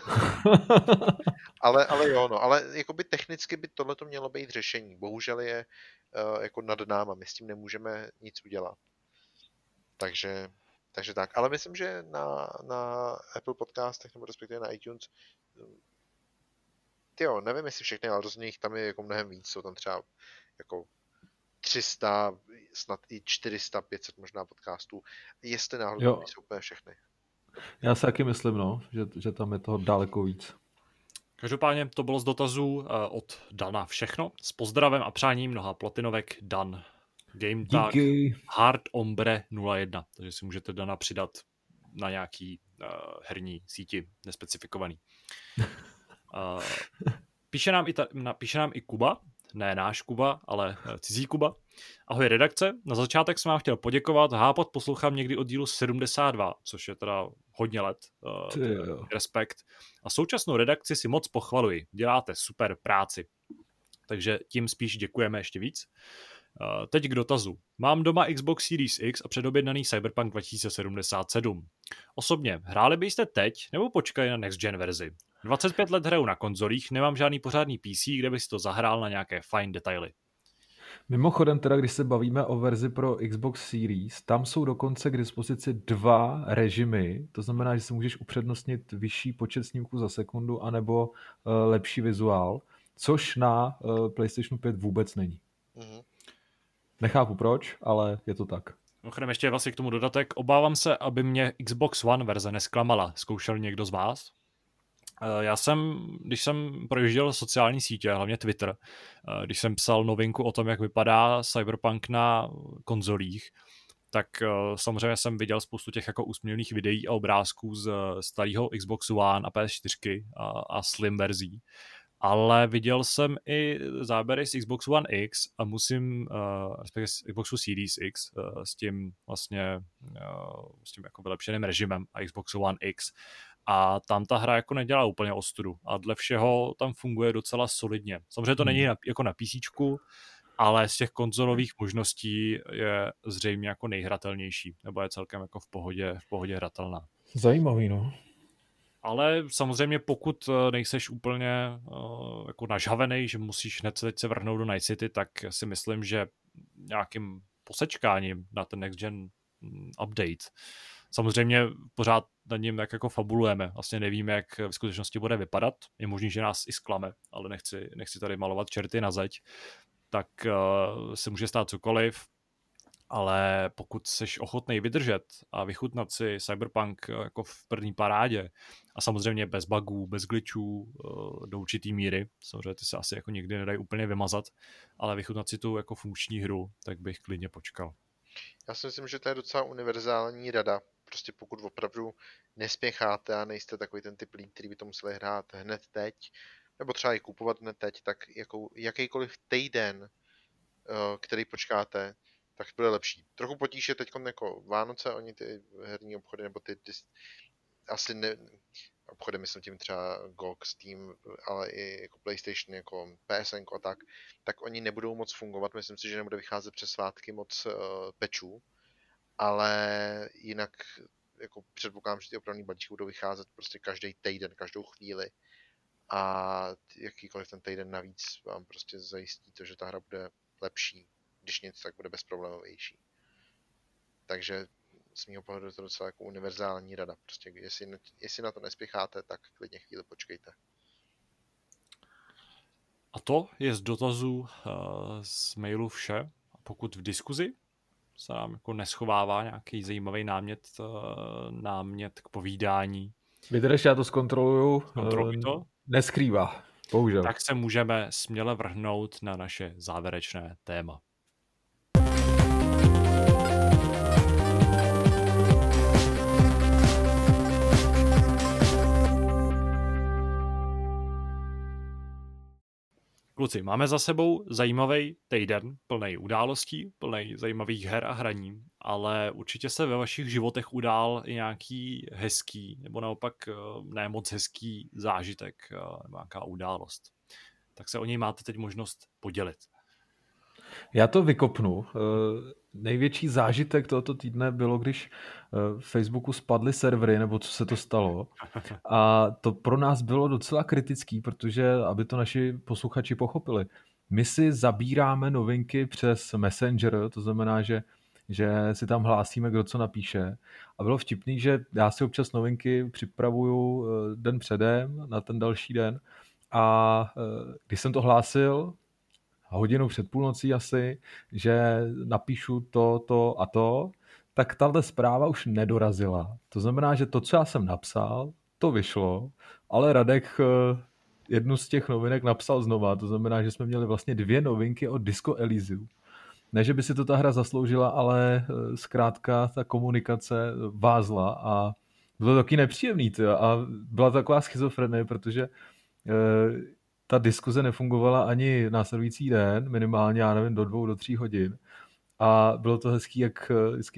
ale jo, no, ale jakoby technicky by tohle to mělo být řešení. Bohužel je jako nad náma, my s tím nemůžeme nic udělat. Takže tak. Ale myslím, že na Apple podcastech nebo respektive na iTunes, tyjo, nevím jestli všechny, ale rozhodně jich tam je jako mnohem víc. Jsou tam třeba jako 300, snad i 400, 500 možná podcastů. Jestli náhodou jsou úplně všechny. Já si taky myslím, no, že tam je toho daleko víc. Každopádně to bylo z dotazů od Dana všechno. S pozdravem a přáním mnoha platinovek Dan. Game Tag Hard Ombre 01. Takže si můžete Dana přidat na nějaký herní síti nespecifikovaný. Píše nám i Kuba, ne náš Kuba, ale cizí Kuba. Ahoj redakce, na začátek jsem vám chtěl poděkovat. Hápot poslouchám někdy od dílu 72, což je teda hodně let. Respekt. A současnou redakci si moc pochvaluji. Děláte super práci. Takže tím spíš děkujeme ještě víc. Teď k dotazu. Mám doma Xbox Series X a předobjednaný Cyberpunk 2077. Osobně, hráli byste teď nebo počkali na next gen verzi? 25 let hraju na konzolích, nemám žádný pořádný PC, kde bych si to zahrál na nějaké fajn detaily. Mimochodem teda, když se bavíme o verzi pro Xbox Series, tam jsou dokonce k dispozici 2 režimy, to znamená, že si můžeš upřednostnit vyšší počet snímků za sekundu anebo lepší vizuál, což na PlayStation 5 vůbec není. Mm-hmm. Nechápu proč, ale je to tak. Mimochodem ještě vlastně k tomu dodatek. Obávám se, aby mě Xbox One verze nesklamala. Zkoušel někdo z vás? Když jsem projížděl sociální sítě, hlavně Twitter, když jsem psal novinku o tom, jak vypadá Cyberpunk na konzolích, tak samozřejmě jsem viděl spoustu těch jako úsměvných videí a obrázků z starého Xbox One a PS4 a Slim verzí. Ale viděl jsem i záběry z Xbox One X a respektive z Xboxu Series X s tím jako vylepšeným režimem a Xboxu One X. A tam ta hra jako nedělá úplně ostudu. A dle všeho tam funguje docela solidně. Samozřejmě to není jako na PCčku, ale z těch konzolových možností je zřejmě jako nejhratelnější. Nebo je celkem jako v pohodě hratelná. Zajímavý, no. Ale samozřejmě pokud nejseš úplně jako nažhavený, že musíš hned teď se vrhnout do Night City, tak si myslím, že nějakým posečkáním na ten next gen update. Samozřejmě pořád na něm tak jako fabulujeme. Vlastně nevíme, jak v skutečnosti bude vypadat. Je možný, že nás i zklame, ale nechci tady malovat čerty na zeď. Tak se může stát cokoliv. Ale pokud jsi ochotnej vydržet a vychutnat si Cyberpunk jako v první parádě a samozřejmě bez bugů, bez glitchů do určitý míry, samozřejmě ty se asi jako nikdy nedají úplně vymazat, ale vychutnat si tu jako funkční hru, tak bych klidně počkal. Já si myslím, že to je docela univerzální rada. Prostě pokud opravdu nespěcháte a nejste takový ten typ lidí, který by to museli hrát hned teď, nebo třeba i kupovat hned teď, tak jako jakýkoliv týden, který počkáte, tak bude lepší. Trochu potíž je teď jako Vánoce, oni ty herní obchody, nebo ty asi ne, obchody, myslím tím třeba GOG, Steam, ale i jako PlayStation, jako PSN a tak oni nebudou moc fungovat. Myslím si, že nebude vycházet přes svátky moc pečů, ale jinak jako předpokládám, že ty opravný balíčky budou vycházet prostě každý týden, každou chvíli, a jakýkoliv ten týden navíc vám prostě zajistí to, že ta hra bude lepší. Když nic, tak bude bezproblémovější. Takže z mého pohledu je to docela jako univerzální rada. Prostě jestli na to nespěcháte, tak klidně chvíli počkejte. A to je z dotazů z mailu vše. A pokud v diskuzi se nám jako neschovává nějaký zajímavý námět k povídání, Vydrž, já to zkontroluju. Kontroluj to. Neskrývá, bohužel. Tak se můžeme směle vrhnout na naše závěrečné téma. Kluci, máme za sebou zajímavý týden, plný událostí, plný zajímavých her a hraní, ale určitě se ve vašich životech udál i nějaký hezký, nebo naopak ne moc hezký zážitek, nebo nějaká událost. Tak se o něj máte teď možnost podělit. Já to vykopnu. Největší zážitek tohoto týdne bylo, když v Facebooku spadly servery, nebo co se to stalo. A to pro nás bylo docela kritický, protože, aby to naši posluchači pochopili, my si zabíráme novinky přes Messenger, to znamená, že si tam hlásíme, kdo co napíše. A bylo vtipný, že já si občas novinky připravuju den předem, na ten další den. A když jsem to hlásil, hodinu před půlnocí asi, že napíšu to a to, tak tahle zpráva už nedorazila. To znamená, že to, co já jsem napsal, to vyšlo, ale Radek jednu z těch novinek napsal znova. To znamená, že jsme měli vlastně 2 novinky od Disco Elysium. Ne, že by si to ta hra zasloužila, ale zkrátka ta komunikace vázla a bylo to taky nepříjemný. A byla to taková schizofrenie, protože ta diskuze nefungovala ani následující den, minimálně, já nevím, do 2, do 3 hodin. A bylo to hezký, jak vždycky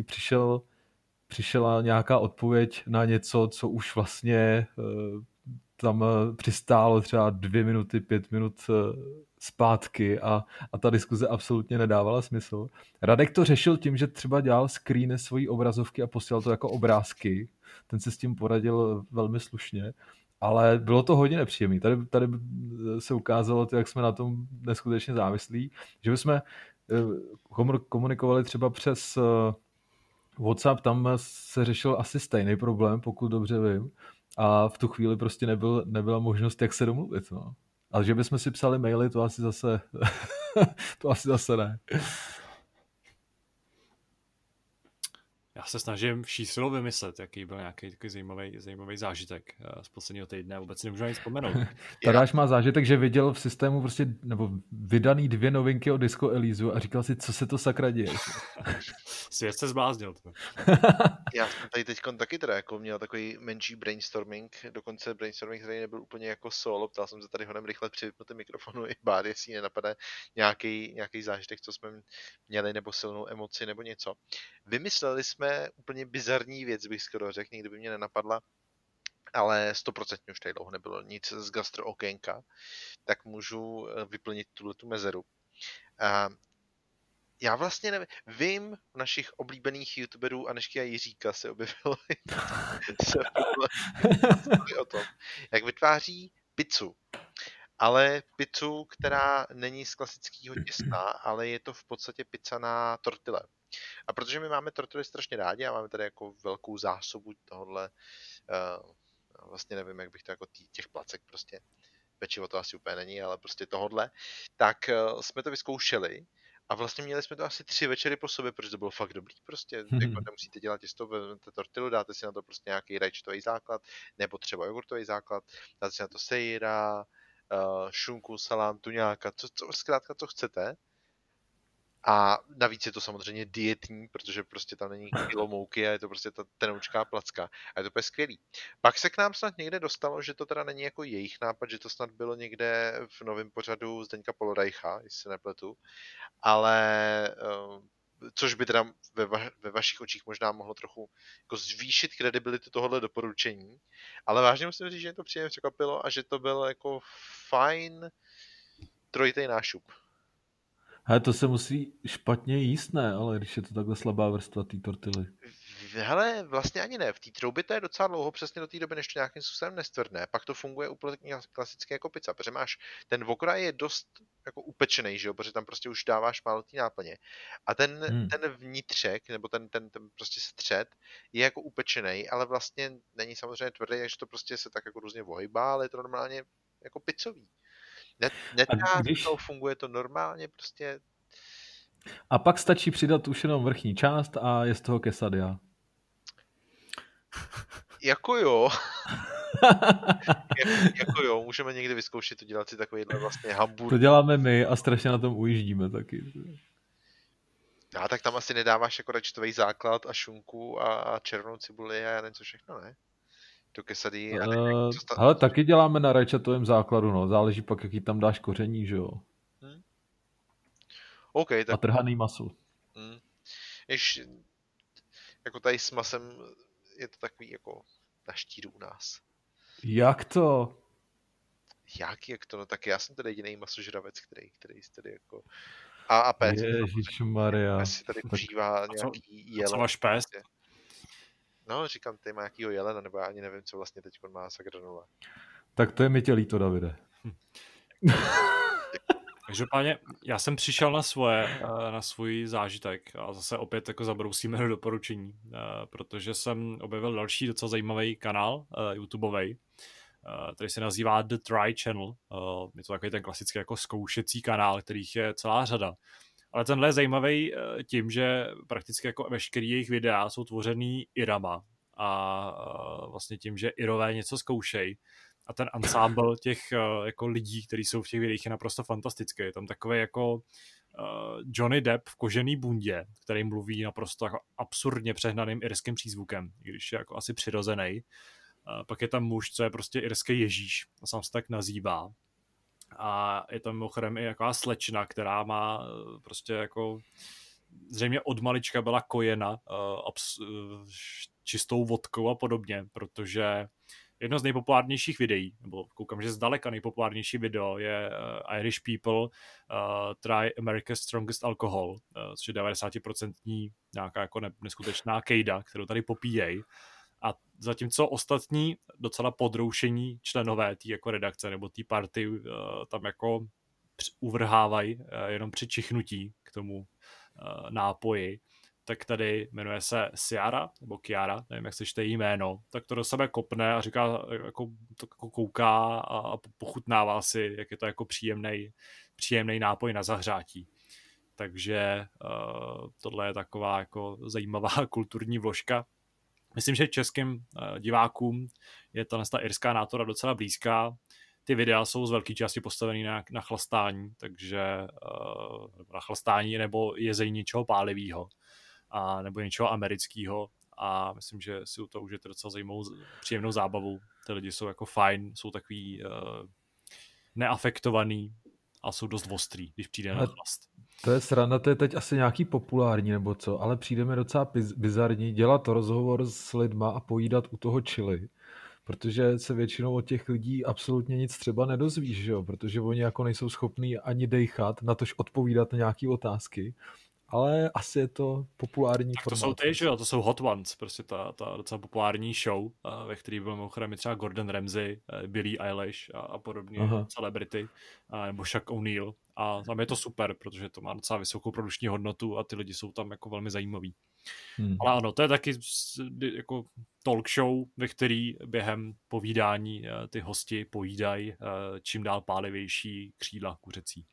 přišla nějaká odpověď na něco, co už vlastně tam přistálo třeba 2 minuty, 5 minut zpátky a ta diskuze absolutně nedávala smysl. Radek to řešil tím, že třeba dělal screeny svojí obrazovky a posílal to jako obrázky. Ten se s tím poradil velmi slušně. Ale bylo to hodně nepříjemné. Tady se ukázalo to, jak jsme na tom neskutečně závislí, že bychom komunikovali třeba přes WhatsApp, tam se řešil asi stejný problém, pokud dobře vím, a v tu chvíli prostě nebyla možnost, jak se domluvit. No. Ale že bychom si psali maily, to asi zase ne. Já se snažím vší silou vymyslet, jaký byl nějaký takový zajímavý zážitek z posledního týdne. Vůbec si nemůžu ani vzpomenout. Tadáš má zážitek, že viděl v systému prostě, nebo vydaný 2 novinky o Disco Elysium a říkal si, co se to sakra děje. Svět se zbláznil. Já jsem tady teď taky teda jako měl takový menší brainstorming, dokonce brainstorming, který nebyl úplně jako solo, ptal jsem se tady honem rychle při vypnutém mikrofonu i bád, jestli nenapadne nějaký zážitek, co jsme měli, nebo silnou emoci, nebo něco. Vymysleli jsme úplně bizarní věc, bych skoro řekl, nikdy by mě nenapadla, ale 100% už tady dlouho nebylo nic z gastro okénka, tak můžu vyplnit tu mezeru. Já vlastně nevím, vím našich oblíbených youtuberů Anežky a Jiříka se objevilo o tom, jak vytváří pizzu. Ale pizzu, která není z klasického těsta, ale je to v podstatě pizza na tortille. A protože my máme tortily strašně rádi a máme tady jako velkou zásobu tohohle, vlastně nevím, jak bych to jako těch placek prostě, pečivo to asi úplně není, ale prostě tohodle, tak jsme to vyzkoušeli. A vlastně měli jsme to asi 3 večery po sobě, protože to bylo fakt dobrý. Prostě jako nemusíte dělat těsto, vezmete tortilu, dáte si na to prostě nějaký rajčatový základ, nebo třeba jogurtový základ, dáte si na to sejra, šunku, salám, tuňáka, zkrátka co chcete. A navíc je to samozřejmě dietní, protože prostě tam není kilo mouky a je to prostě ta tenoučká placka. A je to úplně skvělý. Pak se k nám snad někde dostalo, že to teda není jako jejich nápad, že to snad bylo někde v novém pořadu Zdeňka Polorajcha, jestli se nepletu. Ale což by teda ve vašich očích možná mohlo trochu jako zvýšit kredibilitu tohohle doporučení. Ale vážně musím říct, že mě to příjemně překvapilo a že to byl jako fajn trojitej nášup. Hele, to se musí špatně jíst, ne? Ale když je to takhle slabá vrstva té tortily. Hele, vlastně ani ne. V té troubě to je docela dlouho, přesně do té doby, než to nějakým způsobem nestvrdne. Pak to funguje úplně klasicky jako pizza, protože ten okraj je dost jako upečený, že jo? Protože tam prostě už dáváš málo té náplně. A ten vnitřek, nebo ten prostě střed je jako upečený, ale vlastně není samozřejmě tvrdý, takže to prostě se tak jako různě ohýbá, ale je to normálně jako pizzový. To funguje to normálně prostě. A pak stačí přidat už jenom vrchní část a je z toho quesadilla. Jako jo. Jako jo, můžeme někdy vyzkoušet to dělat si takovýhle vlastně hamburger. To děláme my a strašně na tom ujíždíme taky. A tak tam asi nedáváš jako račtový základ a šunku a červenou cibuli a já nevím co všechno, ne? Do quesadí. Ale taky děláme na rajčatovém základu, no. Záleží pak, jaký tam dáš koření, že jo. Okay, tak... A trhaný maso. Jako tady s masem je to takový jako na štíru u nás. Jak to? Jak to? No tak já jsem tady jediný masožravec, který tady jako... A pes. Ježišmarja. Pes si tady užívá nějaký jelen. Co máš pes? No, říkám, tady má nějakýho jelena, nebo já ani nevím, co vlastně teď má za granule. Tak to je mi tě líto, Davide. Každopádně, já jsem přišel na svůj zážitek a zase opět jako zabrousíme do doporučení, protože jsem objevil další docela zajímavý kanál YouTubeovej, který se nazývá The Try Channel. Je to takový ten klasický jako zkoušecí kanál, kterých je celá řada. Ale tenhle je zajímavý tím, že prakticky jako veškerý jejich videa jsou tvořený Irama a vlastně tím, že Irové něco zkoušejí. A ten ensemble těch jako lidí, kteří jsou v těch videích, je naprosto fantastický. Je tam takový jako Johnny Depp v kožený bundě, který mluví naprosto jako absurdně přehnaným irským přízvukem, i když je jako asi přirozený. Pak je tam muž, co je prostě irský Ježíš, a sám se tak nazývá. A je tam mimochodem i jaká slečna, která má prostě jako zřejmě od malička byla kojena čistou vodkou a podobně, protože jedno z nejpopulárnějších videí, nebo koukám, že zdaleka nejpopulárnější video je Irish People Try America's Strongest Alcohol, což je 90% nějaká jako neskutečná kejda, kterou tady popíjejí. A zatímco ostatní docela podroušení členové té jako redakce nebo té party tam jako uvrhávají jenom při čichnutí k tomu nápoji, tak tady jmenuje se Ciara, nebo Kiara, nevím, jak se čte jméno, tak to do sebe kopne a říká, jako, to jako kouká a pochutnává si, jak je to jako příjemný nápoj na zahřátí. Takže tohle je taková jako zajímavá kulturní vložka. Myslím, že českým divákům je ta irská nátora docela blízká. Ty videa jsou z velké části postavený na chlastání, takže na chlastání nebo jezení něčeho pálivého a nebo něčeho amerického, a myslím, že si u toho užijete docela příjemnou zábavu. Ty lidi jsou jako fajn, jsou takový neafektovaný a jsou dost ostrý, když přijde na chlast. To je sranda, to je teď asi nějaký populární nebo co, ale přijdeme docela bizarní dělat rozhovor s lidma a pojídat u toho chili, protože se většinou od těch lidí absolutně nic třeba nedozvíš, že jo? Protože oni jako nejsou schopní ani dejchat, natož odpovídat na nějaké otázky. Ale asi je to populární formát. To jsou ty, že jo, to jsou Hot Ones, prostě ta docela populární show, ve který byl mimochodem třeba Gordon Ramsay, Billie Eilish a podobně celebrity, nebo Shaq O'Neal. A tam je to super, protože to má docela vysokou produkční hodnotu a ty lidi jsou tam jako velmi zajímaví. Ale ano, to je taky jako talk show, ve který během povídání ty hosti pojídají čím dál pálivější křídla kuřecí.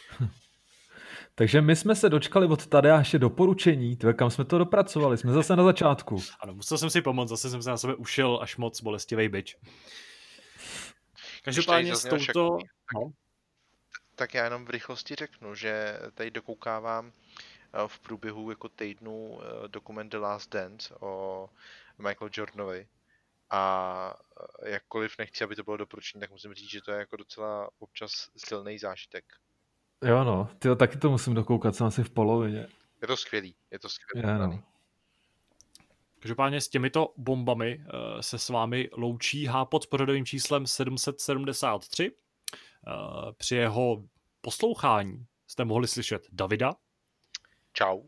Takže my jsme se dočkali od Tadeáše doporučení, kam jsme to dopracovali, jsme zase na začátku. Ano, musel jsem si pomoct, zase jsem se na sebe ušil až moc bolestivej bič. Každopádně s touto... Tak já jenom v rychlosti řeknu, že tady dokoukávám v průběhu jako týdnu dokument The Last Dance o Michael Jordanovi. A jakkoliv nechci, aby to bylo doporučení, tak musím říct, že to je jako docela občas silný zážitek. Jo no, tyjo, taky to musím dokoukat, jsem asi v polovině. Je to skvělý. No. Každopádně s těmito bombami se s vámi loučí Hápot s pořadovým číslem 773. Při jeho poslouchání jste mohli slyšet Davida. Čau.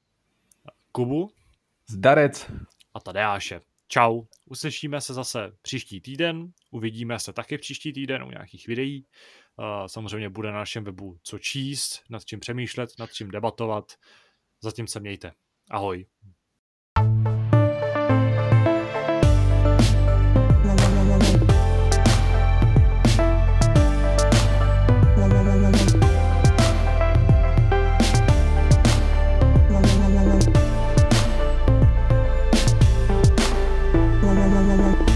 Kubu. Zdarec. A Tadeáše. Čau. Uslyšíme se zase příští týden. Uvidíme se taky příští týden u nějakých videí. Samozřejmě bude na našem webu co číst, nad čím přemýšlet, nad čím debatovat. Zatím se mějte. Ahoj. la la la.